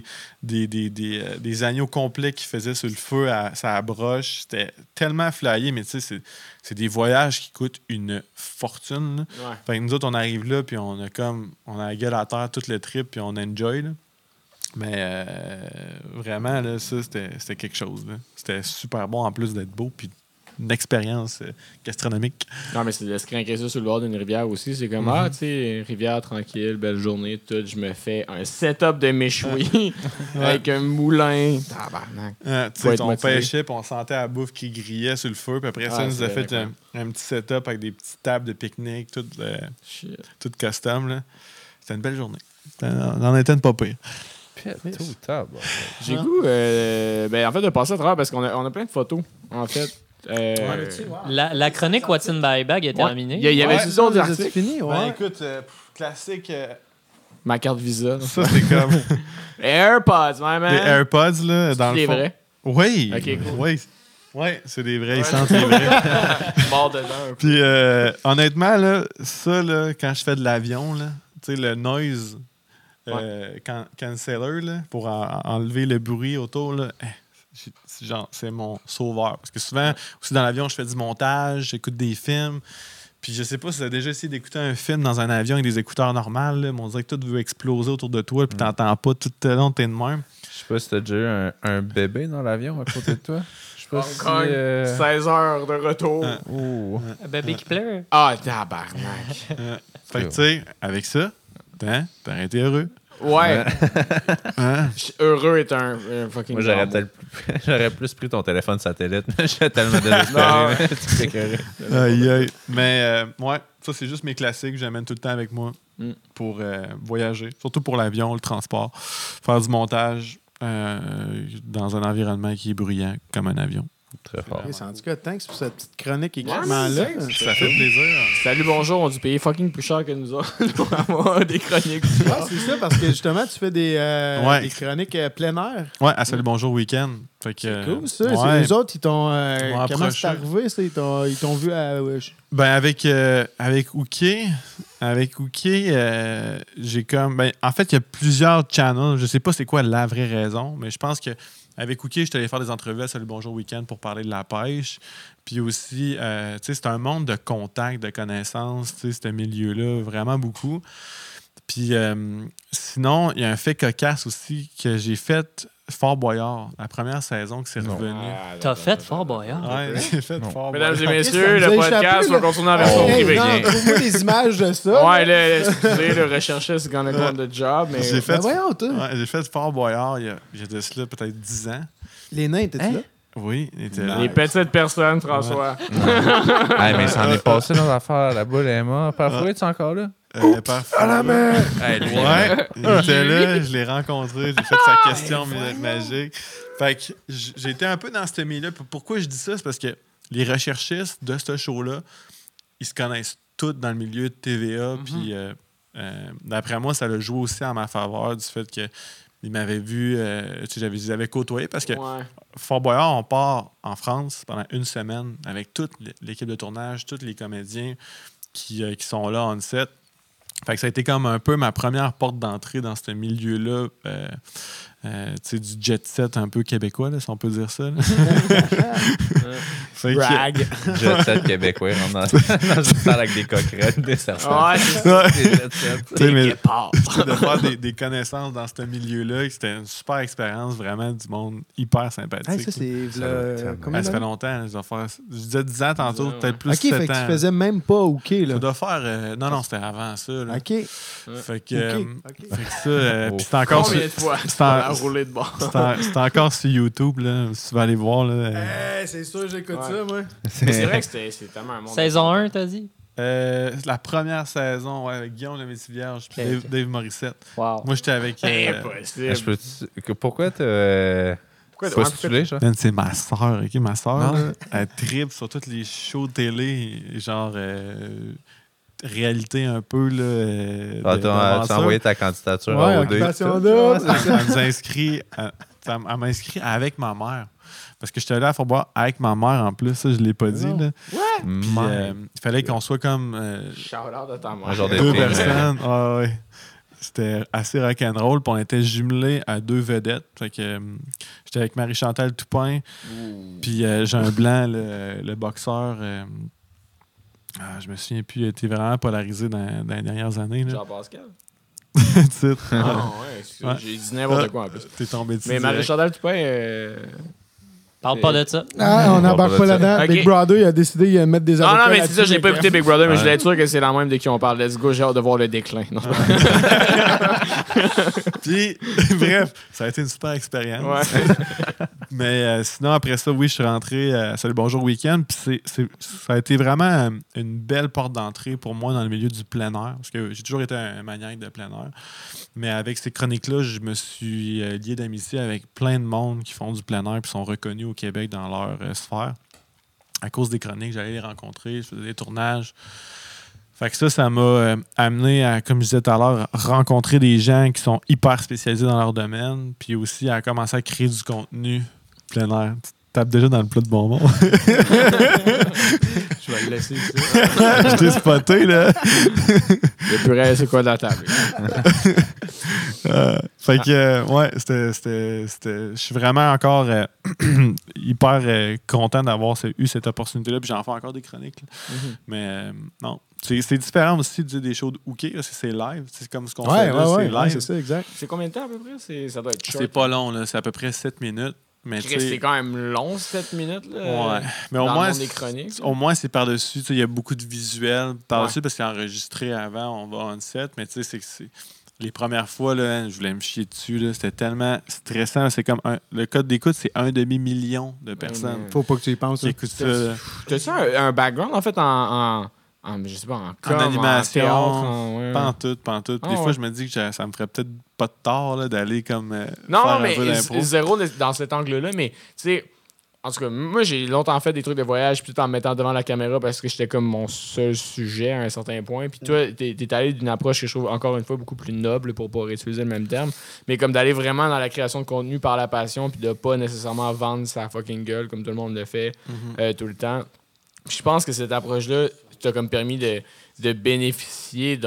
Speaker 7: des agneaux complets qu'il faisait sur le feu à sa broche. C'était tellement flyé, mais tu sais, c'est des voyages qui coûtent une fortune. Là.
Speaker 1: Ouais.
Speaker 7: Fait que nous autres, on arrive là, puis on a la gueule à terre tout le trip, puis on enjoy. Là. Mais vraiment, là, ça, c'était quelque chose. Là. C'était super bon en plus d'être beau, puis une expérience gastronomique.
Speaker 1: Non, mais c'est de se craquer ça sur le bord d'une rivière aussi. C'est comme, ah, tu sais, rivière tranquille, belle journée, tout. Je me fais un setup de méchoui avec un moulin. Tabarnak.
Speaker 7: Tu
Speaker 1: Faut
Speaker 7: sais,
Speaker 1: être
Speaker 7: on
Speaker 1: motivé.
Speaker 7: pêchait, puis on sentait la bouffe qui grillait sur le feu, puis après ça,
Speaker 1: Ah,
Speaker 7: il nous a
Speaker 1: c'est
Speaker 7: fait
Speaker 1: vrai,
Speaker 7: un petit setup avec des petites tables de pique-nique, tout custom. Là. C'était une belle journée. On en était une pas pire.
Speaker 3: Tout table.
Speaker 1: J'ai goût, ben, en fait, de passer à travers parce qu'on a plein de photos, en fait.
Speaker 5: La chronique What's in My Bag est terminée.
Speaker 1: Il y avait
Speaker 7: Ouais,
Speaker 1: juste d'autres
Speaker 2: C'est
Speaker 1: articles.
Speaker 2: fini, ouais.
Speaker 7: Ben écoute, classique,
Speaker 1: Ma carte Visa.
Speaker 7: ça c'est comme
Speaker 1: AirPods, my man.
Speaker 7: des AirPods, là, dans le
Speaker 1: C'est
Speaker 7: fond.
Speaker 1: vrai.
Speaker 7: Oui,
Speaker 1: Ok, cool.
Speaker 7: oui. Oui, c'est des vrais, ils sentent les vrais.
Speaker 1: Mort dedans un peu.
Speaker 7: Puis honnêtement, là, ça, là, quand je fais de l'avion, là, tu sais, le noise canceller, là, pour enlever le bruit autour, là, c'est mon sauveur. Parce que souvent, aussi dans l'avion, je fais du montage, j'écoute des films. Puis je sais pas si tu as déjà essayé d'écouter un film dans un avion avec des écouteurs normales, là, mais on dirait que tout veut exploser autour de toi, puis t'entends pas tout le long, t'es de même.
Speaker 3: Je sais pas si t'as déjà eu un bébé dans l'avion à côté de toi. Je sais pas
Speaker 1: Hong
Speaker 3: si...
Speaker 1: Kong, 16 heures de retour.
Speaker 3: Ouh.
Speaker 5: Un bébé qui pleure.
Speaker 1: Ah, tabarnak.
Speaker 7: Fait que tu sais, avec ça, t'aurais été heureux.
Speaker 1: Ouais.
Speaker 7: Hein?
Speaker 1: Heureux est un fucking.
Speaker 3: Moi,
Speaker 1: grand mot.
Speaker 3: j'aurais plus pris ton téléphone satellite. J'étais tellement désespéré. Tu t'es écœuré.
Speaker 7: Aïe, aïe. Mais ouais, ça, c'est juste mes classiques que j'amène tout le temps avec moi pour voyager. Surtout pour l'avion, le transport. Faire du montage dans un environnement qui est bruyant comme un avion.
Speaker 3: Très fort.
Speaker 2: C'est en tout cas, thanks pour cette petite chronique équipement-là.
Speaker 7: Ça fait plaisir.
Speaker 1: Salut, bonjour. On a dû payer fucking plus cher que nous autres pour avoir des chroniques.
Speaker 2: Ouais, c'est ça, parce que justement, tu fais des chroniques plein air.
Speaker 7: Ouais, à Salut Bonjour Week-end. Fait que,
Speaker 2: C'est cool, ça.
Speaker 7: ouais.
Speaker 2: C'est les autres, ils t'ont.
Speaker 7: m'ont
Speaker 2: Comment
Speaker 7: approché.
Speaker 2: c'est arrivé, ça? Ils t'ont vu à.
Speaker 7: Ben avec Ouké, j'ai comme en fait il y a plusieurs channels, je sais pas c'est quoi la vraie raison, mais je pense que avec Ouké, j'étais allé faire des entrevues à Salut Bonjour Week-end pour parler de la pêche. Puis aussi, tu sais, c'est un monde de contacts, de connaissances, tu sais, ce milieu-là, vraiment beaucoup. Puis sinon, il y a un fait cocasse aussi que j'ai fait Fort Boyard, la première saison que c'est revenu.
Speaker 5: T'as fait Fort Boyard.
Speaker 7: Ouais, j'ai fait Fort
Speaker 1: Mesdames
Speaker 7: Boyard.
Speaker 1: et
Speaker 2: ça
Speaker 1: messieurs,
Speaker 2: nous
Speaker 1: le
Speaker 2: a
Speaker 1: podcast
Speaker 2: échappé,
Speaker 1: va
Speaker 2: là.
Speaker 1: continuer en version
Speaker 2: Hey,
Speaker 1: privée.
Speaker 2: non, trouve-moi des images de ça.
Speaker 1: Ouais,
Speaker 2: là.
Speaker 1: là, excusez, le rechercher, c'est gonna go on the job, mais.
Speaker 7: J'ai fait,
Speaker 2: Ben voyons, toi.
Speaker 7: ouais, j'ai fait Fort Boyard il y a de cela peut-être 10 ans.
Speaker 2: Les nains, t'es-tu là?
Speaker 7: Oui, il était là.
Speaker 1: Les petites personnes, François.
Speaker 3: Hey, mais ça en est passé dans l'affaire. La boule est morte. Parfois, tu es encore là?
Speaker 7: À la main!
Speaker 3: Hey, lui,
Speaker 7: Ouais, il était là, je l'ai rencontré, j'ai fait sa question magique. Fait que j'ai été un peu dans ce milieu-là. Pourquoi je dis ça? C'est parce que les recherchistes de ce show-là, ils se connaissent tous dans le milieu de TVA. Puis d'après moi, ça l'a joué aussi en ma faveur du fait qu'ils m'avaient vu, je les avais côtoyés parce que
Speaker 1: Ouais.
Speaker 7: Fort Boyard, on part en France pendant une semaine avec toute l'équipe de tournage, tous les comédiens qui sont là on set. Fait que ça a été comme un peu ma première porte d'entrée dans ce milieu-là, tu sais, du jet set un peu québécois, là, si on peut dire ça. Là. Fait que-
Speaker 2: Brag.
Speaker 3: jet set québécois, on rentre dans une salle avec des coquerelles, des serpents.
Speaker 1: Ouais, c'est ça.
Speaker 7: Ouais.
Speaker 3: Des jet set.
Speaker 7: Tu sais, mais
Speaker 1: Guépards.
Speaker 7: de faire des connaissances dans ce milieu-là, c'était une super expérience, vraiment du monde hyper sympathique.
Speaker 2: Hey, ça, c'est.
Speaker 3: Ça doit être
Speaker 2: Combien
Speaker 7: Ça fait
Speaker 2: d'années?
Speaker 7: longtemps, je dois faire. Je disais 10 ans tantôt,
Speaker 1: 10 ans,
Speaker 7: peut-être plus
Speaker 2: Ok,
Speaker 7: 7
Speaker 2: fait que
Speaker 7: ans.
Speaker 2: tu faisais même pas OK, là.
Speaker 7: Ça doit faire. Non, c'était avant ça. Là.
Speaker 2: OK.
Speaker 7: Fait que,
Speaker 2: OK.
Speaker 7: fait que ça.
Speaker 3: Oh.
Speaker 7: Puis c'est encore,
Speaker 1: Combien
Speaker 7: sur,
Speaker 1: de fois?
Speaker 7: c'est en-
Speaker 1: À rouler de bord.
Speaker 7: c'est encore sur YouTube, là. Si tu vas aller voir, là.
Speaker 2: Hey, c'est sûr, j'écoute
Speaker 1: Ouais.
Speaker 2: ça, moi.
Speaker 1: Mais c'est vrai que c'est tellement un monde.
Speaker 5: Saison 1, t'as dit?
Speaker 7: La première saison, ouais, avec Guillaume le Métis-Vierge puis
Speaker 5: Ok.
Speaker 7: Dave Morissette.
Speaker 5: Wow.
Speaker 7: Moi, j'étais avec.
Speaker 1: Impossible.
Speaker 3: Pourquoi t'as
Speaker 1: Pourquoi
Speaker 3: Postulé, ça?
Speaker 7: Man, c'est ma soeur, OK? Ma soeur,
Speaker 3: Non.
Speaker 7: là, elle tripe sur tous les shows de télé, genre réalité un peu, là.
Speaker 3: Tu as envoyé ta candidature
Speaker 2: Ouais,
Speaker 3: à OD.
Speaker 2: occupation double.
Speaker 7: Elle nous inscrit, elle m'a inscrit avec ma mère. Parce que j'étais allé à Fort-Bois avec ma mère en plus, ça je l'ai pas dit. Là. Puis, il fallait qu'on soit comme
Speaker 1: Shout-out de ta mère.
Speaker 3: Un genre de
Speaker 7: deux
Speaker 3: film,
Speaker 7: personnes. Ah ouais. C'était assez rock'n'roll. Puis on était jumelés à 2 vedettes. Fait que j'étais avec Marie-Chantal Toupin. Puis Jean Blanc, le boxeur. Je me souviens plus, il a été vraiment polarisé dans les dernières années. Là.
Speaker 1: Jean-Pascal.
Speaker 7: Titre.
Speaker 1: Ah ouais, j'ai dit n'importe quoi en plus.
Speaker 7: T'es tombé dessus.
Speaker 1: Mais
Speaker 7: direct.
Speaker 1: Marie-Chantal Toupin...
Speaker 5: Parle pas de ça.
Speaker 2: Ah, on n'embarque pas là-dedans.
Speaker 1: Ok.
Speaker 2: Big Brother, il a décidé de mettre des
Speaker 1: Ah
Speaker 2: avocats
Speaker 1: non, mais c'est ça,
Speaker 2: là-dessus,
Speaker 1: j'ai pas
Speaker 2: mais-
Speaker 1: écouté Big Brother, mais je
Speaker 3: Ouais.
Speaker 1: voulais être sûr que c'est la même de qui on parle. Let's go, j'ai hâte de voir le déclin. Non,
Speaker 7: Puis, bref, ça a été une super expérience.
Speaker 1: ouais.
Speaker 7: Mais sinon, après ça, oui, je suis rentré à Salut Bonjour Week-end. Puis ça a été vraiment une belle porte d'entrée pour moi dans le milieu du plein air. Parce que j'ai toujours été un maniaque de plein air. Mais avec ces chroniques-là, je me suis lié d'amitié avec plein de monde qui font du plein air et sont reconnus au Québec dans leur sphère. À cause des chroniques, j'allais les rencontrer, je faisais des tournages. Fait que ça m'a amené à, comme je disais tout à l'heure, rencontrer des gens qui sont hyper spécialisés dans leur domaine, puis aussi à commencer à créer du contenu plein air. Tu tapes déjà dans le plat de bonbons.
Speaker 1: Je vais le laisser ici.
Speaker 7: Je t'ai spoté, là.
Speaker 1: Le purée, c'est quoi de la table?
Speaker 7: Fait que, ouais, je suis vraiment encore hyper content d'avoir eu cette opportunité-là, puis j'en fais encore des chroniques. Là. Mais non, c'est différent aussi de dire des shows de hooké, là, c'est live. C'est comme ce qu'on fait là, c'est live.
Speaker 2: c'est ça, exact.
Speaker 1: C'est combien de temps à peu près? Ça doit être short.
Speaker 7: C'est pas long, là, c'est à peu près 7 minutes. Mais tu sais-
Speaker 1: C'est quand même long, 7 minutes. Là,
Speaker 7: Ouais. Mais
Speaker 1: dans
Speaker 7: au
Speaker 1: le
Speaker 7: moins,
Speaker 1: monde des chroniques.
Speaker 7: au moins, c'est par-dessus. Tu sais, il y a beaucoup de visuels par-dessus parce qu'il est enregistré avant, on va on set. Mais tu sais, c'est que les premières fois, là, je voulais me chier dessus. Là, c'était tellement stressant. C'est comme le code d'écoute, c'est 1 demi-million de personnes
Speaker 2: Faut pas que tu y penses.
Speaker 7: qui
Speaker 2: hein.
Speaker 7: écoutent ça. là.
Speaker 1: T'as-tu un background, en fait, je sais pas, en com,
Speaker 7: animation,
Speaker 1: en théâtre,
Speaker 7: Pas en tout, pas en tout.
Speaker 1: Ah,
Speaker 7: Des fois,
Speaker 1: ouais.
Speaker 7: je me dis que ça me ferait peut-être pas de tort là, d'aller comme
Speaker 1: Non,
Speaker 7: faire
Speaker 1: mais
Speaker 7: un peu d'impro.
Speaker 1: zéro dans cet angle-là, mais tu sais, en tout cas, moi, j'ai longtemps fait des trucs de voyage, puis tout en me mettant devant la caméra parce que j'étais comme mon seul sujet à un certain point. Puis toi, t'es allé d'une approche que je trouve, encore une fois, beaucoup plus noble, pour pas réutiliser le même terme, mais comme d'aller vraiment dans la création de contenu par la passion, puis de pas nécessairement vendre sa fucking gueule comme tout le monde le fait tout le temps. Puis je pense que cette approche-là t'a comme permis de bénéficier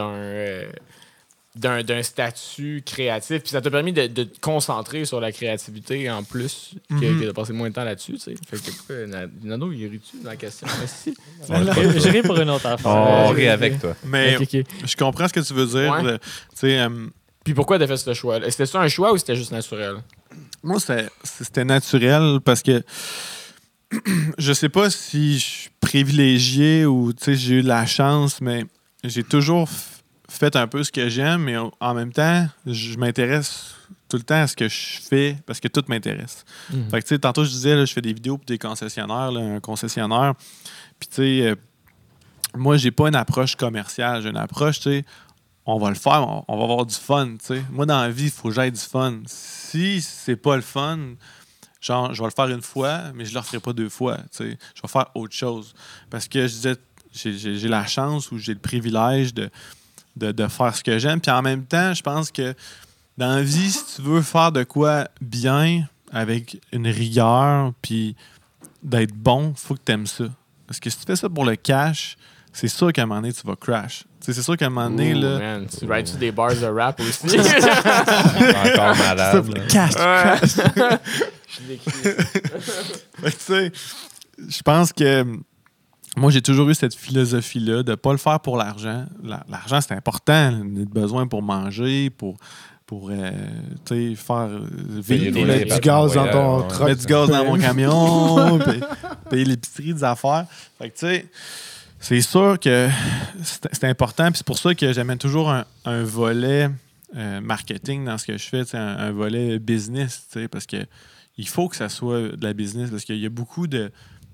Speaker 1: d'un statut créatif. Puis ça t'a permis de te concentrer sur la créativité en plus que de passer moins de temps là-dessus. Tu sais. Fait que Nano, il rit-tu dans la question? Merci.
Speaker 5: J'ai ri pour une autre affaire.
Speaker 3: On rit avec toi.
Speaker 7: Mais
Speaker 1: Ok, ok.
Speaker 7: je comprends ce que tu veux dire.
Speaker 1: Ouais.
Speaker 7: là. Tu sais,
Speaker 1: Puis pourquoi t'as fait ce choix-là? C'était ça un choix ou c'était juste naturel?
Speaker 7: moi, c'était naturel parce que je sais pas si je suis privilégié ou j'ai eu de la chance, mais j'ai toujours fait un peu ce que j'aime, mais en même temps, je m'intéresse tout le temps à ce que je fais parce que tout m'intéresse. Fait que, tu sais, tantôt, je disais, là, je fais des vidéos pour des concessionnaires, là, un concessionnaire. Puis, tu sais, moi, j'ai pas une approche commerciale. J'ai une approche, tu sais, on va le faire, on va avoir du fun, tu sais. Moi, dans la vie, il faut que j'aille du fun. Si c'est pas le fun, genre, je vais le faire une fois, mais je le referai pas 2 fois, tu sais. Je vais faire autre chose. Parce que je disais, j'ai la chance ou j'ai le privilège de faire ce que j'aime. Puis en même temps, je pense que dans la vie, si tu veux faire de quoi bien, avec une rigueur, puis d'être bon, il faut que tu aimes ça. Parce que si tu fais ça pour le cash, c'est sûr qu'à un moment donné, tu vas crash. T'sais, c'est sûr qu'à un moment donné,
Speaker 1: Ouh,
Speaker 7: là...
Speaker 1: man, tu writes-tu des bars de rap aussi?
Speaker 3: Encore malade. là.
Speaker 7: Cash,
Speaker 1: Ouais. Je l'écris.
Speaker 7: Fait que, tu sais, je pense que moi, j'ai toujours eu cette philosophie-là de ne pas le faire pour l'argent. L'argent, c'est important. On a besoin pour manger, pour tu sais, faire
Speaker 3: Payer
Speaker 7: vivre.
Speaker 3: les
Speaker 2: Mettre du gaz dans ton
Speaker 3: ouais.
Speaker 2: truck.
Speaker 7: Mettre du gaz dans mon camion, payer l'épicerie, des affaires. Fait que, tu sais, c'est sûr que c'est important. Puis c'est pour ça que j'amène toujours un volet marketing dans ce que je fais, tu sais, un volet business, tu sais, parce que il faut que ça soit de la business, parce qu'il y a beaucoup de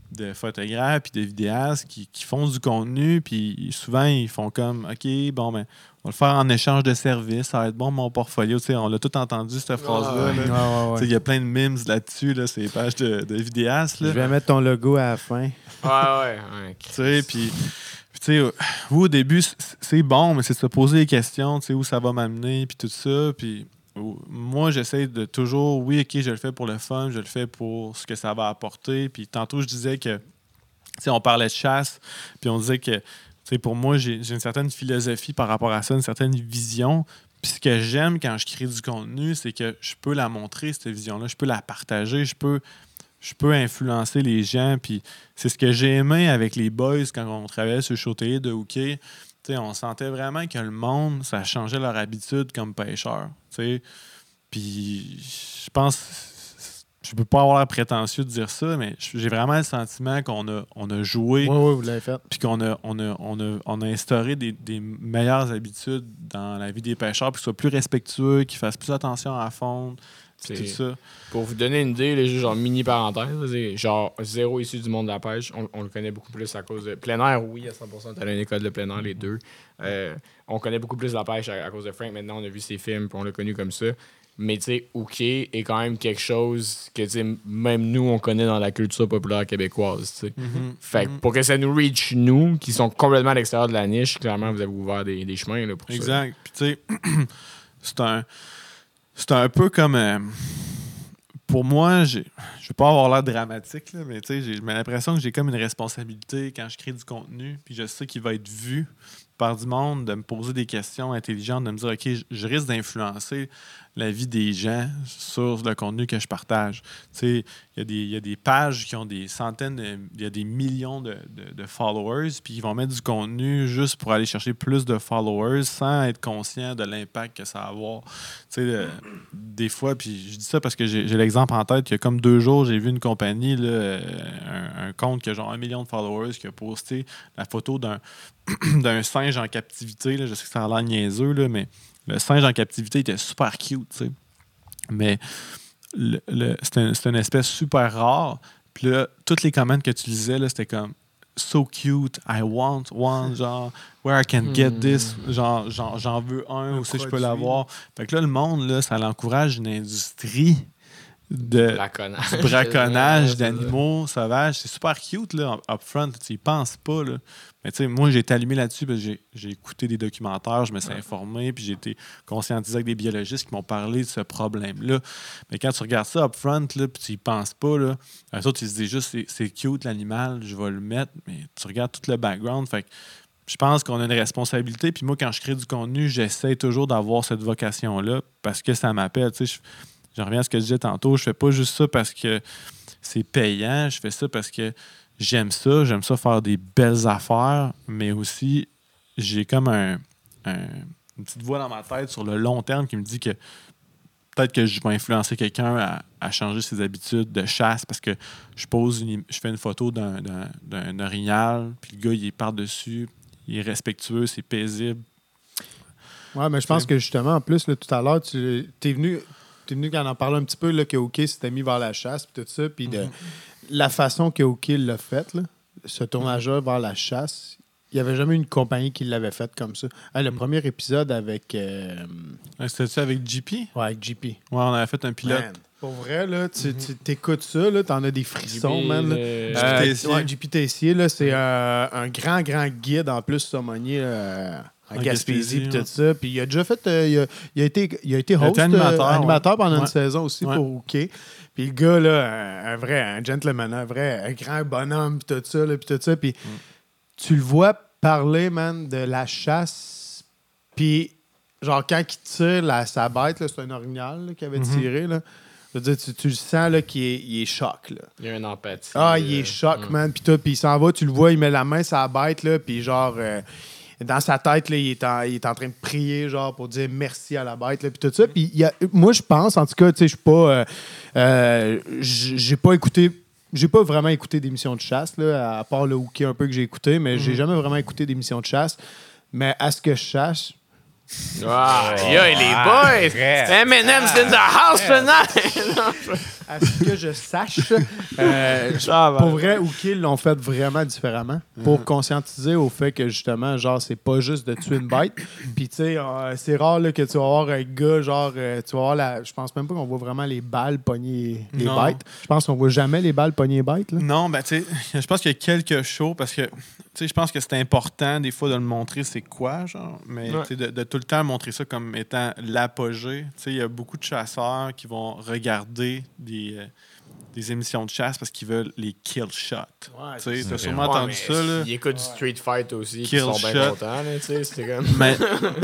Speaker 7: de photographes puis de vidéastes qui font du contenu, puis souvent, ils font comme, OK, bon, ben, on va le faire en échange de services, ça va être bon, mon portfolio. Tu sais, on l'a tout entendu, cette phrase-là. Tu sais, il y a plein de memes là-dessus, là, ces pages de vidéastes. Là.
Speaker 2: Je vais mettre ton logo à la fin.
Speaker 1: Ouais.
Speaker 7: Tu sais, puis tu sais, vous, au début, c'est bon, mais c'est de se poser des questions, tu sais, où ça va m'amener, puis tout ça, puis... Moi, j'essaie de toujours, oui, OK, je le fais pour le fun, je le fais pour ce que ça va apporter. Puis tantôt, je disais que, tu sais, on parlait de chasse, puis on disait que, tu sais, pour moi, j'ai une certaine philosophie par rapport à ça, une certaine vision. Puis ce que j'aime quand je crée du contenu, c'est que je peux la montrer, cette vision-là, je peux la partager, je peux influencer les gens. Puis c'est ce que j'ai aimé avec les boys quand on travaillait sur le show télé de Hockey. T'sais, on sentait vraiment que le monde, ça changeait leur habitude comme pêcheur. Puis je pense, je peux pas avoir l'air prétentieux de dire ça, mais j'ai vraiment le sentiment qu'on a joué.
Speaker 2: Oui, vous l'avez fait.
Speaker 7: Puis qu'on a instauré des meilleures habitudes dans la vie des pêcheurs, puis qu'ils soient plus respectueux, qu'ils fassent plus attention à la faune. Tout ça.
Speaker 1: Pour vous donner une idée, là, juste genre mini parenthèse, c'est genre zéro issu du monde de la pêche. On le connaît beaucoup plus à cause de plein air, oui, à 100%. Tu as une école de plein air, les deux. On connaît beaucoup plus la pêche à cause de Frank. Maintenant, on a vu ses films puis on l'a connu comme ça. Mais tu sais, Hookay est quand même quelque chose que même nous, on connaît dans la culture populaire québécoise. Fait que pour que ça nous reach, nous, qui sont complètement à l'extérieur de la niche, clairement, vous avez ouvert des chemins là, pour ça.
Speaker 7: Exact. Puis tu sais, c'est un peu comme... pour moi, je ne vais pas avoir l'air dramatique, là, mais j'ai l'impression que j'ai comme une responsabilité quand je crée du contenu, puis je sais qu'il va être vu par du monde, de me poser des questions intelligentes, de me dire, OK, je risque d'influencer la vie des gens sur le contenu que je partage. Il y a des pages qui ont des centaines, il y a des millions de followers, puis ils vont mettre du contenu juste pour aller chercher plus de followers sans être conscient de l'impact que ça va avoir. Des fois, puis je dis ça parce que j'ai l'exemple en tête, il y a comme 2 jours, j'ai vu une compagnie, là, un compte qui a genre 1 million de followers, qui a posté la photo d'un singe en captivité. Là. Je sais que ça a l'air niaiseux, là, mais le singe en captivité était super cute, tu sais. Mais c'était une espèce super rare. Puis là, toutes les comments que tu lisais, là, c'était comme « so cute, I want one », genre « where I can get this », genre j'en veux un, où c'est je peux l'avoir. Fait que là, le monde, là, ça l'encourage une industrie de braconnage d'animaux sauvages. C'est super cute, là, upfront. Tu y penses pas, là. Mais tu sais, moi, j'ai été allumé là-dessus parce que j'ai écouté des documentaires, je me suis informé, puis j'ai été conscientisé avec des biologistes qui m'ont parlé de ce problème-là. Mais quand tu regardes ça upfront, là, puis tu y penses pas, là, eux autres, ils se disent juste, c'est cute l'animal, je vais le mettre, mais tu regardes tout le background, fait que je pense qu'on a une responsabilité. Puis moi, quand je crée du contenu, j'essaie toujours d'avoir cette vocation-là parce que ça m'appelle. Tu sais, je reviens à ce que je disais tantôt, je fais pas juste ça parce que c'est payant, je fais ça parce que j'aime ça faire des belles affaires, mais aussi j'ai comme une petite voix dans ma tête sur le long terme qui me dit que peut-être que je vais influencer quelqu'un à changer ses habitudes de chasse parce que je fais une photo d'un orignal, puis le gars, il est par-dessus, il est respectueux, c'est paisible.
Speaker 2: Ouais, mais je pense que justement, en plus, là, tout à l'heure, tu es venu quand on en parlait un petit peu, là, que Hookay s'était mis vers la chasse, puis tout ça, puis de la façon que Hookay l'a fait, là, ce tournage-là vers la chasse, il n'y avait jamais une compagnie qui l'avait fait comme ça. Le premier épisode avec...
Speaker 7: C'était ça avec JP?
Speaker 2: Ouais, avec JP. Ouais,
Speaker 7: on avait fait un pilote.
Speaker 2: Man, pour vrai, là, tu t'écoutes ça, là, t'en as des frissons,
Speaker 1: JP,
Speaker 2: man. JP Tessier, là, c'est un grand guide, en plus, saumonier... en Gaspésie et tout ça. Puis il a déjà fait... il a été host, animateur pendant une saison aussi pour Hookay. Puis le gars, là, un gentleman, un grand bonhomme, puis tout ça. Puis tu le vois parler, man, de la chasse. Puis, genre, quand il tire sa bête, là, c'est un orignal là, qui avait tiré, là. Je veux dire, tu le sens là, qu'il est choc. Là.
Speaker 1: Il y a une empathie.
Speaker 2: Il est choc, man. Puis il s'en va, tu le vois, il met la main sur la bête, là, puis genre... dans sa tête, là, il est en train de prier, genre, pour dire merci à la bête, là, puis tout ça. Puis moi, je pense, en tout cas, tu sais, je suis pas... j'ai pas vraiment écouté d'émissions de chasse, là, à part le Hookay un peu que j'ai écouté, mais j'ai jamais vraiment écouté d'émissions de chasse. Mais à ce que je chasse...
Speaker 1: les boys! M&M's in the house tonight!
Speaker 2: à ce que je sache, pour vrai, ou qu'ils l'ont fait vraiment différemment pour conscientiser au fait que justement, genre, c'est pas juste de tuer une bête. Puis, tu sais, c'est rare là, que tu vas voir un gars, genre, tu vas voir je pense même pas qu'on voit vraiment les balles pogner les
Speaker 7: Non.
Speaker 2: bêtes. Je pense qu'on voit jamais les balles pogner les bêtes. Là.
Speaker 7: Non, ben, tu sais, je pense qu'il y a quelques shows parce que, tu sais, je pense que c'est important des fois de le montrer c'est quoi, genre, mais
Speaker 1: Ouais.
Speaker 7: tu sais, de tout le temps montrer ça comme étant l'apogée. Tu sais, il y a beaucoup de chasseurs qui vont regarder des émissions de chasse parce qu'ils veulent les kill shots.
Speaker 2: Ouais,
Speaker 7: Tu sais,
Speaker 3: c'est
Speaker 7: t'as
Speaker 3: vrai.
Speaker 7: sûrement
Speaker 1: Ouais,
Speaker 7: entendu
Speaker 1: mais
Speaker 7: ça, là.
Speaker 1: Ils écoutent du Street Fight aussi, qui
Speaker 7: Kill
Speaker 1: sont bien
Speaker 7: shot.
Speaker 1: contents, là, tu sais, c'était comme...
Speaker 7: Mais,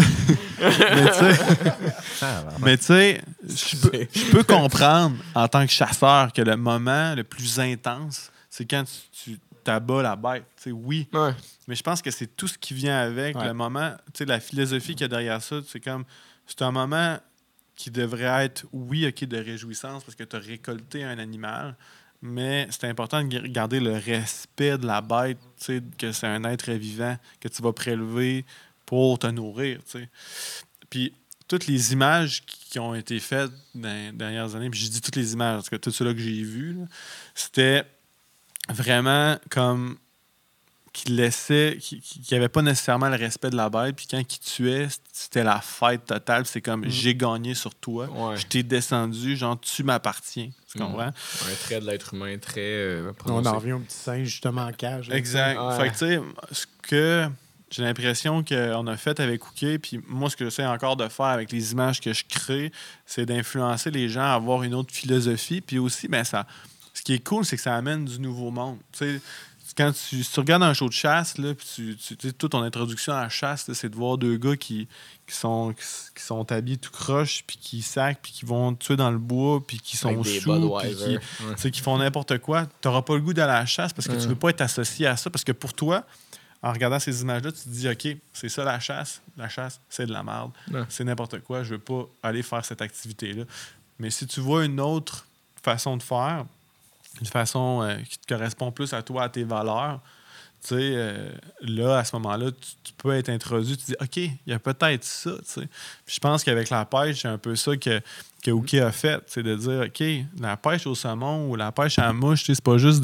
Speaker 7: mais tu sais, je peux comprendre en tant que chasseur que le moment le plus intense, c'est quand tu t'abats la bête. Tu sais, oui,
Speaker 1: Ouais.
Speaker 7: mais je pense que c'est tout ce qui vient avec
Speaker 2: Ouais.
Speaker 7: le moment. Tu sais, la philosophie qu'il y a derrière ça, c'est un moment qui devrait être, oui, OK, de réjouissance parce que tu as récolté un animal, mais c'est important de garder le respect de la bête, tu sais, que c'est un être vivant que tu vas prélever pour te nourrir, tu sais. Puis toutes les images qui ont été faites dans les dernières années, puis je dis toutes les images, parce que tout cela que j'ai vu, là, c'était vraiment comme qu'il laissait, qu'il n'y avait pas nécessairement le respect de la bête, puis quand il tuait, c'était la fête totale, puis c'est comme j'ai gagné sur toi,
Speaker 1: Ouais.
Speaker 7: je t'ai descendu, genre tu m'appartiens, tu comprends?
Speaker 1: Un trait de l'être humain très
Speaker 2: On
Speaker 1: prononcé.
Speaker 2: en revient au petit singe justement en cage. là,
Speaker 7: Exact.
Speaker 1: Ouais.
Speaker 7: Fait que, tu sais, ce que j'ai l'impression qu'on a fait avec Hooké, puis moi, ce que j'essaie encore de faire avec les images que je crée, c'est d'influencer les gens à avoir une autre philosophie. Puis aussi, ben, ce qui est cool, c'est que ça amène du nouveau monde. Tu sais, quand si tu regardes un show de chasse, là, puis tu sais, toute ton introduction à la chasse, là, c'est de voir deux gars qui sont habillés tout croche, puis qui sacent, puis qui vont tuer dans le bois, puis qui sont
Speaker 1: Avec des
Speaker 7: sous, puis
Speaker 1: Budweiser.
Speaker 7: qui,
Speaker 1: Ouais.
Speaker 7: tu sais, qui font n'importe quoi. Tu n'auras pas le goût d'aller à la chasse parce que tu veux pas être associé à ça. Parce que pour toi, en regardant ces images-là, tu te dis, OK, c'est ça la chasse. La chasse, c'est de la merde.
Speaker 1: Ouais.
Speaker 7: C'est n'importe quoi. Je veux pas aller faire cette activité-là. Mais si tu vois une autre façon de faire, une façon qui te correspond plus à toi, à tes valeurs, tu sais, là, à ce moment-là, tu peux être introduit. Tu dis, OK, il y a peut-être ça, tu sais. Puis je pense qu'avec la pêche, c'est un peu ça que Hooké a fait. C'est de dire, OK, la pêche au saumon ou la pêche à la mouche, tu sais, c'est pas juste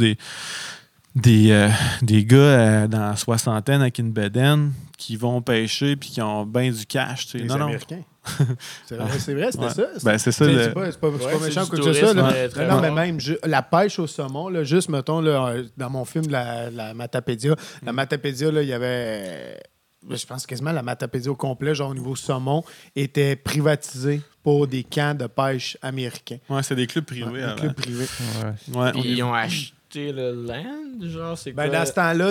Speaker 7: des gars dans la soixantaine avec une bedaine qui vont pêcher puis qui ont bien du cash. Tu sais.
Speaker 2: Les
Speaker 7: Non.
Speaker 2: Américains. C'est vrai, c'était
Speaker 7: Ouais.
Speaker 2: ça.
Speaker 7: Ben, c'est ça.
Speaker 2: Tu sais,
Speaker 7: le-
Speaker 2: c'est pas
Speaker 1: Ouais,
Speaker 2: méchant
Speaker 1: c'est
Speaker 2: quoi
Speaker 1: du
Speaker 2: que ce soit.
Speaker 1: tourisme,
Speaker 2: Là.
Speaker 1: très
Speaker 2: Non, mais
Speaker 1: rare.
Speaker 2: même la pêche au saumon, là, juste, mettons, là, dans mon film, la Matapédia, la Matapédia, là, il y avait... je pense quasiment la Matapédia au complet, genre au niveau saumon, était privatisée pour des camps de pêche américains.
Speaker 7: Ouais, c'est des clubs privés.
Speaker 2: Des
Speaker 7: avant.
Speaker 2: clubs privés.
Speaker 7: Ouais,
Speaker 1: Puis ils ont acheté le land, genre, c'est
Speaker 2: Ben,
Speaker 1: quoi?
Speaker 2: dans ce temps-là,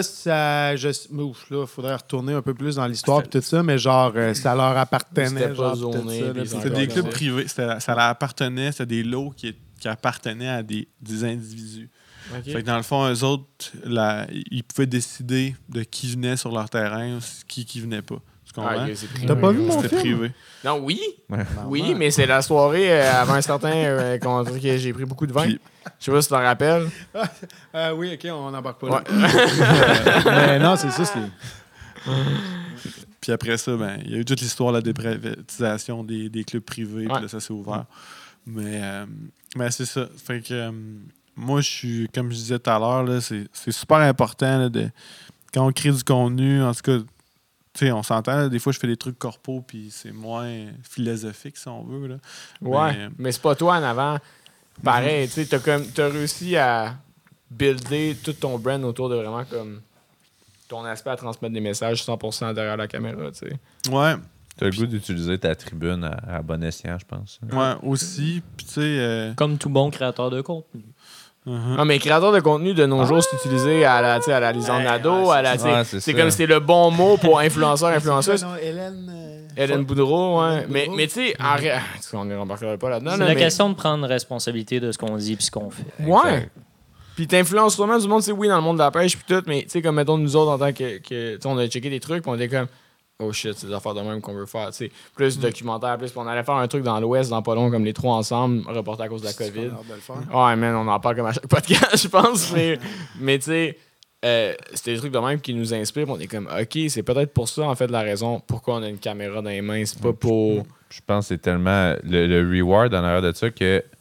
Speaker 2: il faudrait retourner un peu plus dans l'histoire et tout ça, mais genre, ça leur appartenait.
Speaker 1: C'était pas
Speaker 2: genre, pis
Speaker 1: zoné,
Speaker 2: tout ça,
Speaker 1: puis
Speaker 2: là,
Speaker 1: ils
Speaker 2: puis
Speaker 1: ont
Speaker 7: c'était
Speaker 2: tout
Speaker 7: des
Speaker 1: encore
Speaker 2: ça.
Speaker 7: clubs privés. Ça leur appartenait. C'était des lots qui appartenaient à des individus.
Speaker 1: Ok.
Speaker 7: Fait que dans le fond, eux autres, ils pouvaient décider de qui venait sur leur terrain ou qui venait pas. Tu comprends?
Speaker 1: Ah, ok, c'est privé.
Speaker 2: T'as pas vu mon
Speaker 7: C'était
Speaker 2: film?
Speaker 7: privé.
Speaker 1: Non, oui.
Speaker 3: Ouais.
Speaker 1: Oui, mais c'est la soirée avant un certain que j'ai pris beaucoup de vin.
Speaker 7: Puis-
Speaker 1: Je sais pas si tu t'en rappelles.
Speaker 2: Oui, OK, on n'embarque pas là.
Speaker 1: Ouais.
Speaker 2: Mais non, c'est ça, c'est...
Speaker 7: Puis après ça, ben, il y a eu toute l'histoire de la déprivatisation des clubs privés,
Speaker 1: Ouais.
Speaker 7: puis là, ça s'est ouvert. Mais c'est ça. Fait que moi, je suis, comme je disais tout à l'heure, là, c'est super important là, quand on crée du contenu, en tout cas, tu sais, on s'entend, là, des fois, je fais des trucs corpos, puis c'est moins philosophique, si on veut. Là.
Speaker 1: Ouais, mais c'est pas toi en avant. Pareil, tu sais, t'as réussi à builder tout ton brand autour de vraiment comme ton aspect à transmettre des messages 100% derrière la caméra, tu sais.
Speaker 7: Ouais,
Speaker 3: T'as le goût d'utiliser ta tribune à bon escient, je pense.
Speaker 7: ouais, aussi. Puis tu sais...
Speaker 5: Comme tout bon créateur de contenu.
Speaker 7: uh-huh.
Speaker 1: Non, mais créateur de contenu de nos jours, c'est utilisé à la, tu sais, à la Lisande Nadeau, à la, tu sais,
Speaker 3: Ouais, c'est
Speaker 1: c'est
Speaker 3: ça.
Speaker 1: comme c'était le bon mot pour influenceur, influenceuse.
Speaker 2: Non, Hélène...
Speaker 1: Hélène Boudreau, ouais.
Speaker 2: Hélène
Speaker 1: Mais
Speaker 2: Boudreau.
Speaker 1: tu sais, en vrai, on ne rembarquerait pas là-dedans.
Speaker 5: C'est
Speaker 1: là,
Speaker 5: la
Speaker 1: mais-
Speaker 5: question de prendre responsabilité de ce qu'on dit et ce qu'on fait.
Speaker 1: Ouais. Puis t'influences vraiment du monde, tu sais, oui, dans le monde de la pêche, puis tout, mais tu sais, comme mettons, nous autres, en tant que tu sais, on a checké des trucs, puis on était comme, oh shit, c'est des affaires de même qu'on veut faire, tu sais. Plus documentaire, plus, puis on allait faire un truc dans l'Ouest, dans pas long, comme les trois ensemble, reporté à cause de la COVID. Ouais, man, on en parle comme à chaque podcast, je pense, mais tu sais, c'était des trucs de même qui nous inspirent, puis on est comme, ok, c'est peut-être pour ça, en fait, la raison pourquoi on a une caméra dans les mains, c'est pas pour.
Speaker 3: Je pense que c'est tellement le reward en arrière de ça que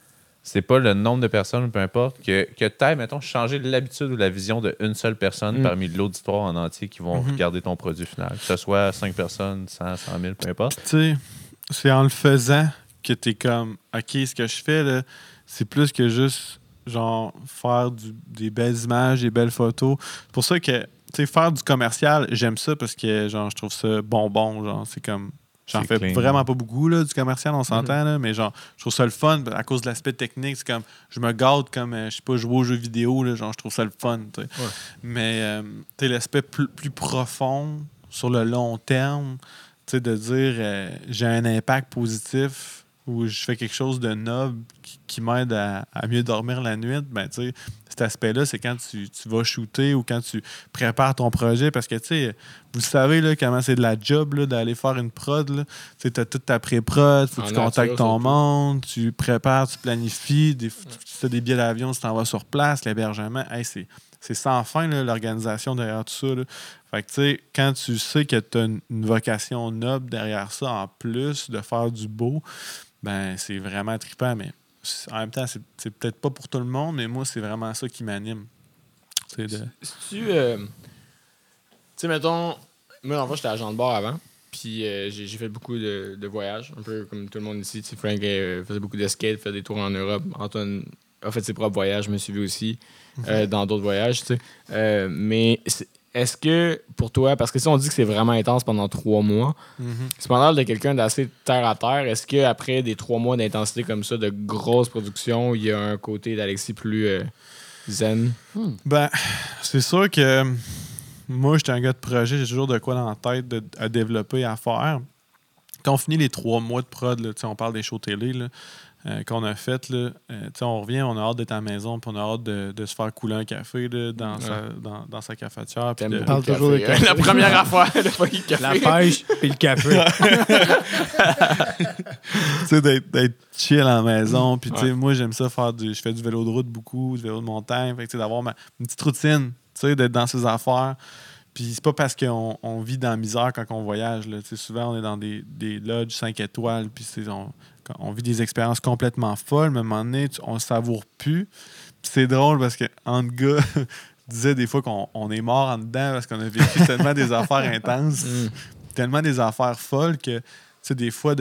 Speaker 3: c'est pas le nombre de personnes, peu importe, que tu mettons, changer l'habitude ou la vision d'une seule personne parmi l'auditoire en entier qui vont regarder ton produit final. Que ce soit 5 personnes, 100, 100 000, peu importe.
Speaker 7: Tu sais, c'est en le faisant que t'es comme, OK, ce que je fais, là, c'est plus que juste, genre, faire des belles images, des belles photos. C'est pour ça que, tu sais, faire du commercial, j'aime ça parce que, genre, je trouve ça bonbon, genre, c'est comme... J'en fais
Speaker 3: clean.
Speaker 7: vraiment pas beaucoup, là, du commercial, on s'entend, là, mais genre, je trouve ça le fun à cause de l'aspect technique. C'est comme, je me gâte comme, je sais pas, jouer aux jeux vidéo, là, genre, je trouve ça le fun, tu sais.
Speaker 1: Ouais.
Speaker 7: Mais, tu sais, l'aspect plus profond, sur le long terme, tu sais, de dire, j'ai un impact positif ou je fais quelque chose de noble qui m'aide à mieux dormir la nuit, ben, tu sais, cet aspect-là, c'est quand tu vas shooter ou quand tu prépares ton projet. Parce que, tu sais, vous savez là, comment c'est de la job là, d'aller faire une prod. Tu as toute ta pré-prod, faut que tu contactes ton monde, tu prépares, tu planifies, tu as des billets d'avion, tu t'en vas sur place, l'hébergement. Hey, c'est sans fin, là, l'organisation derrière tout ça. Là. Fait que, tu sais, quand tu sais que tu as une vocation noble derrière ça, en plus de faire du beau, ben c'est vraiment trippant, mais en même temps, c'est peut-être pas pour tout le monde, mais moi, c'est vraiment ça qui m'anime. Tu
Speaker 1: sais, mettons, moi, en fait, j'étais agent de bord avant, puis j'ai fait beaucoup de voyages, un peu comme tout le monde ici. Tu sais, Frank faisait beaucoup de skate, faisait des tours en Europe. Antoine a fait ses propres voyages, je me suis vu aussi dans d'autres voyages, tu sais. Mais est-ce que, pour toi, parce que si on dit que c'est vraiment intense pendant 3 mois, c'est pendant de quelqu'un d'assez terre-à-terre, est-ce qu'après des 3 mois d'intensité comme ça, de grosses productions, il y a un côté d'Alexis plus zen?
Speaker 7: Ben, c'est sûr que moi, j'étais un gars de projet, j'ai toujours de quoi dans la tête à développer, à faire. Quand on finit les 3 mois de prod, là, on parle des shows télé, là, qu'on a fait, là, on revient, on a hâte d'être à la maison, puis on a hâte de se faire couler un café là, dans sa cafetière.
Speaker 2: On parle toujours de café.
Speaker 1: La première affaire, le café.
Speaker 2: La pêche et le café.
Speaker 7: Tu sais, d'être chill à la maison. Puis, tu sais, moi, j'aime ça faire je fais du vélo de route beaucoup, du vélo de montagne. Fait que, d'avoir une petite routine, tu sais, d'être dans ses affaires. Puis c'est pas parce qu'on vit dans la misère quand on voyage. Là. Souvent, on est dans des lodges 5 étoiles, puis on vit des expériences complètement folles, mais à un moment donné, on ne savoure plus. Puis c'est drôle parce que entre gars, disait des fois qu'on est mort en dedans parce qu'on a vécu tellement des affaires intenses, tellement des affaires folles que, tu sais, des fois,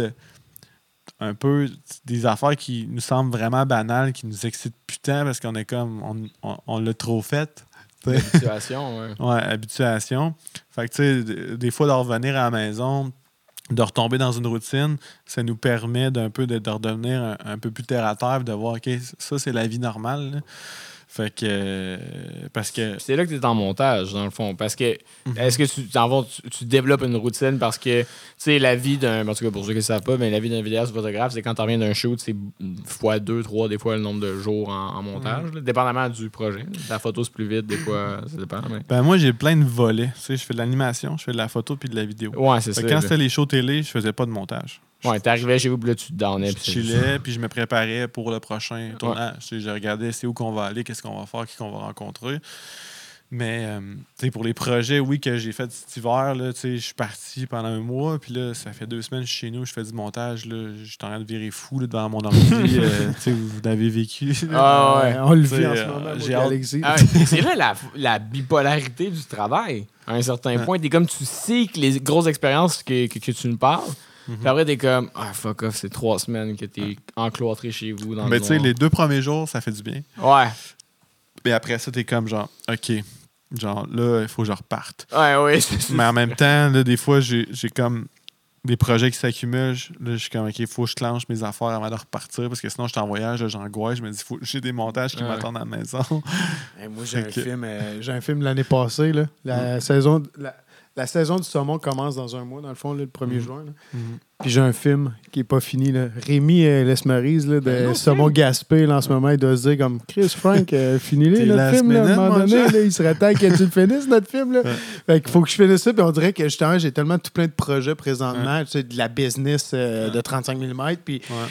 Speaker 7: un peu des affaires qui nous semblent vraiment banales, qui nous excitent putain parce qu'on est comme, on l'a trop fait.
Speaker 1: Habituation, ouais.
Speaker 7: Ouais, habituation. Fait que, tu sais, des fois, de revenir à la maison, de retomber dans une routine, ça nous permet de redevenir un peu plus terre-à-terre, de voir, OK, ça, c'est la vie normale. Là. Fait que... parce que...
Speaker 1: C'est là que tu es en montage, dans le fond. Parce que, est-ce que tu développes une routine parce que, tu sais, la vie d'un... En tout cas, pour ceux qui ne savent pas, mais la vie d'un vidéaste photographe, c'est quand tu reviens d'un shoot, c'est fois 2, 3, des fois le nombre de jours en montage, là, dépendamment du projet. La photo, c'est plus vite, des fois, ça dépend. Mais...
Speaker 7: Ben moi, j'ai plein de volets. Tu sais, je fais de l'animation, je fais de la photo puis de la vidéo.
Speaker 1: Ouais, c'est ça.
Speaker 7: Quand c'était les shows télé, je faisais pas de montage.
Speaker 1: Ouais, t'arrivais chez vous, puis là, tu te donnais.
Speaker 7: Je chillais, puis je me préparais pour le prochain tournage. Tu sais, je regardais c'est où qu'on va aller, qu'est-ce qu'on va faire, qui qu'on va rencontrer. Mais tu sais, pour les projets, oui, que j'ai fait cet hiver, là, tu sais, je suis parti pendant 1 mois, puis là, ça fait 2 semaines que je suis chez nous, je fais du montage, là, je suis en train de virer fou là, devant mon ordi. Tu sais, vous l'avez vécu.
Speaker 1: Ah ouais.
Speaker 2: On le vit en ce moment, j'ai Alexis.
Speaker 1: C'est là la bipolarité du travail. À un certain point, t'es comme, tu sais que les grosses expériences que tu nous parles, puis après, t'es comme, fuck off, c'est 3 semaines que t'es encloîtré chez vous dans le
Speaker 7: Mais tu sais,
Speaker 1: noir.
Speaker 7: les 2 premiers jours, ça fait du bien.
Speaker 1: Ouais.
Speaker 7: Mais après ça, t'es comme genre, OK, genre là, il faut que je reparte.
Speaker 1: Ouais.
Speaker 7: Mais en même temps, là, des fois, j'ai comme des projets qui s'accumulent. Là, je suis comme, OK, il faut que je clenche mes affaires avant de repartir parce que sinon, je suis en voyage, là, j'angoisse. Je me dis, j'ai des montages qui m'attendent à la maison.
Speaker 2: Moi, j'ai un film l'année passée. Là. La saison du saumon commence dans 1 mois, dans le fond, là, le 1er juin. Là. Puis j'ai un film qui n'est pas fini. Là. Rémi Lesmerise là, de Saumon Gaspé, là, en ce moment, il doit se dire comme Chris Frank, finis-le notre film. Là, à un moment donné, là, il serait temps que tu le finisses, notre film. Là. Fait qu'il faut que je finisse ça. Puis on dirait que justement, j'ai tellement tout plein de projets présentement. Tu sais, de la business de 35 mm. Puis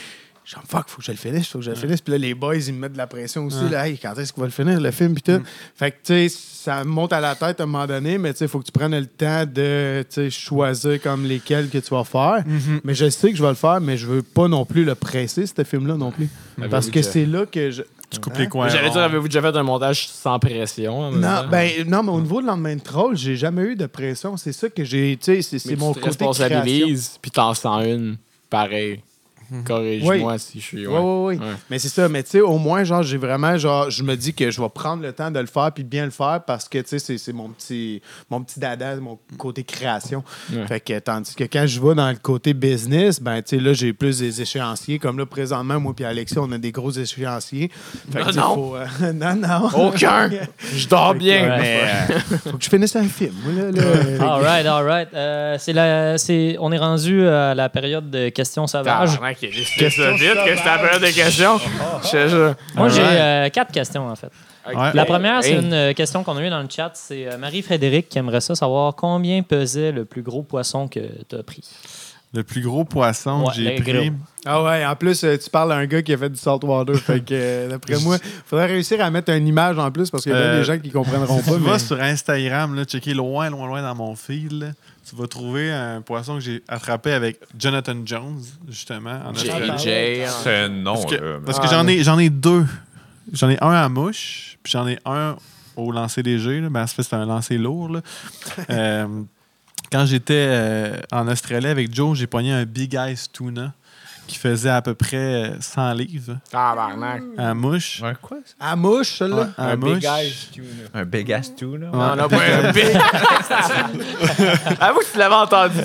Speaker 2: Je suis comme, fuck, faut que je le finisse, faut que je le finisse. Puis là, les boys, ils me mettent de la pression aussi. Là, hey, quand est-ce qu'on va le finir, le film, puis tout. Fait que, tu sais, ça me monte à la tête à un moment donné, mais tu sais, il faut que tu prennes le temps de choisir comme lesquels que tu vas faire. Mais je sais que je vais le faire, mais je veux pas non plus le presser, ce film-là, non plus. Parce que c'est là que je...
Speaker 7: Tu coupes les coins.
Speaker 1: J'allais dire, avez-vous déjà fait un montage sans pression?
Speaker 2: Non, non, mais au niveau de lendemain de troll, j'ai jamais eu de pression. C'est ça que j'ai. Tu sais, c'est mon côté création.
Speaker 1: Responsabilise, puis t'en sens une, pareil. Corrige-moi si je suis.
Speaker 2: Oui. Mais c'est ça. Mais tu sais, au moins, genre, j'ai vraiment, genre, je me dis que je vais prendre le temps de le faire puis de bien le faire parce que, tu sais, c'est mon petit dada, mon côté création. Fait que, tandis que quand je vais dans le côté business, ben, tu sais, là, j'ai plus des échéanciers. Comme là, présentement, moi puis Alexis, on a des gros échéanciers. Fait que,
Speaker 1: non.
Speaker 2: faut, non.
Speaker 1: Aucun. Je dors bien, mais.
Speaker 2: Faut que je finisse un film.
Speaker 5: All right. On est rendu à la période de questions sauvages.
Speaker 1: Question vite que c'est la période de questions.
Speaker 5: Moi, j'ai 4 questions, en fait.
Speaker 7: Ouais.
Speaker 5: La première, c'est une question qu'on a eue dans le chat. C'est Marie-Frédéric qui aimerait ça savoir combien pesait le plus gros poisson que tu as pris.
Speaker 7: Le plus gros poisson que j'ai pris.
Speaker 5: Gros.
Speaker 2: Ah ouais, en plus, tu parles à un gars qui a fait du saltwater. Fait que, d'après moi, il faudrait réussir à mettre une image en plus parce qu'il y a des gens qui comprendront pas.
Speaker 7: Tu vas sur Instagram, là, checker loin dans mon feed, là, tu vas trouver un poisson que j'ai attrapé avec Jonathan Jones, justement. En Australie.
Speaker 3: C'est non.
Speaker 7: Parce que j'en ai 2. J'en ai un à mouche, puis j'en ai un au lancer léger. Là. Ben, c'est un lancer lourd. Là. Quand j'étais en Australie avec Joe, j'ai pogné un Big Ice Tuna qui faisait à peu près 100 livres.
Speaker 1: Tabarnak.
Speaker 7: À mouche.
Speaker 3: Un quoi?
Speaker 2: À mouche, celle-là?
Speaker 7: Ouais, à mouche.
Speaker 1: Big Ice Tuna.
Speaker 3: Un big ass tuna?
Speaker 1: Non, non, pas un big Avoue que tu l'avais entendu.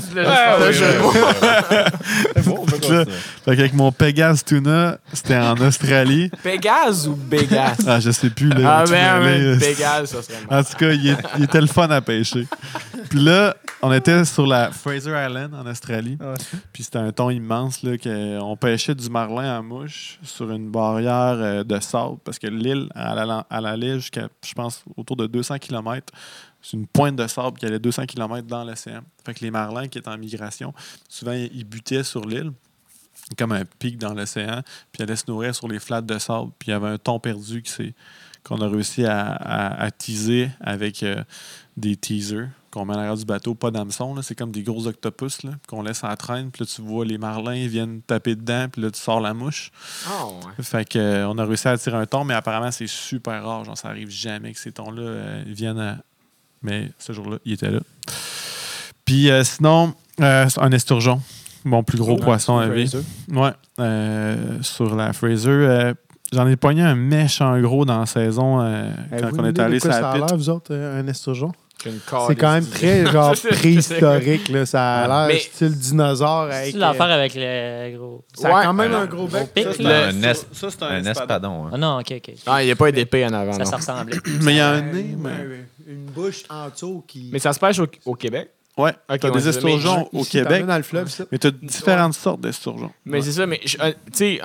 Speaker 7: Fait qu'avec mon Pégase Tuna, c'était en Australie.
Speaker 1: Pégase ou Bégas?
Speaker 7: Ah, je sais plus. Là,
Speaker 1: Pégase, ça serait
Speaker 7: En tout cas, il était le fun à pêcher. Puis là, on était sur la Fraser Island en Australie. Puis c'était un thon immense là, qu'on pêchait du marlin à mouche sur une barrière de sable parce que l'île, elle allait jusqu'à, je pense, autour de 200 km. C'est une pointe de sable qui allait 200 km dans l'océan. Fait que les marlins qui étaient en migration, souvent, ils butaient sur l'île, comme un pic dans l'océan, puis ils allaient se nourrir sur les flattes de sable. Puis il y avait un thon perdu qu'on a réussi à teaser avec des teasers qu'on met à l'arrière du bateau, pas d'hameçon. C'est comme des gros octopus là, qu'on laisse en traîne. Puis là, tu vois les marlins, ils viennent taper dedans, puis là, tu sors la mouche.
Speaker 1: Oh, ouais.
Speaker 7: Fait que, on a réussi à attirer un thon, mais apparemment, c'est super rare. Genre, ça arrive jamais que ces thons-là viennent à... Mais ce jour-là, il était là. Puis sinon, un esturgeon. Mon plus gros poisson à vie. Ouais. Sur la Fraser. J'en ai pogné un méchant gros dans la saison quand on est allé sur la piste.
Speaker 2: Ça a l'air, vous autres, un esturgeon?
Speaker 1: C'est
Speaker 2: quand même très genre préhistorique. Là. Ça a l'air style dinosaure.
Speaker 5: C'est l'affaire avec les gros.
Speaker 2: Ça a quand même un gros bec.
Speaker 7: Ça, c'est
Speaker 3: un espadon. Hein.
Speaker 5: Ah non, OK.
Speaker 1: Ah, il n'y a pas d'épée en avant.
Speaker 5: Ça ressemblait.
Speaker 7: Mais il y a un nez.
Speaker 2: Une bouche en dessous qui...
Speaker 1: Mais ça se pêche au Québec?
Speaker 7: Ouais, t'as des esturgeons au Québec.
Speaker 2: Dans le fleuve, ça.
Speaker 7: Mais t'as différentes sortes d'esturgeons.
Speaker 1: Mais c'est ça, mais tu sais,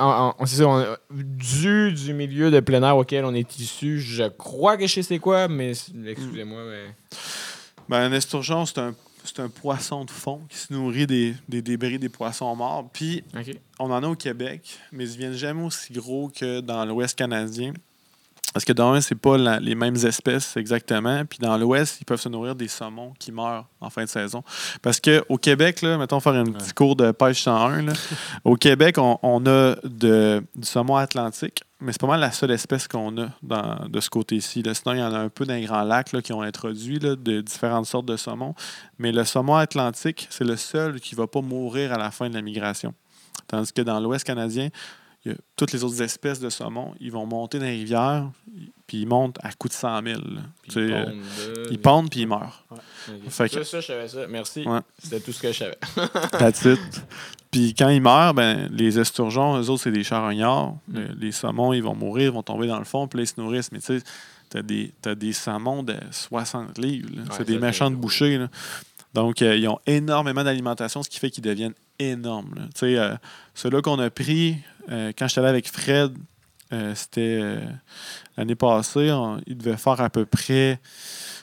Speaker 1: du milieu de plein air auquel on est issu, je crois que je sais c'est quoi, mais excusez-moi, mais...
Speaker 7: Ben, un esturgeon, c'est un poisson de fond qui se nourrit des débris des poissons morts. Puis, on en a au Québec, mais ils ne viennent jamais aussi gros que dans l'Ouest canadien. Parce que dans un, c'est pas les mêmes espèces exactement. Puis dans l'Ouest, ils peuvent se nourrir des saumons qui meurent en fin de saison. Parce qu'au Québec, là, mettons faire un petit cours de pêche 101, là, au Québec, on a du saumon atlantique, mais c'est pas mal la seule espèce qu'on a de ce côté-ci. Là. Sinon, il y en a un peu dans les grands lacs là, qui ont introduit là, de différentes sortes de saumons. Mais le saumon atlantique, c'est le seul qui ne va pas mourir à la fin de la migration. Tandis que dans l'Ouest canadien, toutes les autres espèces de saumon, ils vont monter dans les rivières, puis ils montent à coût de 100 000. Ils pondent, puis ils meurent.
Speaker 1: Ouais.
Speaker 7: Fait que,
Speaker 1: ça, je savais ça. Merci.
Speaker 7: Ouais.
Speaker 1: C'était tout ce que je savais.
Speaker 7: That's it. Puis quand ils meurent, ben, les esturgeons, eux autres, c'est des charognards. Les saumons, ils vont mourir, ils vont tomber dans le fond, puis là, ils se nourrissent. Mais tu sais, t'as des saumons de 60 livres. Là. C'est des méchantes bouchées. Là. Donc, ils ont énormément d'alimentation, ce qui fait qu'ils deviennent énormes. Tu sais, ceux-là qu'on a pris, quand j'étais allé avec Fred, c'était l'année passée, il devait faire à peu près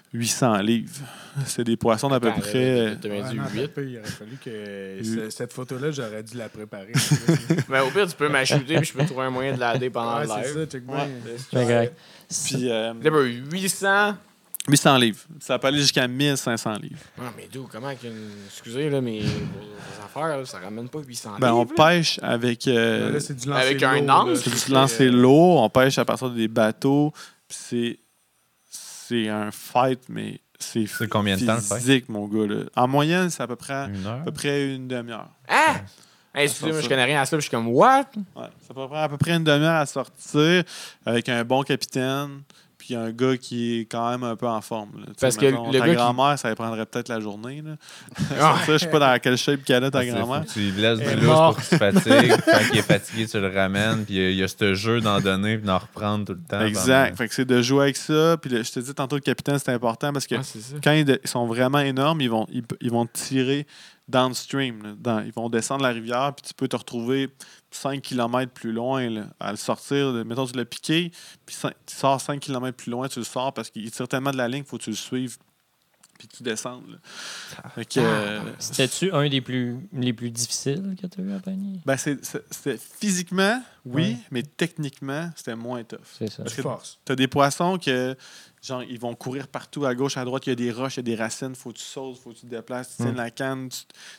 Speaker 7: 800 livres. C'est des poissons d'à peu près...
Speaker 1: Tu m'as dit
Speaker 2: non,
Speaker 1: 8.
Speaker 2: il aurait fallu que cette photo-là, j'aurais dû la préparer.
Speaker 1: Mais au pire, tu peux m'acheter puis je peux trouver un moyen de l'aider pendant
Speaker 2: Ouais,
Speaker 1: le
Speaker 2: c'est
Speaker 1: live.
Speaker 2: ça, check bien.
Speaker 5: C'est correct.
Speaker 7: Puis,
Speaker 1: D'abord, 800.
Speaker 7: 800 livres. Ça peut aller jusqu'à 1500 livres.
Speaker 1: Ah, mais d'où, comment qu'une. Excusez, là, mais vos affaires, là, ça ramène pas 800
Speaker 7: Ben, on
Speaker 1: livres. là.
Speaker 7: pêche avec,
Speaker 2: Là, c'est du lancer
Speaker 1: Avec un
Speaker 2: lourd,
Speaker 1: angle,
Speaker 2: là.
Speaker 7: c'est du lancer lourd. On pêche à partir des bateaux. Puis c'est un fight, mais c'est
Speaker 3: combien de temps, le fight?
Speaker 7: physique, mon gars. Là. En moyenne, c'est à peu près
Speaker 3: Une heure?
Speaker 7: une demi-heure.
Speaker 1: Ah! Hey, excusez-moi, je connais rien à ça, puis je suis comme, what?
Speaker 7: Ouais, ça peut prendre à peu près une demi-heure à sortir avec un bon capitaine, puis un gars qui est quand même un peu en forme. Là.
Speaker 1: Parce que
Speaker 7: Mettons,
Speaker 1: le
Speaker 7: ta
Speaker 1: gars qui-
Speaker 7: grand-mère, ça lui prendrait peut-être la journée. Là.
Speaker 1: Ah.
Speaker 7: Ça, je sais pas dans quelle shape qu'elle a, ta grand-mère.
Speaker 3: Tu lui laisses
Speaker 5: Elle est
Speaker 3: du lousse pour
Speaker 5: morte.
Speaker 3: qu'il se fatigue. Quand il est fatigué, tu le ramènes. Puis il y a ce jeu d'en donner puis d'en reprendre tout le temps.
Speaker 7: Exact. Fait que c'est de jouer avec ça. Puis je te dis tantôt, le capitaine, c'est important parce que
Speaker 1: Ah, c'est ça.
Speaker 7: quand ils sont vraiment énormes, ils vont tirer downstream. Là. Ils vont descendre la rivière, puis tu peux te retrouver 5 km plus loin là, à le sortir. Mettons, tu l'as piqué, puis tu sors 5 km plus loin, tu le sors parce qu'il tire tellement de la ligne, il faut que tu le suives, puis tu descendes. Là. Fait que,
Speaker 5: C'était-tu un des les plus difficiles que tu as eu à pogner?
Speaker 7: ben, c'était physiquement, oui,
Speaker 5: Ouais.
Speaker 7: mais techniquement, c'était moins tough.
Speaker 5: C'est ça.
Speaker 7: Parce que
Speaker 2: Force.
Speaker 7: t'as des poissons que, genre, ils vont courir partout, à gauche, à droite. Il y a des roches, il y a des racines. Faut que tu sautes, faut que tu te déplaces. Tu tiens la canne,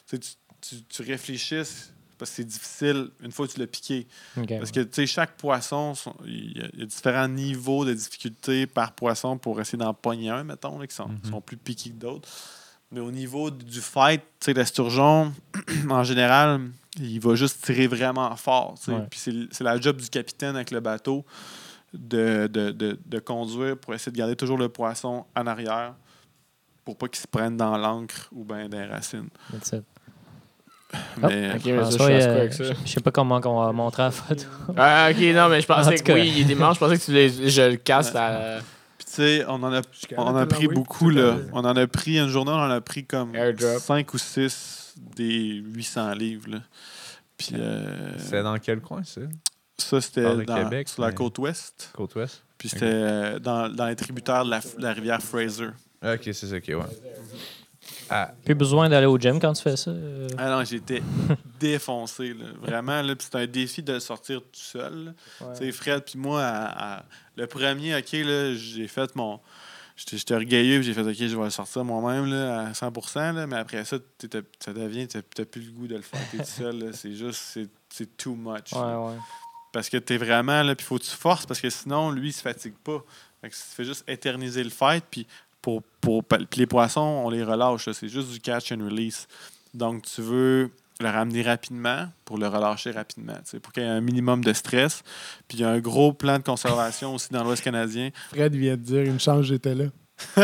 Speaker 7: tu réfléchisses. Parce que c'est difficile une fois que tu l'as piqué.
Speaker 5: Ok.
Speaker 7: Parce que, tu sais, chaque poisson, il y a différents niveaux de difficulté par poisson pour essayer d'en pogner un, mettons, là, qui sont plus piqués que d'autres. Mais au niveau du fight, tu sais, l'esturgeon, en général, il va juste tirer vraiment fort. Tu sais.
Speaker 5: Ouais.
Speaker 7: Puis c'est la job du capitaine avec le bateau de conduire pour essayer de garder toujours le poisson en arrière pour pas qu'il se prenne dans l'encre ou bien dans les racines.
Speaker 5: That's it.
Speaker 7: Mais,
Speaker 1: Ok, mais ça, je
Speaker 5: François,
Speaker 1: fasse quoi avec ça?
Speaker 5: je sais pas comment on va montrer la photo.
Speaker 1: Ah, ok, non, mais je
Speaker 5: En
Speaker 1: pensais
Speaker 5: tout
Speaker 1: que
Speaker 5: cas.
Speaker 1: oui, il était mort. Je pensais que je le casse à
Speaker 7: Puis tu sais, on en a
Speaker 2: capable de
Speaker 7: pris
Speaker 2: l'envoyer
Speaker 7: beaucoup,
Speaker 2: tout à
Speaker 7: là.
Speaker 2: l'heure.
Speaker 7: On en a pris, une journée, on en a pris comme
Speaker 1: Airdrop.
Speaker 7: 5 ou 6 des 800 livres, là. Puis
Speaker 3: C'est dans quel coin, ça?
Speaker 7: ça, c'était
Speaker 3: Hors de Québec,
Speaker 7: sur la
Speaker 3: mais-
Speaker 7: côte ouest.
Speaker 3: Côte-Ouest?
Speaker 7: Puis c'était dans les tributaires de la rivière Fraser.
Speaker 3: Ok, c'est ça, ok, ouais. Ah,
Speaker 5: Plus besoin d'aller au gym quand tu fais ça.
Speaker 7: Ah non, j'étais défoncé, là. Vraiment, là. Puis c'était un défi de le sortir tout seul, là.
Speaker 5: Ouais.
Speaker 7: Tu sais, Fred, puis moi, le premier, OK, là, j'ai fait mon... J'étais orgueilleux, puis j'ai fait, OK, je vais le sortir moi-même, là, à 100%, là. Mais après ça, ça devient... T'as plus le goût de le faire, t'es tout seul, là. C'est juste... C'est too much. là.
Speaker 5: Ouais.
Speaker 7: Parce que t'es vraiment, là, puis faut que tu forces, parce que sinon, lui, il se fatigue pas. Fait que tu fais juste éterniser le fight, puis puis les poissons, on les relâche, là. C'est juste du catch and release. Donc, tu veux le ramener rapidement pour le relâcher rapidement, tu sais, pour qu'il y ait un minimum de stress. Puis il y a un gros plan de conservation aussi dans l'Ouest canadien.
Speaker 2: Fred vient de dire une chance, j'étais là.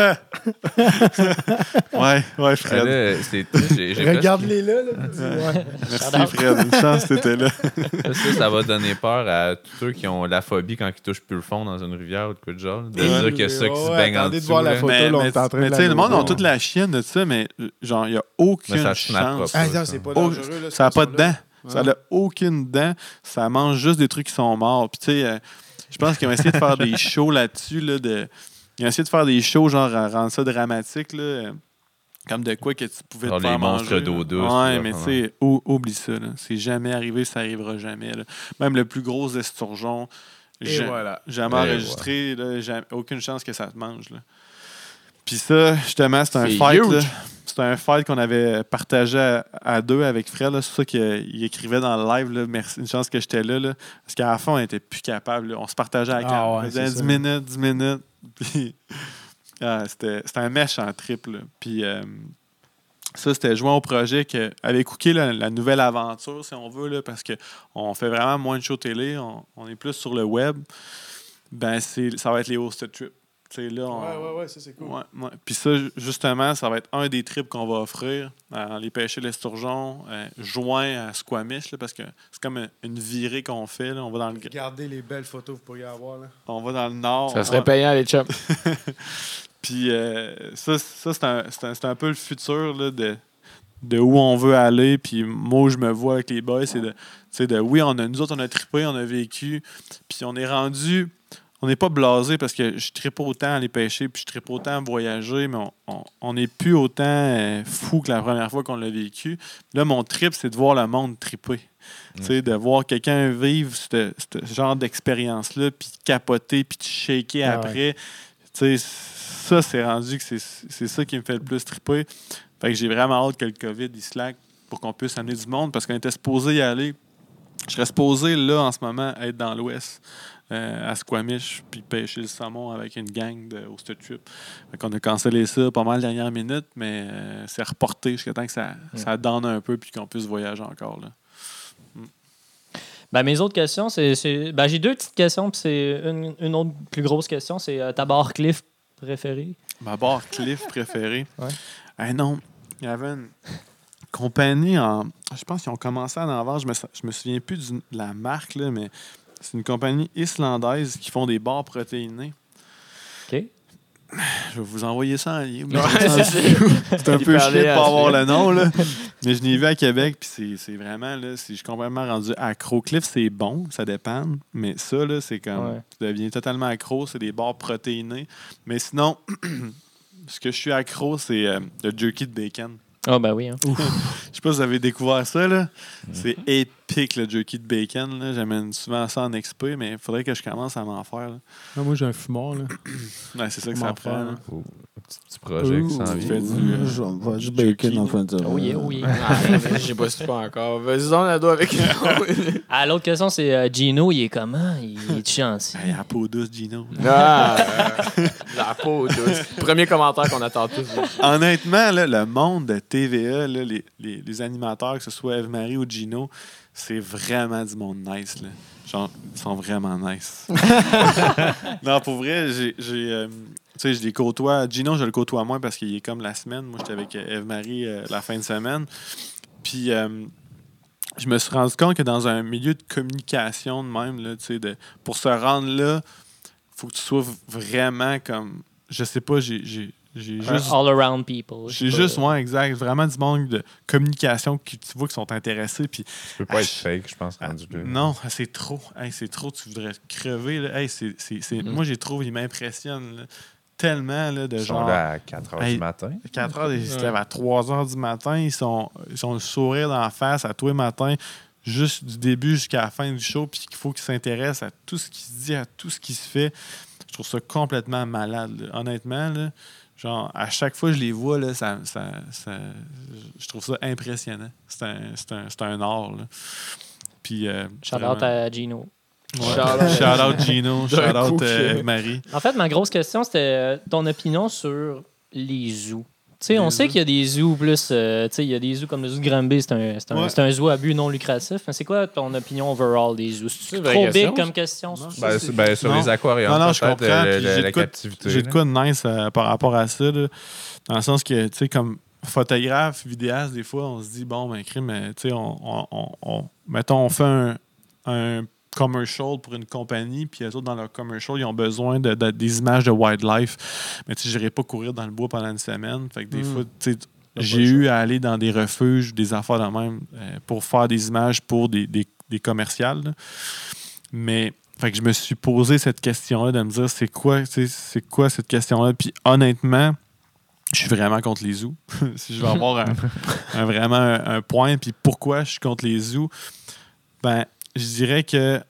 Speaker 7: Ouais, Fred.
Speaker 3: là, j'ai
Speaker 2: Regarde-les là. Dis, ouais.
Speaker 7: Merci, Fred. Une chance que t'étais là.
Speaker 3: ça va donner peur à tous ceux qui ont la phobie quand ils touchent plus le fond dans une rivière ou de quoi de genre. De
Speaker 7: Ouais.
Speaker 3: dire qu'il y a ça qui se
Speaker 2: Ouais,
Speaker 3: baigne en
Speaker 2: attendez de
Speaker 3: dessous.
Speaker 2: voir la
Speaker 3: là.
Speaker 2: photo. là, on est en train de
Speaker 7: mais
Speaker 2: la
Speaker 7: tu sais, le monde a
Speaker 2: noter.
Speaker 7: toute la chienne de ça, mais genre, il n'y a
Speaker 3: Mais
Speaker 7: aucune
Speaker 3: ça se snappera
Speaker 7: chance.
Speaker 3: pas.
Speaker 2: Ah, non, c'est pas
Speaker 7: Oh,
Speaker 2: dangereux. Là,
Speaker 7: ça n'a pas de dents.
Speaker 2: Ouais.
Speaker 7: Ça n'a aucune dent. Ça mange juste des trucs qui sont morts. Puis, tu sais, je pense qu'ils ont essayé de faire des shows là-dessus. Là, ils ont essayé de faire des shows, genre, à rendre ça dramatique. Là, comme de quoi que tu pouvais
Speaker 3: Genre
Speaker 7: te faire
Speaker 3: les monstres
Speaker 7: manger,
Speaker 3: d'eau
Speaker 7: là.
Speaker 3: douce,
Speaker 7: Ouais,
Speaker 3: là,
Speaker 7: mais
Speaker 3: vraiment.
Speaker 7: tu sais, oublie ça. Là. C'est jamais arrivé, ça arrivera jamais. Là. Même le plus gros esturgeon,
Speaker 2: Et voilà.
Speaker 7: jamais
Speaker 3: Et
Speaker 7: enregistré, là, aucune chance que ça te mange. Là. Puis ça, justement, c'est un
Speaker 1: C'est
Speaker 7: fight.
Speaker 1: huge.
Speaker 7: Là. C'était un fight qu'on avait partagé à deux avec Fred. là. C'est ça qu'il écrivait dans le live. Là. Merci, une chance que j'étais là. Parce qu'à la fin, on n'était plus capable. On se partageait à
Speaker 2: Ah
Speaker 7: quatre. On
Speaker 2: ouais,
Speaker 7: faisait
Speaker 2: c'est
Speaker 7: 10
Speaker 2: ça.
Speaker 7: minutes, 10 minutes. Puis, c'était un méchant trip. Là. Puis ça, c'était joint au projet avec Cookie, la nouvelle aventure, si on veut, là, parce qu'on fait vraiment moins de shows télé. On est plus sur le web. Ben, ça va être les hosted trips. Tu sais, là,
Speaker 2: Ouais, ça c'est cool.
Speaker 7: Ouais. Puis ça, justement, ça va être un des trips qu'on va offrir. Les pêcher l'esturgeon, joint à Squamish, là, parce que c'est comme une virée qu'on fait. Là. On va dans le
Speaker 2: Regardez les belles photos que vous pourriez avoir. Là.
Speaker 7: on va dans le nord.
Speaker 1: Ça serait payant, les chums.
Speaker 7: Puis ça c'est un peu le futur là, de où on veut aller. Puis moi, où je me vois avec les boys, c'est oui, nous autres, on a trippé, on a vécu. Puis on est rendu... on n'est pas blasé parce que je tripe autant à aller pêcher puis je tripe autant à voyager, mais on n'est plus autant fou que la première fois qu'on l'a vécu. Là, mon trip, c'est de voir le monde triper. Tu sais, de voir quelqu'un vivre ce genre d'expérience-là, puis capoter, puis shaker après. Tu sais, ça, c'est rendu que c'est ça qui me fait le plus triper. Fait que j'ai vraiment hâte que le COVID il slack pour qu'on puisse amener du monde parce qu'on était supposé y aller. Je serais supposé, là, en ce moment, être dans l'Ouest, à Squamish, puis pêcher le saumon avec une gang au Stud Trip. Fait qu'on a cancellé ça pas mal dernière minute, mais c'est reporté jusqu'à temps que ça donne un peu puis qu'on puisse voyager encore, là.
Speaker 5: Ben, mes autres questions, j'ai 2 petites questions, puis c'est une autre plus grosse question. C'est ta barre Cliff préférée?
Speaker 7: Ma barre Cliff préférée?
Speaker 5: Ouais.
Speaker 7: Non, il y avait une compagnie je pense qu'ils ont commencé à en vendre. Je me souviens plus de la marque, là, mais c'est une compagnie islandaise qui font des barres protéinées.
Speaker 5: OK.
Speaker 7: Je vais vous envoyer ça en lien.
Speaker 1: C'est
Speaker 7: un peu chiant de pas avoir le nom, là. Mais je l'ai vu à Québec, puis c'est vraiment, là, je suis complètement rendu accro. Cliff, c'est bon, ça dépend. Mais ça, là, c'est comme, tu deviens totalement accro. C'est des barres protéinées. Mais sinon, ce que je suis accro, c'est le jerky de bacon.
Speaker 5: Ah, ben oui. Hein.
Speaker 7: Je sais pas si vous avez découvert ça, là. C'est épique, le jerky de bacon, là. J'amène souvent ça en expé, mais il faudrait que je commence à m'en faire, là.
Speaker 2: Non, moi, j'ai un fumeur, là.
Speaker 7: Ouais, c'est ça que ça prend, là.
Speaker 3: Petit projet qui s'en vient.
Speaker 2: Je vais faire du bacon en fin de semaine.
Speaker 5: Oh yeah.
Speaker 1: J'ai pas su pas encore. Vas-y, on a dos avec
Speaker 5: L'autre question, c'est Gino, il est comment? Il est chanceux.
Speaker 7: Hey, la peau douce, Gino.
Speaker 1: La peau douce. Premier commentaire qu'on attend tous.
Speaker 7: Honnêtement, là, le monde de TVA, là, les animateurs, que ce soit Eve-Marie ou Gino, c'est vraiment du monde nice, là. Genre, ils sont vraiment nice. Non, pour vrai, tu sais, je les côtoie. Gino, je le côtoie moins parce qu'il est comme la semaine. Moi, j'étais avec Eve-Marie la fin de semaine. Puis, je me suis rendu compte que dans un milieu de communication de même, là, tu sais, pour se rendre là, il faut que tu sois vraiment comme... Je sais pas, j'ai juste...
Speaker 5: All-around people.
Speaker 7: J'ai juste, exact. Vraiment du monde de communication qui tu vois qui sont intéressés. Puis,
Speaker 3: Tu peux pas être fake, je pense, rendu là.
Speaker 7: non, c'est trop. Hey, c'est trop, tu voudrais crever. Là. Hey, moi, j'ai trouvé, il m'impressionne là, tellement là, de
Speaker 3: Ils
Speaker 7: genre.
Speaker 3: sont là à 4 h du matin.
Speaker 7: 4 heures, ils se lèvent à 3 h du matin. Ils ont le sourire dans la face à tous les matins, juste du début jusqu'à la fin du show. Puis qu'il faut qu'ils s'intéressent à tout ce qui se dit, à tout ce qui se fait. Je trouve ça complètement malade. Là. Honnêtement, là, genre, à chaque fois que je les vois, là, je trouve ça impressionnant. C'est un art. Là. Puis,
Speaker 5: Shout-out à Gino.
Speaker 7: Ouais. Shout-out Gino, shout-out Marie.
Speaker 5: En fait, ma grosse question, c'était ton opinion sur les zoos. Tu sais, on sait qu'il y a des zoos plus... tu sais, il y a des zoos comme le zoo de Granby, c'est un zoo à but non lucratif. Mais c'est quoi ton opinion overall des zoos? C'est trop big comme question?
Speaker 3: Sur les aquariums,
Speaker 7: non, je comprends.
Speaker 3: la captivité.
Speaker 7: J'ai de quoi de nice par rapport à ça. Là, dans le sens que, tu sais, comme photographe, vidéaste, des fois, on se dit, bon, ben, crime, tu sais, mettons, on fait un commercial pour une compagnie, puis eux autres, dans leur commercial, ils ont besoin des images de wildlife. Mais tu sais, je n'irai pas courir dans le bois pendant une semaine. Fait que des fois, tu sais, j'ai eu à aller dans des refuges, des affaires de même, pour faire des images pour des commerciales. Là. Mais, fait que je me suis posé cette question-là de me dire, c'est quoi cette question-là? Puis honnêtement, je suis vraiment contre les zoos. Si je veux avoir vraiment un point, puis pourquoi je suis contre les zoos, ben, je dirais que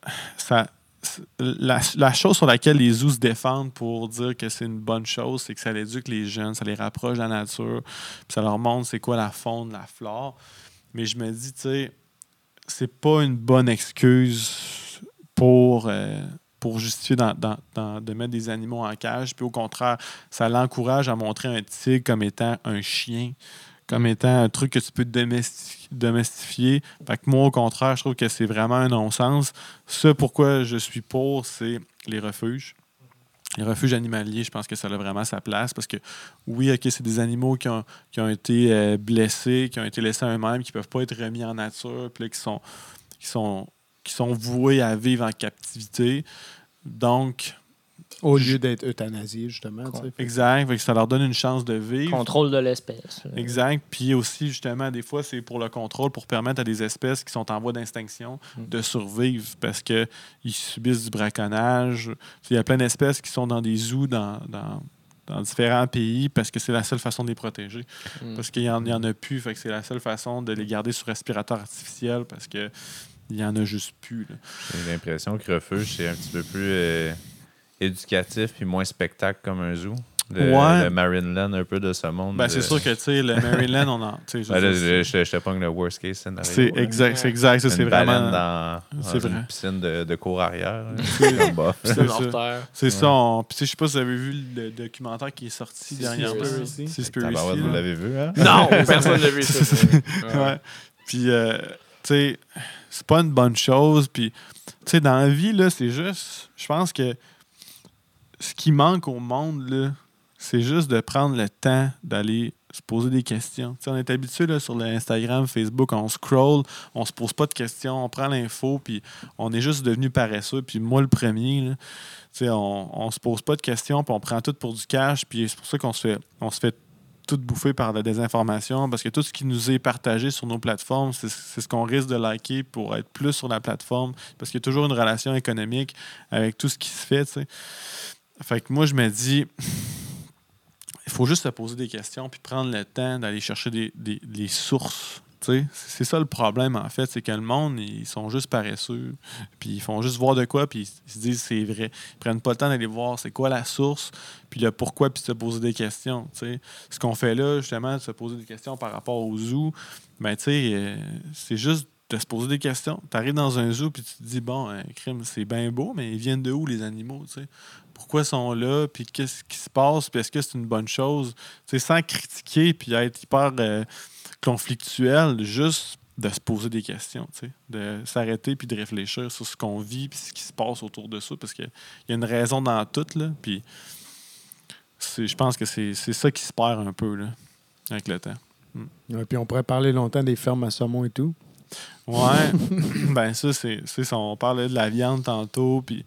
Speaker 7: la chose sur laquelle les zoos se défendent pour dire que c'est une bonne chose, c'est que ça éduque les jeunes, ça les rapproche de la nature, puis ça leur montre c'est quoi la faune, la flore. Mais je me dis, tu sais, c'est pas une bonne excuse pour justifier de mettre des animaux en cage. Puis au contraire, ça l'encourage à montrer un tigre comme étant un chien, comme étant un truc que tu peux domestifier. Fait que moi, au contraire, je trouve que c'est vraiment un non-sens. Ce pourquoi je suis pour, c'est les refuges. Les refuges animaliers, je pense que ça a vraiment sa place parce que, oui, OK, c'est des animaux qui ont été blessés, qui ont été laissés à eux-mêmes, qui ne peuvent pas être remis en nature, puis là, qui sont voués à vivre en captivité. Donc,
Speaker 2: Au lieu d'être euthanasié, justement. tu sais.
Speaker 7: Exact. Fait que ça leur donne une chance de vivre.
Speaker 5: Contrôle de l'espèce.
Speaker 7: Exact. Puis aussi, justement, des fois, c'est pour le contrôle, pour permettre à des espèces qui sont en voie d'extinction de survivre parce qu'ils subissent du braconnage. Il y a plein d'espèces qui sont dans des zoos dans différents pays parce que c'est la seule façon de les protéger. Parce qu'il y en a plus. Fait que c'est la seule façon de les garder sur respirateur artificiel parce que il y en a juste plus. Là.
Speaker 3: J'ai l'impression que Refuge, c'est un petit peu plus éducatif puis moins spectacle comme un zoo. Le Marineland, un peu de ce monde.
Speaker 7: Ben, c'est sûr que, tu sais, le Marineland, on en...
Speaker 3: Ben là, je te pogne le worst case scenario.
Speaker 7: C'est exact. Ça, c'est vraiment...
Speaker 3: dans
Speaker 7: c'est
Speaker 3: une
Speaker 7: vrai.
Speaker 3: piscine de cour arrière.
Speaker 7: C'est ça. C'est ça. Puis, tu sais, je sais pas si vous avez vu le documentaire qui est sorti dernièrement. C'est Spiracy.
Speaker 3: Vous l'avez vu, hein?
Speaker 1: Non, personne l'a vu ça.
Speaker 7: Ouais. Puis, tu sais, c'est pas une bonne chose. Puis, tu sais, dans la vie, là, c'est juste... Je pense que ce qui manque au monde, là, c'est juste de prendre le temps d'aller se poser des questions. T'sais, on est habitué là, sur l'Instagram, Facebook, on scroll, on se pose pas de questions, on prend l'info, puis on est juste devenu paresseux. Puis moi, le premier, là, on se pose pas de questions, puis on prend tout pour du cash, puis c'est pour ça qu'on se fait tout bouffer par la désinformation, parce que tout ce qui nous est partagé sur nos plateformes, c'est ce qu'on risque de liker pour être plus sur la plateforme, parce qu'il y a toujours une relation économique avec tout ce qui se fait. T'sais. Fait que moi, je me dis... Il faut juste se poser des questions puis prendre le temps d'aller chercher des sources. T'sais. C'est ça le problème, en fait. C'est que le monde, ils sont juste paresseux. Puis ils font juste voir de quoi, puis ils se disent c'est vrai. Ils prennent pas le temps d'aller voir c'est quoi la source, puis le pourquoi, puis de se poser des questions. T'sais. Ce qu'on fait là, justement, de se poser des questions par rapport au zoo, ben, c'est juste de se poser des questions. Tu arrives dans un zoo, puis tu te dis, bon, crime, c'est bien beau, mais ils viennent de où, les animaux, t'sais? Pourquoi ils sont là, puis qu'est-ce qui se passe, puis est-ce que c'est une bonne chose, sans critiquer puis être hyper conflictuel, juste de se poser des questions, de s'arrêter puis de réfléchir sur ce qu'on vit puis ce qui se passe autour de ça, parce qu'il y a une raison dans tout, là, puis je pense que c'est ça qui se perd un peu là, avec le temps.
Speaker 2: Ouais, puis on pourrait parler longtemps des fermes à saumon et tout.
Speaker 7: Ouais, ben ça, c'est ça, on parlait de la viande tantôt, puis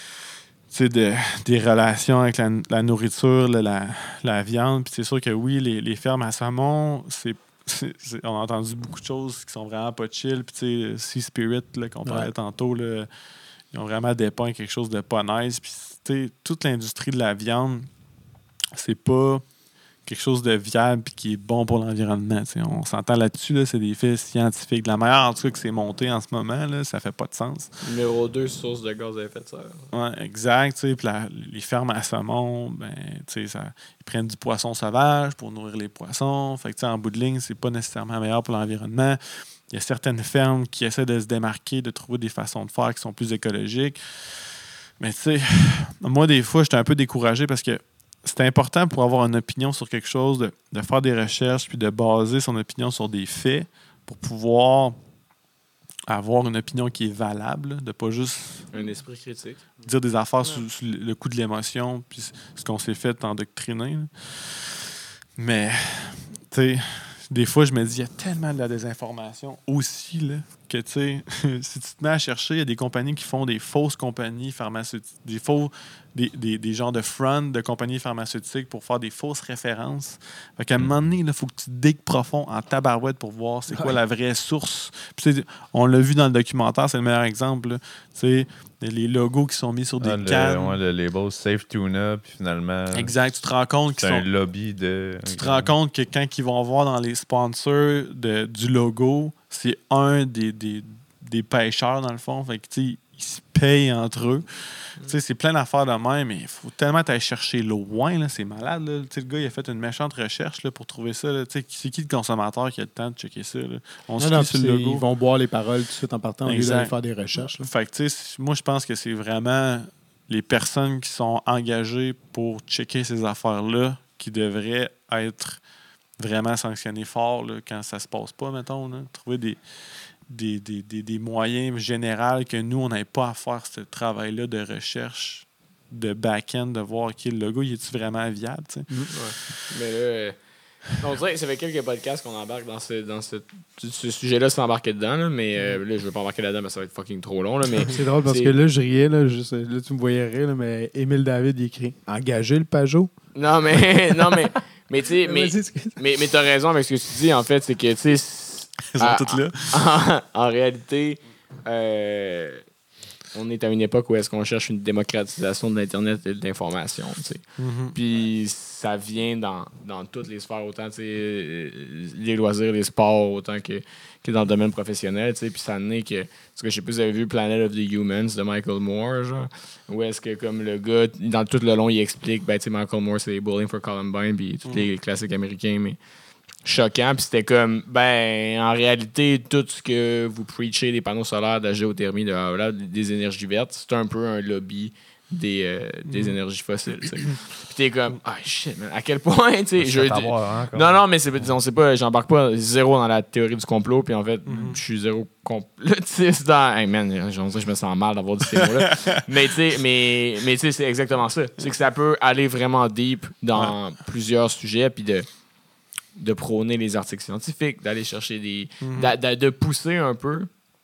Speaker 7: des relations avec la nourriture, la viande. Puis c'est sûr que oui, les fermes à saumon, on a entendu beaucoup de choses qui sont vraiment pas chill. Puis tu sais, Sea Spirit, là, qu'on parlait tantôt, là, ils ont vraiment dépeint quelque chose de pas nice. Puis tu sais, toute l'industrie de la viande, c'est pas quelque chose de viable et qui est bon pour l'environnement. On s'entend là-dessus, là, c'est des faits scientifiques. De la manière, en tout cas, que c'est monté en ce moment, là, ça fait pas de sens.
Speaker 1: Numéro 2, source de gaz à effet de serre.
Speaker 7: Oui, exact. Puis les fermes à saumon, ben, ils prennent du poisson sauvage pour nourrir les poissons. Fait que, en bout de ligne, c'est pas nécessairement meilleur pour l'environnement. Il y a certaines fermes qui essaient de se démarquer, de trouver des façons de faire qui sont plus écologiques. Mais tu sais, moi, des fois, j'étais un peu découragé parce que c'est important pour avoir une opinion sur quelque chose, de faire des recherches puis de baser son opinion sur des faits pour pouvoir avoir une opinion qui est valable, de pas juste
Speaker 1: un esprit critique,
Speaker 7: dire des affaires sous le coup de l'émotion puis ce qu'on s'est fait endoctriner. Là. Mais, tu sais, des fois, je me dis, il y a tellement de la désinformation aussi, là, que, tu sais, si tu te mets à chercher, il y a des compagnies qui font des fausses compagnies pharmaceutiques, des genres de front de compagnies pharmaceutiques pour faire des fausses références. Fait qu'à un moment donné, il faut que tu digues profond en tabarouette pour voir c'est quoi la vraie source. Puis, on l'a vu dans le documentaire, c'est le meilleur exemple. Les logos qui sont mis sur des cannes.
Speaker 3: Le label Safe Tuna, puis finalement...
Speaker 7: Exact, tu te rends compte
Speaker 3: c'est un lobby de...
Speaker 7: Tu te rends compte que quand ils vont voir dans les sponsors du logo, c'est un des pêcheurs, dans le fond. Fait que, tu sais, ils se payent entre eux. Tu sais, c'est plein d'affaires de même, mais il faut tellement t'aller chercher loin, là, c'est malade. Là. Tu sais, le gars, il a fait une méchante recherche là, pour trouver ça. Là. Tu sais, c'est qui le consommateur qui a le temps de checker ça? Là? On se lit sur le logo.
Speaker 2: Ils vont boire les paroles tout de suite en partant au lieu d'aller faire des recherches. Là.
Speaker 7: Fait que, tu sais, moi, je pense que c'est vraiment les personnes qui sont engagées pour checker ces affaires-là qui devraient être vraiment sanctionnées fort là, quand ça se passe pas, mettons. Là. Trouver des moyens généraux que nous, on n'avait pas à faire ce travail-là de recherche, de back-end, de voir le logo, il est-tu vraiment viable? Tu sais?
Speaker 1: Ouais. Mais là, On dirait que ça fait quelques podcasts qu'on embarque dans ce sujet-là sans embarquer dedans, là, mais là, je veux pas embarquer là-dedans, mais ça va être fucking trop long. Là, mais
Speaker 2: C'est drôle parce que là, je riais, là, tu me voyais rire, là, mais Émile David il écrit « Engager le Pajot ».
Speaker 1: Non, mais tu sais, mais t'as raison avec ce que tu dis, en fait, c'est que, tu sais,
Speaker 7: Ils sont toutes là.
Speaker 1: en réalité, on est à une époque où est-ce qu'on cherche une démocratisation de l'Internet et de l'information, tu sais. Puis ça vient dans toutes les sphères, autant, tu sais, les loisirs, les sports, autant que dans le domaine professionnel, tu sais. Puis ça naît que, parce que je sais pas si vous avez vu Planet of the Humans de Michael Moore, genre, où est-ce que, comme le gars, dans tout le long, il explique, ben, tu sais, Michael Moore, c'est Bowling for Columbine, puis tous les classiques américains, mais choquant. Puis c'était comme, ben, en réalité, tout ce que vous preachez, des panneaux solaires, de la géothermie, des énergies vertes, c'est un peu un lobby des énergies fossiles. T'sais. Puis t'es comme, ah shit, man, à quel point, tu sais. Non, mais on sait pas, j'embarque pas zéro dans la théorie du complot, puis en fait, je suis zéro complotiste dans. Hey man, je me sens mal d'avoir dit ces mots-là. Mais tu sais, c'est exactement ça. C'est que ça peut aller vraiment deep dans plusieurs sujets, puis de prôner les articles scientifiques, d'aller chercher de pousser un peu.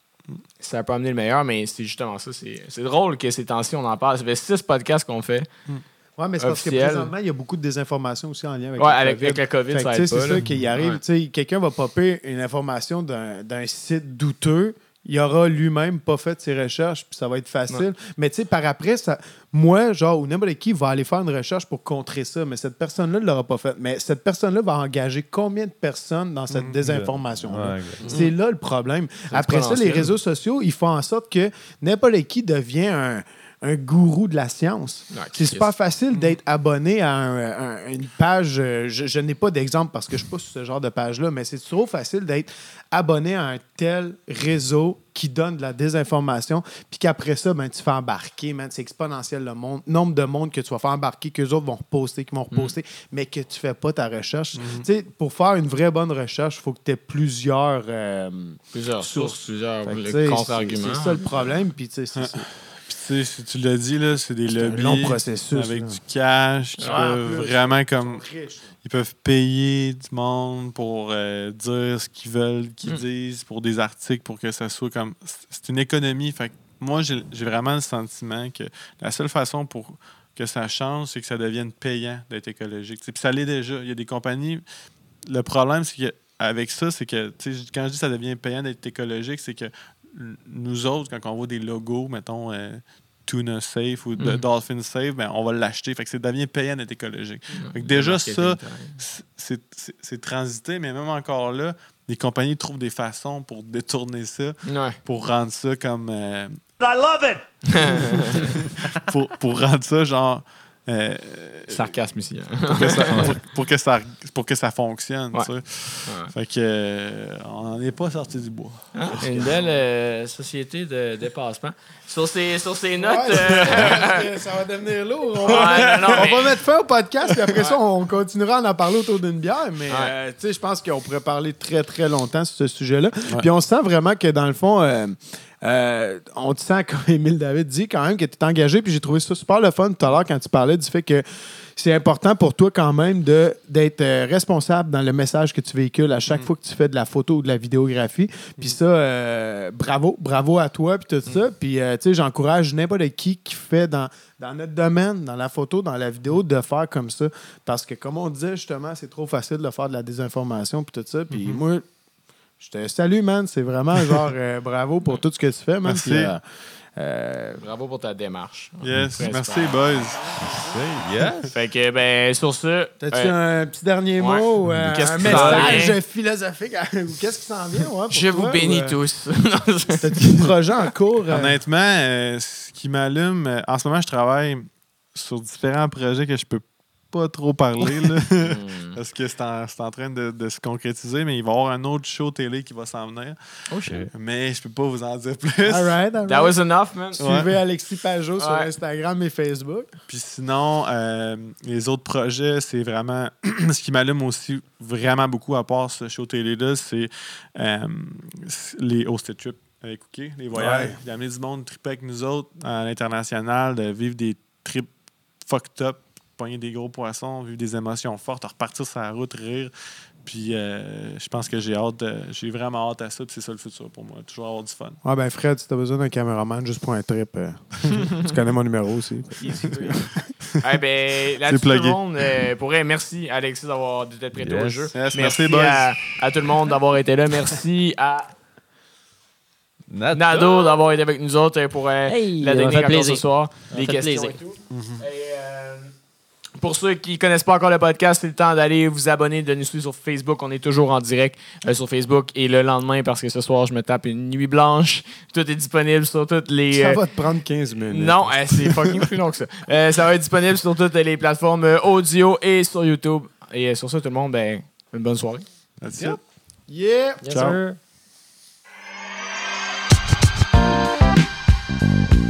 Speaker 1: Ça peut amener le meilleur, mais c'est justement ça. C'est drôle que ces temps-ci, on en parle. Ça fait 6 podcasts qu'on fait.
Speaker 2: Oui, mais c'est parce que présentement, il y a beaucoup de désinformation aussi en lien avec
Speaker 1: avec la COVID.
Speaker 2: Fait
Speaker 1: Ça
Speaker 2: que,
Speaker 1: aide pas.
Speaker 2: c'est ça qui arrive. Quelqu'un va popper une information d'un site douteux. Il aura lui-même pas fait ses recherches, puis ça va être facile. Ouais. Mais tu sais, par après, moi, genre, ou n'importe qui va aller faire une recherche pour contrer ça, mais cette personne-là ne l'aura pas fait. Mais cette personne-là va engager combien de personnes dans cette désinformation-là? Ouais, c'est là le problème. Après ça, les réseaux sociaux, ils font en sorte que n'importe qui devient un gourou de la science. C'est super facile d'être abonné à une page. Je n'ai pas d'exemple parce que je ne suis pas sur ce genre de page-là, mais c'est trop facile d'être abonné à un tel réseau qui donne de la désinformation, puis qu'après ça, ben, tu fais embarquer, man, c'est exponentiel le nombre de monde que tu vas faire embarquer, qu'eux autres vont reposter, mais que tu ne fais pas ta recherche. Tu sais, pour faire une vraie bonne recherche, il faut que tu aies plusieurs
Speaker 1: sources, plusieurs
Speaker 2: contre-arguments. C'est ça le problème, puis tu sais, c'est ça.
Speaker 7: Si tu l'as dit, là, c'est des lobbies
Speaker 2: long processus,
Speaker 7: avec du cash qui peuvent vraiment comme. Ils peuvent payer du monde pour dire ce qu'ils veulent qu'ils disent pour des articles pour que ça soit comme. C'est une économie. Fait que moi, j'ai vraiment le sentiment que la seule façon pour que ça change, c'est que ça devienne payant d'être écologique. Puis ça l'est déjà. Il y a des compagnies. Le problème, c'est qu'avec ça, c'est que quand je dis que ça devient payant d'être écologique, c'est que nous autres, quand on voit des logos, mettons Tuna Safe ou Dolphin Safe, ben, on va l'acheter. Fait que ça devient payant d'être écologique. Fait que déjà, ça, c'est transité, mais même encore là, les compagnies trouvent des façons pour détourner ça, pour rendre ça comme. I
Speaker 4: love it!
Speaker 7: pour rendre ça genre.
Speaker 1: Sarcasme ici.
Speaker 7: Pour que ça fonctionne. Fait que on n'en est pas sorti du bois.
Speaker 1: Une belle société de dépassement. Sur ces notes.
Speaker 2: Ça va devenir lourd. On va mettre fin au podcast, puis après ça, on continuera à en parler autour d'une bière. Mais je pense qu'on pourrait parler très, très longtemps sur ce sujet-là. Puis on sent vraiment que dans le fond. On te sent, comme Émile David dit, quand même que tu es engagé. Puis j'ai trouvé ça super le fun tout à l'heure quand tu parlais du fait que c'est important pour toi quand même d'être responsable dans le message que tu véhicules à chaque fois que tu fais de la photo ou de la vidéographie. Puis ça, bravo à toi puis tout ça. Puis tu sais, j'encourage n'importe qui fait dans notre domaine, dans la photo, dans la vidéo, de faire comme ça. Parce que comme on disait justement, c'est trop facile de faire de la désinformation puis tout ça. Puis moi, je te salue, man. C'est vraiment genre bravo pour tout ce que tu fais, man.
Speaker 7: Merci.
Speaker 2: Puis,
Speaker 1: bravo pour ta démarche.
Speaker 7: Yes, merci, boys.
Speaker 3: Yes.
Speaker 1: Fait que, ben, sur ça.
Speaker 2: T'as-tu un petit dernier mot ou un message philosophique? Qu'est-ce qui s'en vient?
Speaker 1: Je vous bénis tous.
Speaker 2: T'as-tu des projets en cours?
Speaker 7: Honnêtement, ce qui m'allume, en ce moment, je travaille sur différents projets que je peux pas trop parler là, parce que c'est en train de se concrétiser, mais il va y avoir un autre show télé qui va s'en venir.
Speaker 1: Oh shit.
Speaker 7: Mais je peux pas vous en dire plus.
Speaker 2: All right.
Speaker 1: That was enough, man.
Speaker 2: Suivez Alexis Pajot sur Instagram et Facebook.
Speaker 7: Puis sinon, les autres projets, c'est vraiment ce qui m'allume aussi vraiment beaucoup à part ce show télé-là, c'est les hosted trips avec Cookie, les voyages, d'amener du monde triper avec nous autres à l'international, de vivre des trips fucked up pogner des gros poissons, vivre des émotions fortes, repartir sur la route, rire. Puis je pense que j'ai vraiment hâte à ça. Puis c'est ça le futur pour moi. Toujours avoir du fun.
Speaker 2: Ah ben Fred, si t'as besoin d'un caméraman juste pour un trip, tu connais mon numéro aussi.
Speaker 1: Ben, là-dessus, tout le monde, merci Alexis d'être prêté au jeu.
Speaker 7: Yes,
Speaker 1: merci
Speaker 7: boys.
Speaker 1: à tout le monde d'avoir été là. Merci à Nado d'avoir été avec nous autres pour la dernière encore ce soir. Des questions et tout. Pour ceux qui ne connaissent pas encore le podcast, c'est le temps d'aller vous abonner, de nous suivre sur Facebook. On est toujours en direct sur Facebook. Et le lendemain, parce que ce soir, je me tape une nuit blanche. Tout est disponible sur toutes les...
Speaker 2: Ça va te prendre 15 minutes.
Speaker 1: Non, c'est fucking plus long que ça. Ça va être disponible sur toutes les plateformes audio et sur YouTube. Et sur ça, tout le monde, une bonne soirée.
Speaker 7: That's it.
Speaker 2: Yeah!
Speaker 5: Yes,
Speaker 2: Ciao.
Speaker 5: sir.